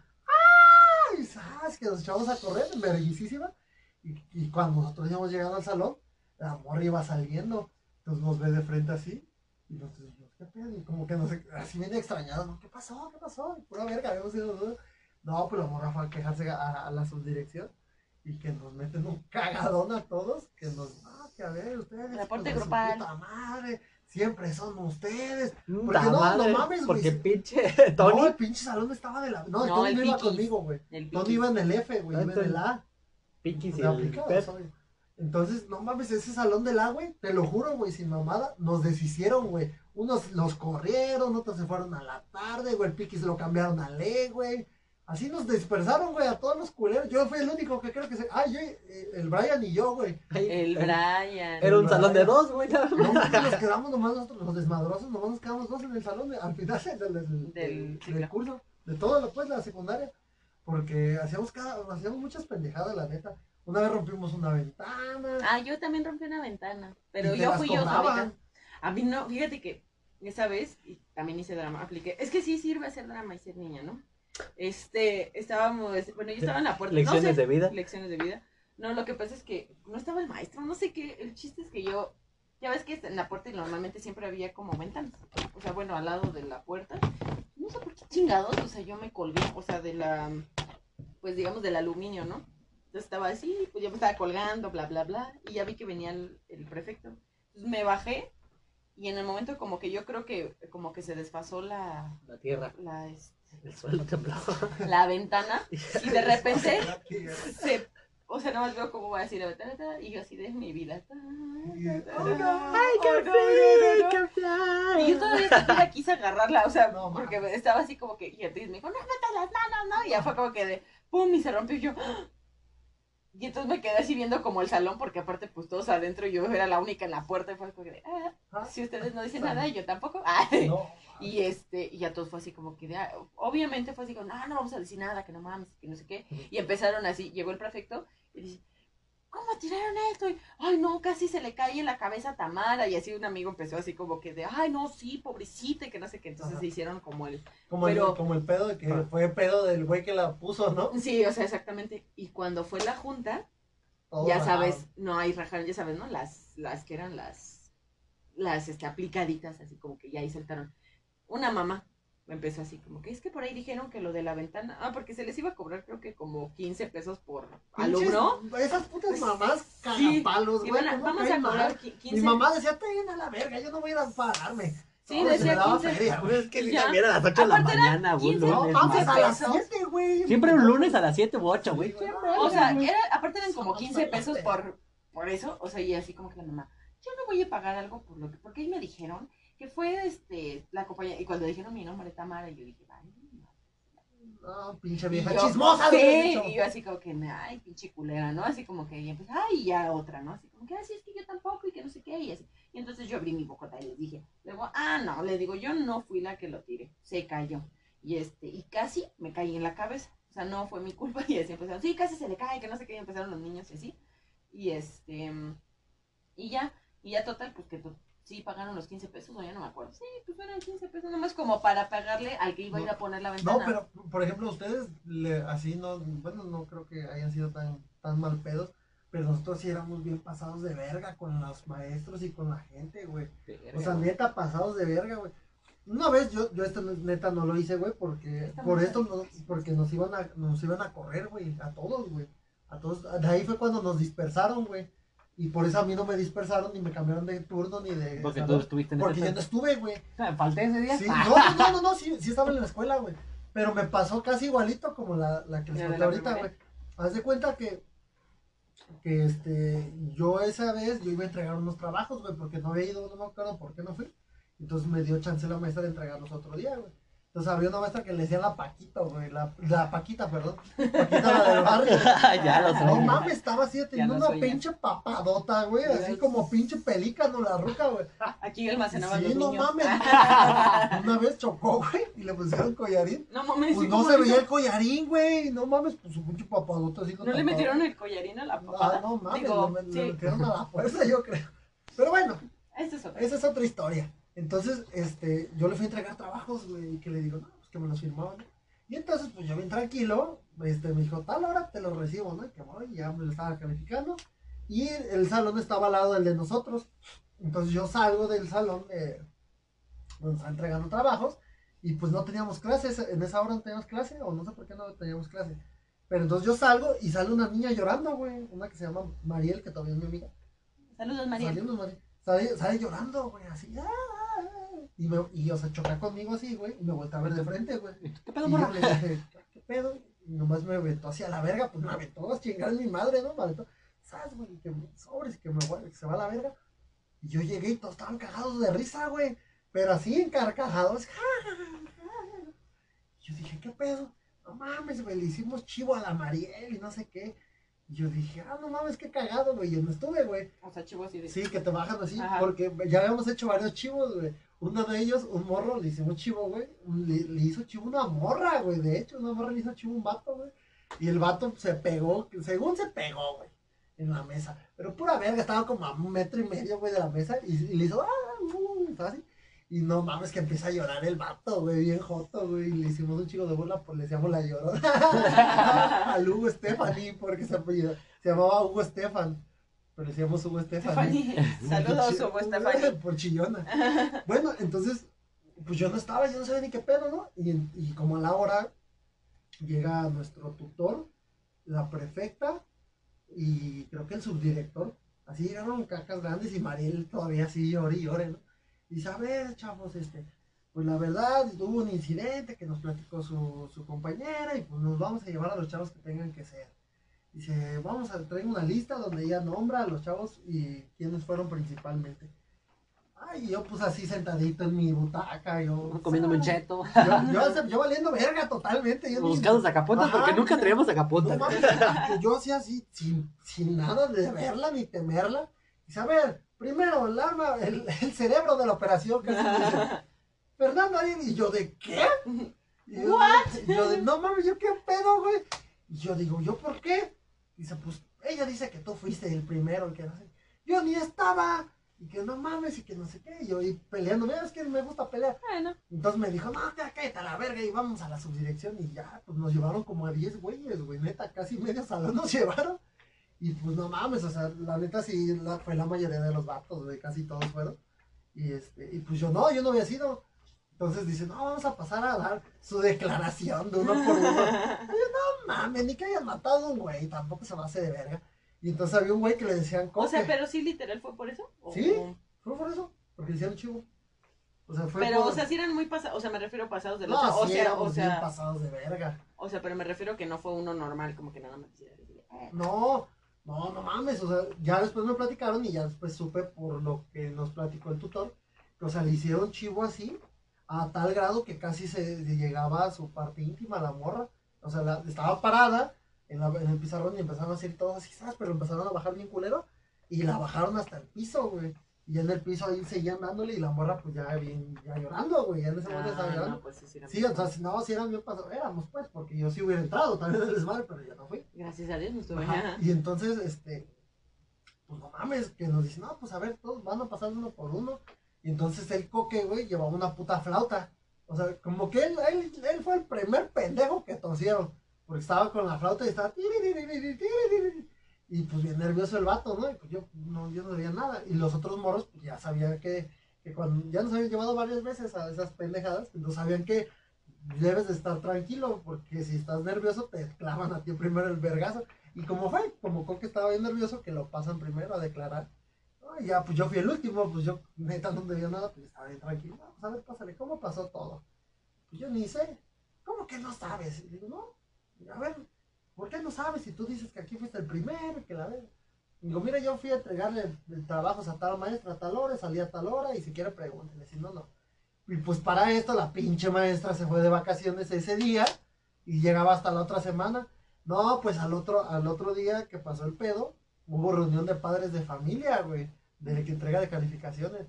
¡Ay! ¿Sabes? Que nos echamos a correr, verguisísima. Y, y cuando nosotros íbamos llegando al salón, la morra iba saliendo. Entonces nos ve de frente así. Y nosotros dijimos, ¿qué pedo? Y como que nos, así bien extrañados, ¿no? ¿Qué pasó? ¿Qué pasó? Y pura verga, habíamos ido nosotros. No, pues la morra fue a quejarse a, a la subdirección. Y que nos meten un cagadón a todos. Que nos, ah, que a ver, ustedes. Reporte hijos de su grupal. puta madre. Siempre son ustedes. Puta Porque no, madre, no mames, güey. Porque pinche No, Tony. el pinche salón estaba de la. No, el No, Tony el no iba Piquis. conmigo, güey. El Tony piquis. iba en el F, güey. Ah, Iba en el entonces- A. Piquis y De el aplicado, Pep. soy. Entonces, no mames, ese salón del A, güey, te lo juro, güey, sin mamada, nos deshicieron, güey. Unos los corrieron, otros se fueron a la tarde, güey, el Piquis lo cambiaron a Le, güey. Así nos dispersaron, güey, a todos los culeros. Yo fui el único que creo que se. Ah, yo, eh, el Brian y yo, güey. El Brian. Era un El salón de Brian. dos, güey. nada más. No mames, nos quedamos nomás nosotros, los desmadrosos, nomás nos quedamos dos en el salón, al final del, del, del, Del del ciclo. curso, de todo lo pues, la secundaria. Porque hacíamos cada, hacíamos muchas pendejadas, la neta. Una vez rompimos una ventana. Ah, yo también rompí una ventana. Pero y te yo las fui yo cobraban. solita. A mí no, fíjate que esa vez, y también hice drama, apliqué. Es que sí sirve hacer drama y ser niña, ¿no? Este, estábamos, bueno, yo estaba en la puerta. Lecciones no sé, de vida. Lecciones de vida. No, lo que pasa es que no estaba el maestro, no sé qué. El chiste es que yo, ya ves que en la puerta y normalmente siempre había como ventanas. O sea, bueno, al lado de la puerta. No sé por qué chingados, o sea, yo me colgué, o sea, de la, pues digamos, del aluminio, ¿no? Entonces estaba así, pues yo me estaba colgando, bla, bla, bla, y ya vi que venía el, el prefecto. Entonces me bajé, y en el momento como que yo creo que, como que se desfasó la, La tierra. la, este, El suelo temblaba. la ventana, y de repente Y- se, o sea, nada más veo cómo va a decir la ventana, y yo así de mi vida. Ta, ta, ta, Oh, no. ay, ¡Ay, oh, no, no, no, no. fly! Y yo todavía siquiera quise agarrarla, o sea, No, porque mames. estaba así como que, y entonces me dijo, no metas las manos, ¿no? Y ya fue como que de, pum, y se rompió y yo, ¡ah! Y entonces me quedé así viendo como el salón, porque aparte pues todos adentro, y yo era la única en la puerta, y fue como que de, ah, Ah, si ustedes no dicen nada, y yo tampoco, ay. no. Y este, y ya todos fue así como que, de, ah, obviamente fue así como, no, no vamos a decir nada, que no mames, que no sé qué, y empezaron así, llegó el prefecto, y dice, ¿cómo tiraron esto? Y, ay, no, casi se le cae en la cabeza a Tamara. Y así un amigo empezó así como que de, ay, no, sí, pobrecita, y que no sé qué. Entonces Ajá. se hicieron como el... Como, Pero- el, como el pedo de que Ah. fue pedo del güey que la puso, ¿no? Sí, o sea, exactamente. Y cuando fue la junta, Todo ya rajado. sabes, no hay rajaron, ya sabes, ¿no? Las, las que eran las, las, este, aplicaditas, así como que ya ahí saltaron. Una mamá empezó así como que, es que por ahí dijeron que lo de la ventana, ah, porque se les iba a cobrar creo que como quince pesos por Pinches- alumno. Esas putas Pues, mamás sí, cagapalos, güey. Iban a- ¿cómo vamos caen a cobrar mal? qui- Mi quince. mamá decía, te a la verga, yo no voy a ir a pararme. Sí, No, se decía me daba quince. feria, güey. Es que sí, Ya. también a las ocho de la Aparte eran mañana, güey. quince, No, lunes, vamos quince a las pesos. siete, güey. Siempre un lunes a las siete u ocho, güey. Sí, güey, Siempre. no, O sea, güey. era, aparte eran como Somos quince pesos felices. por, por eso, o sea, y así como que la mamá, yo no voy a pagar algo por lo que, porque ahí me dijeron que fue este, la compañía, y cuando dijeron mi nombre Tamara, yo dije, ay, No, pinche y vieja yo, chismosa, sí, le hubiera dicho. y yo así como que, ay, pinche culera, ¿no? Así como que, y empezó, ay, y ya otra, ¿no? Así como que, así es que yo tampoco, y que no sé qué, y así. Y entonces yo abrí mi bocota y les dije, luego, ah, no, le digo, yo no fui la que lo tiré, se cayó. Y este, y casi me caí en la cabeza, o sea, no fue mi culpa, y así empezaron, sí, casi se le cae, que no sé qué, y empezaron los niños y así. Y este, y ya, y ya total, pues que to- sí pagaron los quince pesos, o ya no me acuerdo. Sí, pues fueron quince pesos, nomás como para pagarle al que iba a ir a poner la ventana. No, pero, por ejemplo, ustedes le, así no, bueno, no creo que hayan sido tan, tan mal pedos, pero nosotros sí éramos bien pasados de verga con los maestros y con la gente, güey. O sea, neta, pasados de verga, güey. Una vez yo, yo esto neta no lo hice, güey, porque Está por mal. esto, no- porque nos iban a, nos iban a correr, güey, a todos, güey. A todos, de ahí fue cuando nos dispersaron, güey. Y por eso a mí no me dispersaron, ni me cambiaron de turno, ni de Porque tú salón, estuviste en porque yo ese no estuve, güey. pedo. Falté ese día. Sí, no, no, no, no, no, sí, sí estaba en la escuela, güey. Pero me pasó casi igualito como la, la que les La de conté la ahorita, güey. primaria. Haz de cuenta que, que este, yo esa vez, yo iba a entregar unos trabajos, güey, porque no había ido, no me acuerdo por qué no fui. Entonces me dio chance la maestra de entregarlos otro día, güey. Entonces había una maestra que le decía la Paquita, güey, la, la Paquita, perdón. Paquita, la del barrio. Ya lo No sueño. mames, estaba así teniendo lo una sueñas. pinche papadota, güey, Ya así ves. como pinche pelícano la ruca, güey. Aquí almacenaban Sí, los no niños. mames. Una vez chocó, güey, y le pusieron collarín. No mames, Pues ¿y no cómo se hizo? veía el collarín, güey. No mames, pues su pinche papadota así. lo ¿No le tapaba. metieron el collarín a la papada? Ah, no mames, Digo, le, le sí, metieron a la fuerza, yo creo. Pero bueno, esta es otra. esa es otra historia. Entonces, este, yo le fui a entregar trabajos, güey, y que le digo, no, pues que me los firmaban. Y entonces, pues yo bien tranquilo, este, me dijo, tal hora te lo recibo, ¿no? Y que voy, ya me lo estaba calificando. Y el salón estaba al lado del de nosotros. Entonces yo salgo del salón de donde estaba entregando trabajos y pues no teníamos clases. En esa hora no teníamos clase, o no sé por qué no teníamos clase. Pero entonces yo salgo y sale una niña llorando, güey. Una que se llama Mariel, que todavía es mi amiga. Saludos, María. Saliendo, Mariel. Sale, sale llorando, güey, así. ¡Ah! Y, me, y, o sea, choca conmigo así, güey. Y me voltea a ver de frente, güey. ¿Qué pedo, Y yo morra? le dije, ¿qué pedo? Y nomás me aventó hacia la verga, pues me aventó a chingar mi madre, ¿no? Me aventó, ¿sabes, güey? Que me sobres, que me voy, que se va a la verga. Y yo llegué y todos estaban cagados de risa, güey. Pero así encarcajados. Y yo dije, ¿qué pedo? No mames, güey, le hicimos chivo a la Mariel y no sé qué. Y yo dije, ah, no mames, qué cagado, güey. Yo no estuve, güey. O sea, chivos así de... Sí, que te bajan así, Ajá. porque ya habíamos hecho varios chivos, güey. Uno de ellos, un morro, le hicimos chivo, güey. Le, le hizo chivo una morra, güey. De hecho, una morra le hizo chivo un vato, güey. Y el vato se pegó, según se pegó, güey, en la mesa. Pero pura verga, estaba como a un metro y medio, güey, de la mesa. Y, y le hizo, ah, uh, estaba así. Y no mames, que empieza a llorar el vato, güey, bien joto, güey. Y le hicimos un chico de burla, pues le decíamos la llorona. Al Hugo Stephanie, porque se apellida. Se llamaba Hugo Stefan. Pero le decíamos Hugo Stephanie. Stephanie. Saludos, Hugo Stephanie. Por chillona. Bueno, entonces, pues yo no estaba, yo no sabía ni qué pedo, ¿no? Y, y como a la hora llega nuestro tutor, la prefecta y creo que el subdirector. Así llegaron cacas grandes y Mariel todavía así llore y llore, ¿no? Y dice, a ver, chavos, este, pues la verdad, hubo un incidente que nos platicó su, su compañera y pues nos vamos a llevar a los chavos que tengan que ser. Dice, vamos a traer una lista donde ella nombra a los chavos y quiénes fueron principalmente. Ay, yo pues así sentadito en mi butaca, yo... Comiéndome un cheto. Yo, yo, yo valiendo verga totalmente. Yo ni- Buscando sacapuntas Ajá, porque nunca sí. traíamos no sacapuntas. mames, yo, yo hacía así, sin, sin nada de verla ni temerla. Dice, a ver, primero, el arma, el, el cerebro de la operación. Que así dice, Fernando Ariel, y yo, ¿de qué? Y yo, y yo de, no mames, yo qué pedo, güey. Y yo digo, ¿yo por qué? Dice, pues, ella dice que tú fuiste el primero, y que no sé, yo ni estaba, y que no mames, y que no sé qué, y yo y peleando, mira, es que me gusta pelear. Bueno. Entonces me dijo, no, ya cállate a la verga, y vamos a la subdirección, y ya, pues nos llevaron como a diez güeyes, güey, neta, casi medio salón nos llevaron. Y pues no mames, o sea, la neta sí la, fue la mayoría de los vatos, güey, casi todos fueron. Y este, y pues yo no, yo no había sido. Entonces dicen, no, vamos a pasar a dar su declaración de uno por uno. Y yo, no mames, ni que hayan matado a un güey, tampoco se me hace de verga. Y entonces había un güey que le decían O sea, Coque. pero sí literal fue por eso. ¿O- Sí, o- fue por eso, porque le hicieron chivo. O sea, fue Pero, por... o sea, sí eran muy pasados, o sea, me refiero a pasados de no, lanza, o sí, sea, éramos o bien sea, pasados de verga. o sea, pero me refiero que no fue uno normal, como que nada más quisiera decirle, eh. No, no, no mames, o sea, ya después me platicaron y ya después supe por lo que nos platicó el tutor, que, o sea, le hicieron chivo así, a tal grado que casi se llegaba a su parte íntima, la morra, o sea, la, estaba parada en, la, en el pizarrón y empezaron a hacer todos así, ¿sabes? Pero empezaron a bajar bien culero y la bajaron hasta el piso, güey. Y ya en el piso ahí seguían dándole y la morra pues ya bien, ya llorando, güey, ya en ese momento estaba Ah, llorando. no, pues sí, sí, era Sí, muy- entonces, no, si eran bien pasados, éramos pues, porque yo sí hubiera entrado también en el desmadre, pero ya no fui. Gracias a Dios no estuve. Ajá, Ajá. y entonces, este, pues no mames, que nos dicen, no, pues a ver, todos van a pasar uno por uno. Y entonces el Coque, güey, llevaba una puta flauta. O sea, como que él, él, él fue el primer pendejo que tosieron. Porque estaba con la flauta y estaba... Y pues bien nervioso el vato, ¿no? Y pues yo no, yo no veía nada. Y los otros morros, pues ya sabían que, que cuando ya nos habían llevado varias veces a esas pendejadas, entonces sabían que debes de estar tranquilo, porque si estás nervioso te clavan a ti primero el vergazo. Y como fue, como Coque estaba bien nervioso, que lo pasan primero a declarar. No, y ya, pues yo fui el último, pues yo neta no debía nada, pues estaba bien tranquilo. No, pues a ver, pásale, ¿cómo pasó todo? Pues yo ni sé. ¿Cómo que no sabes? Y digo, no, a ver, ¿por qué no sabes si tú dices que aquí fuiste el primero? Que la vez. Digo, mira, yo fui a entregarle el, el trabajos a tal maestra a tal hora, salí a tal hora, y si quiere pregúntele, si no, no. Y pues para esto la pinche maestra se fue de vacaciones ese día y llegaba hasta la otra semana. No, pues al otro, al otro día que pasó el pedo, hubo reunión de padres de familia, güey, de que entrega de calificaciones.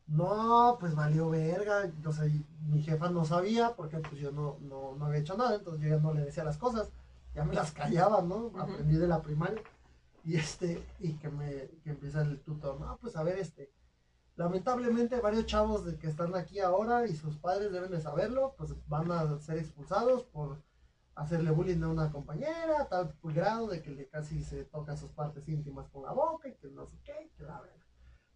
No, pues valió verga. O sea, mi jefa no sabía porque pues yo no, no, no había hecho nada, entonces yo ya no le decía las cosas, ya me las callaba, ¿no? Ujú. Aprendí de la primaria. Y este, y que me, que empieza el tutor, no, pues a ver, este, lamentablemente varios chavos de que están aquí ahora y sus padres deben de saberlo, pues van a ser expulsados por hacerle bullying a una compañera, a tal grado de que le casi se toca sus partes íntimas con la boca y que no sé qué, que la verga.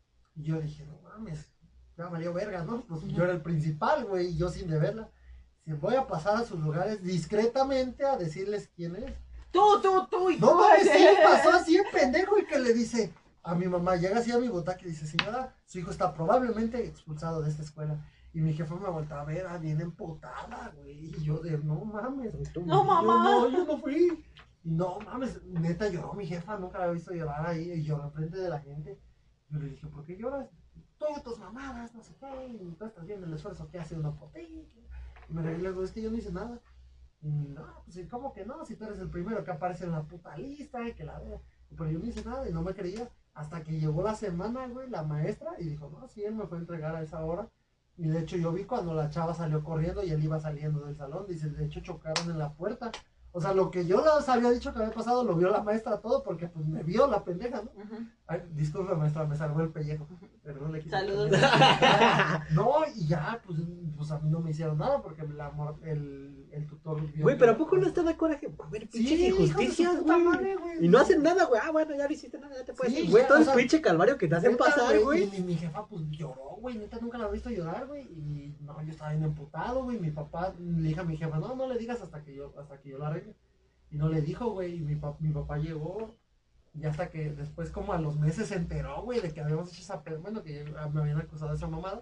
Y yo dije, no mames, ya valió verga, ¿no? Pues yo era el principal, güey, y yo sin deberla. Si voy a pasar a sus lugares discretamente a decirles quién es. Tú, tú, tú y No tú. mames, sí, pasó así un pendejo y que le dice a mi mamá, llega así a mi butaca y dice, señora, su hijo está probablemente expulsado de esta escuela. Y mi jefa me voltea a ver, ah, bien emputada, güey. Y yo de, no mames. No, Y mamá. Yo, no, yo no fui. Y no mames, neta lloró mi jefa, nunca la había visto llorar ahí. Y lloró enfrente de la gente. Yo le dije, ¿por qué lloras? Todas tus mamadas, no sé qué. Y tú estás viendo el esfuerzo que hace uno por ti. Y me reí, luego, es que yo no hice nada. Y no, pues ¿cómo que no? Si tú eres el primero que aparece en la puta lista y que la vea. Pero yo no hice nada y no me creía. Hasta que llegó la semana, güey, la maestra, y dijo, no, sí, él me fue a entregar a esa hora. Y de hecho yo vi cuando la chava salió corriendo y él iba saliendo del salón. Dice, de hecho chocaron en la puerta. O sea, lo que yo les había dicho que había pasado, lo vio la maestra todo, porque pues me vio la pendeja, ¿no? Ujú. Ay, disculpe, maestra, me salvó el pellejo. Pero no le quise Saludos. cambiar. No, y ya, pues, pues a mí no me hicieron nada porque la, mor- el, el tutor vio. Güey, que- pero ¿a poco no está de coraje? A ver, pinches Sí, hijo de su injusticias, puta güey. madre, güey. Y no hacen nada, güey. Ah, bueno, ya no hiciste nada, ya te puedes Sí, ir. Güey, ya, todo o el sea, pinche calvario que te hacen Neta, pasar, güey. Y, y mi jefa, pues lloró, güey. Neta, nunca la había visto llorar, güey. Y no, yo estaba bien emputado, güey. Mi papá le dije a mi jefa, no, no le digas hasta que yo, hasta que yo la arregle. Y no le dijo, güey. Y mi, pa- mi papá llegó. Y hasta que después, como a los meses, se enteró, güey, de que habíamos hecho esa. pe- Bueno, que me habían acusado de esa mamada.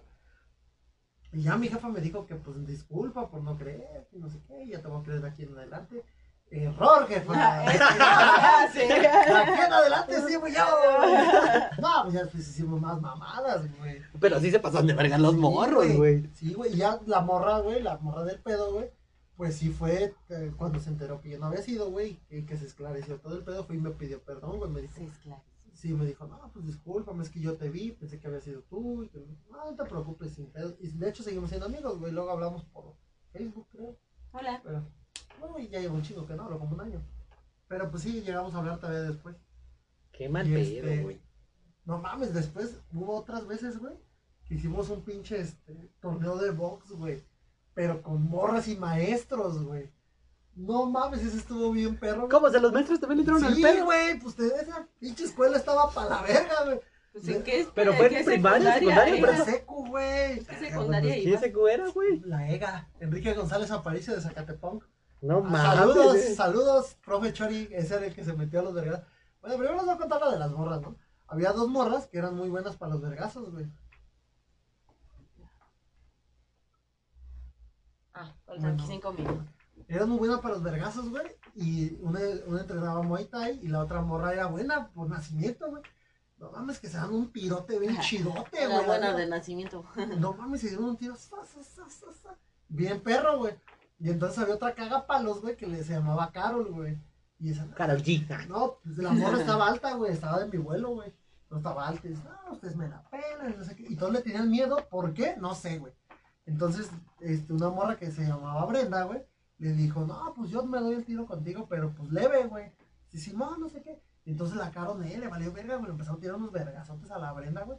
Y ya mi jefa me dijo que, pues, disculpa por no creer, que no sé qué. Ya te voy a creer de aquí en adelante. Error, jefa. Ah, sí. De aquí en adelante sí, güey, yo. No, pues ya después hicimos más mamadas, güey. Pero sí se pasan de verga los Sí, morros, güey. Sí, güey, y ya la morra, güey, la morra del pedo, güey, pues sí fue eh, cuando se enteró que yo no había sido, güey, y que se esclareció todo el pedo, fue y me pidió perdón, güey, me dijo, Sí, es claro. sí, me dijo, no, pues discúlpame, es que yo te vi, pensé que había sido tú, y que, no, no te preocupes, sin pedo, y de hecho seguimos siendo amigos, güey, luego hablamos por Facebook, creo, Hola. pero, bueno, y ya llevo un chingo que no, hablo como un año, pero pues sí, llegamos a hablar todavía después. Qué mal Y pedo, este- güey. No mames, después hubo otras veces, güey, que hicimos un pinche este, torneo de box, güey. Pero con morras y maestros, güey. No mames, ese estuvo bien perro, güey. ¿Cómo? ¿Se los maestros también le entraron al Sí, pedo? güey, pues te- esa pinche escuela estaba para la verga, güey. Pues en qué Pero en fue qué en primaria, secundaria, era? La secu, güey. ¿Qué secundaria ¿Quién iba? se era, güey? La E G A, Enrique González Aparicio de Zacatepec. No Ah, mames. saludos, eh. saludos, profe Chori, ese era el que se metió a los vergazos. Bueno, primero les voy a contar la de las morras, ¿no? Había dos morras que eran muy buenas para los vergazos, güey. Ah, faltan Bueno. cinco minutos. Eran muy buenas para los vergazos, güey. Y una, una entrenaba Muay Thai y la otra morra era buena por nacimiento, güey. No mames, que se dan un tirote bien chidote, Era güey. buena la de neta. nacimiento. No mames, se dieron un tiro. sa, sa, sa, sa, sa, bien perro, güey. Y entonces había otra cagapalos, güey, que le se llamaba Carol, güey. Y esa, Karol G. no, pues la morra estaba alta, güey, estaba de mi vuelo, güey. No estaba alta, y dice, no, ustedes me la pelan, y no sé qué. Y todos le tenían miedo, ¿por qué? No sé, güey. Entonces, este, una morra que se llamaba Brenda, güey, le dijo, no, pues yo me doy el tiro contigo, pero pues leve, güey. Sí, sí, no, no sé qué. Y entonces la Caro, eh, le valió verga, güey, le empezó a tirar unos vergazotes a la Brenda, güey.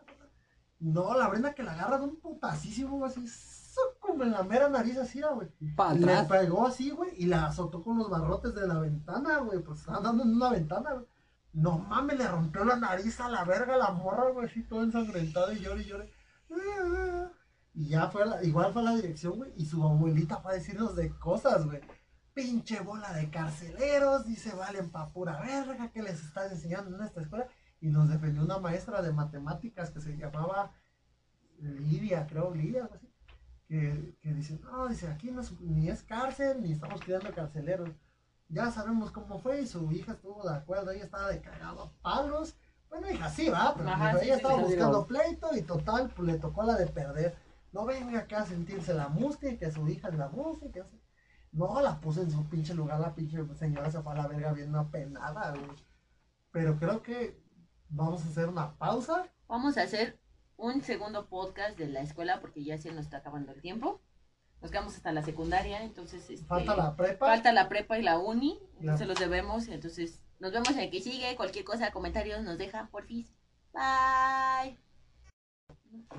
No, la Brenda que la agarra de un putacísimo, güey, así, ¡zuc! Como en la mera nariz, así, era, güey. Para Le atrás. pegó así, güey, y la azotó con los barrotes de la ventana, güey. Pues estaban dando en una ventana, güey. No mames, le rompió la nariz a la verga a la morra, güey, así todo ensangrentado y llore y llore. Y ya fue, a la, igual fue a la dirección, güey, y su abuelita fue a decirnos de cosas, güey. Pinche bola de carceleros, dice, valen pa' pura verga, que les estás enseñando en esta escuela. Y nos defendió una maestra de matemáticas que se llamaba Lidia, creo, Lidia, algo así. Que, que dice, no, dice, aquí no es, ni es cárcel, ni estamos criando carceleros. Ya sabemos cómo fue y su hija estuvo de acuerdo, ella estaba de cagado a palos. Bueno, hija, sí, va, pero Ajá, ella sí, sí, estaba sí, buscando digo. pleito y total, pues le tocó la de perder. No venga acá a sentirse la música y que su hija es la música. No, la puse en su pinche lugar, la pinche señora se fue a la verga bien apenada, güey. Pero creo que vamos a hacer una pausa. Vamos a hacer un segundo podcast de la escuela porque ya se nos está acabando el tiempo. Nos quedamos hasta la secundaria, entonces este, Falta la prepa. falta la prepa y la uni, La- se los debemos, entonces nos vemos en el que sigue, cualquier cosa, comentarios nos dejan, porfis. Bye.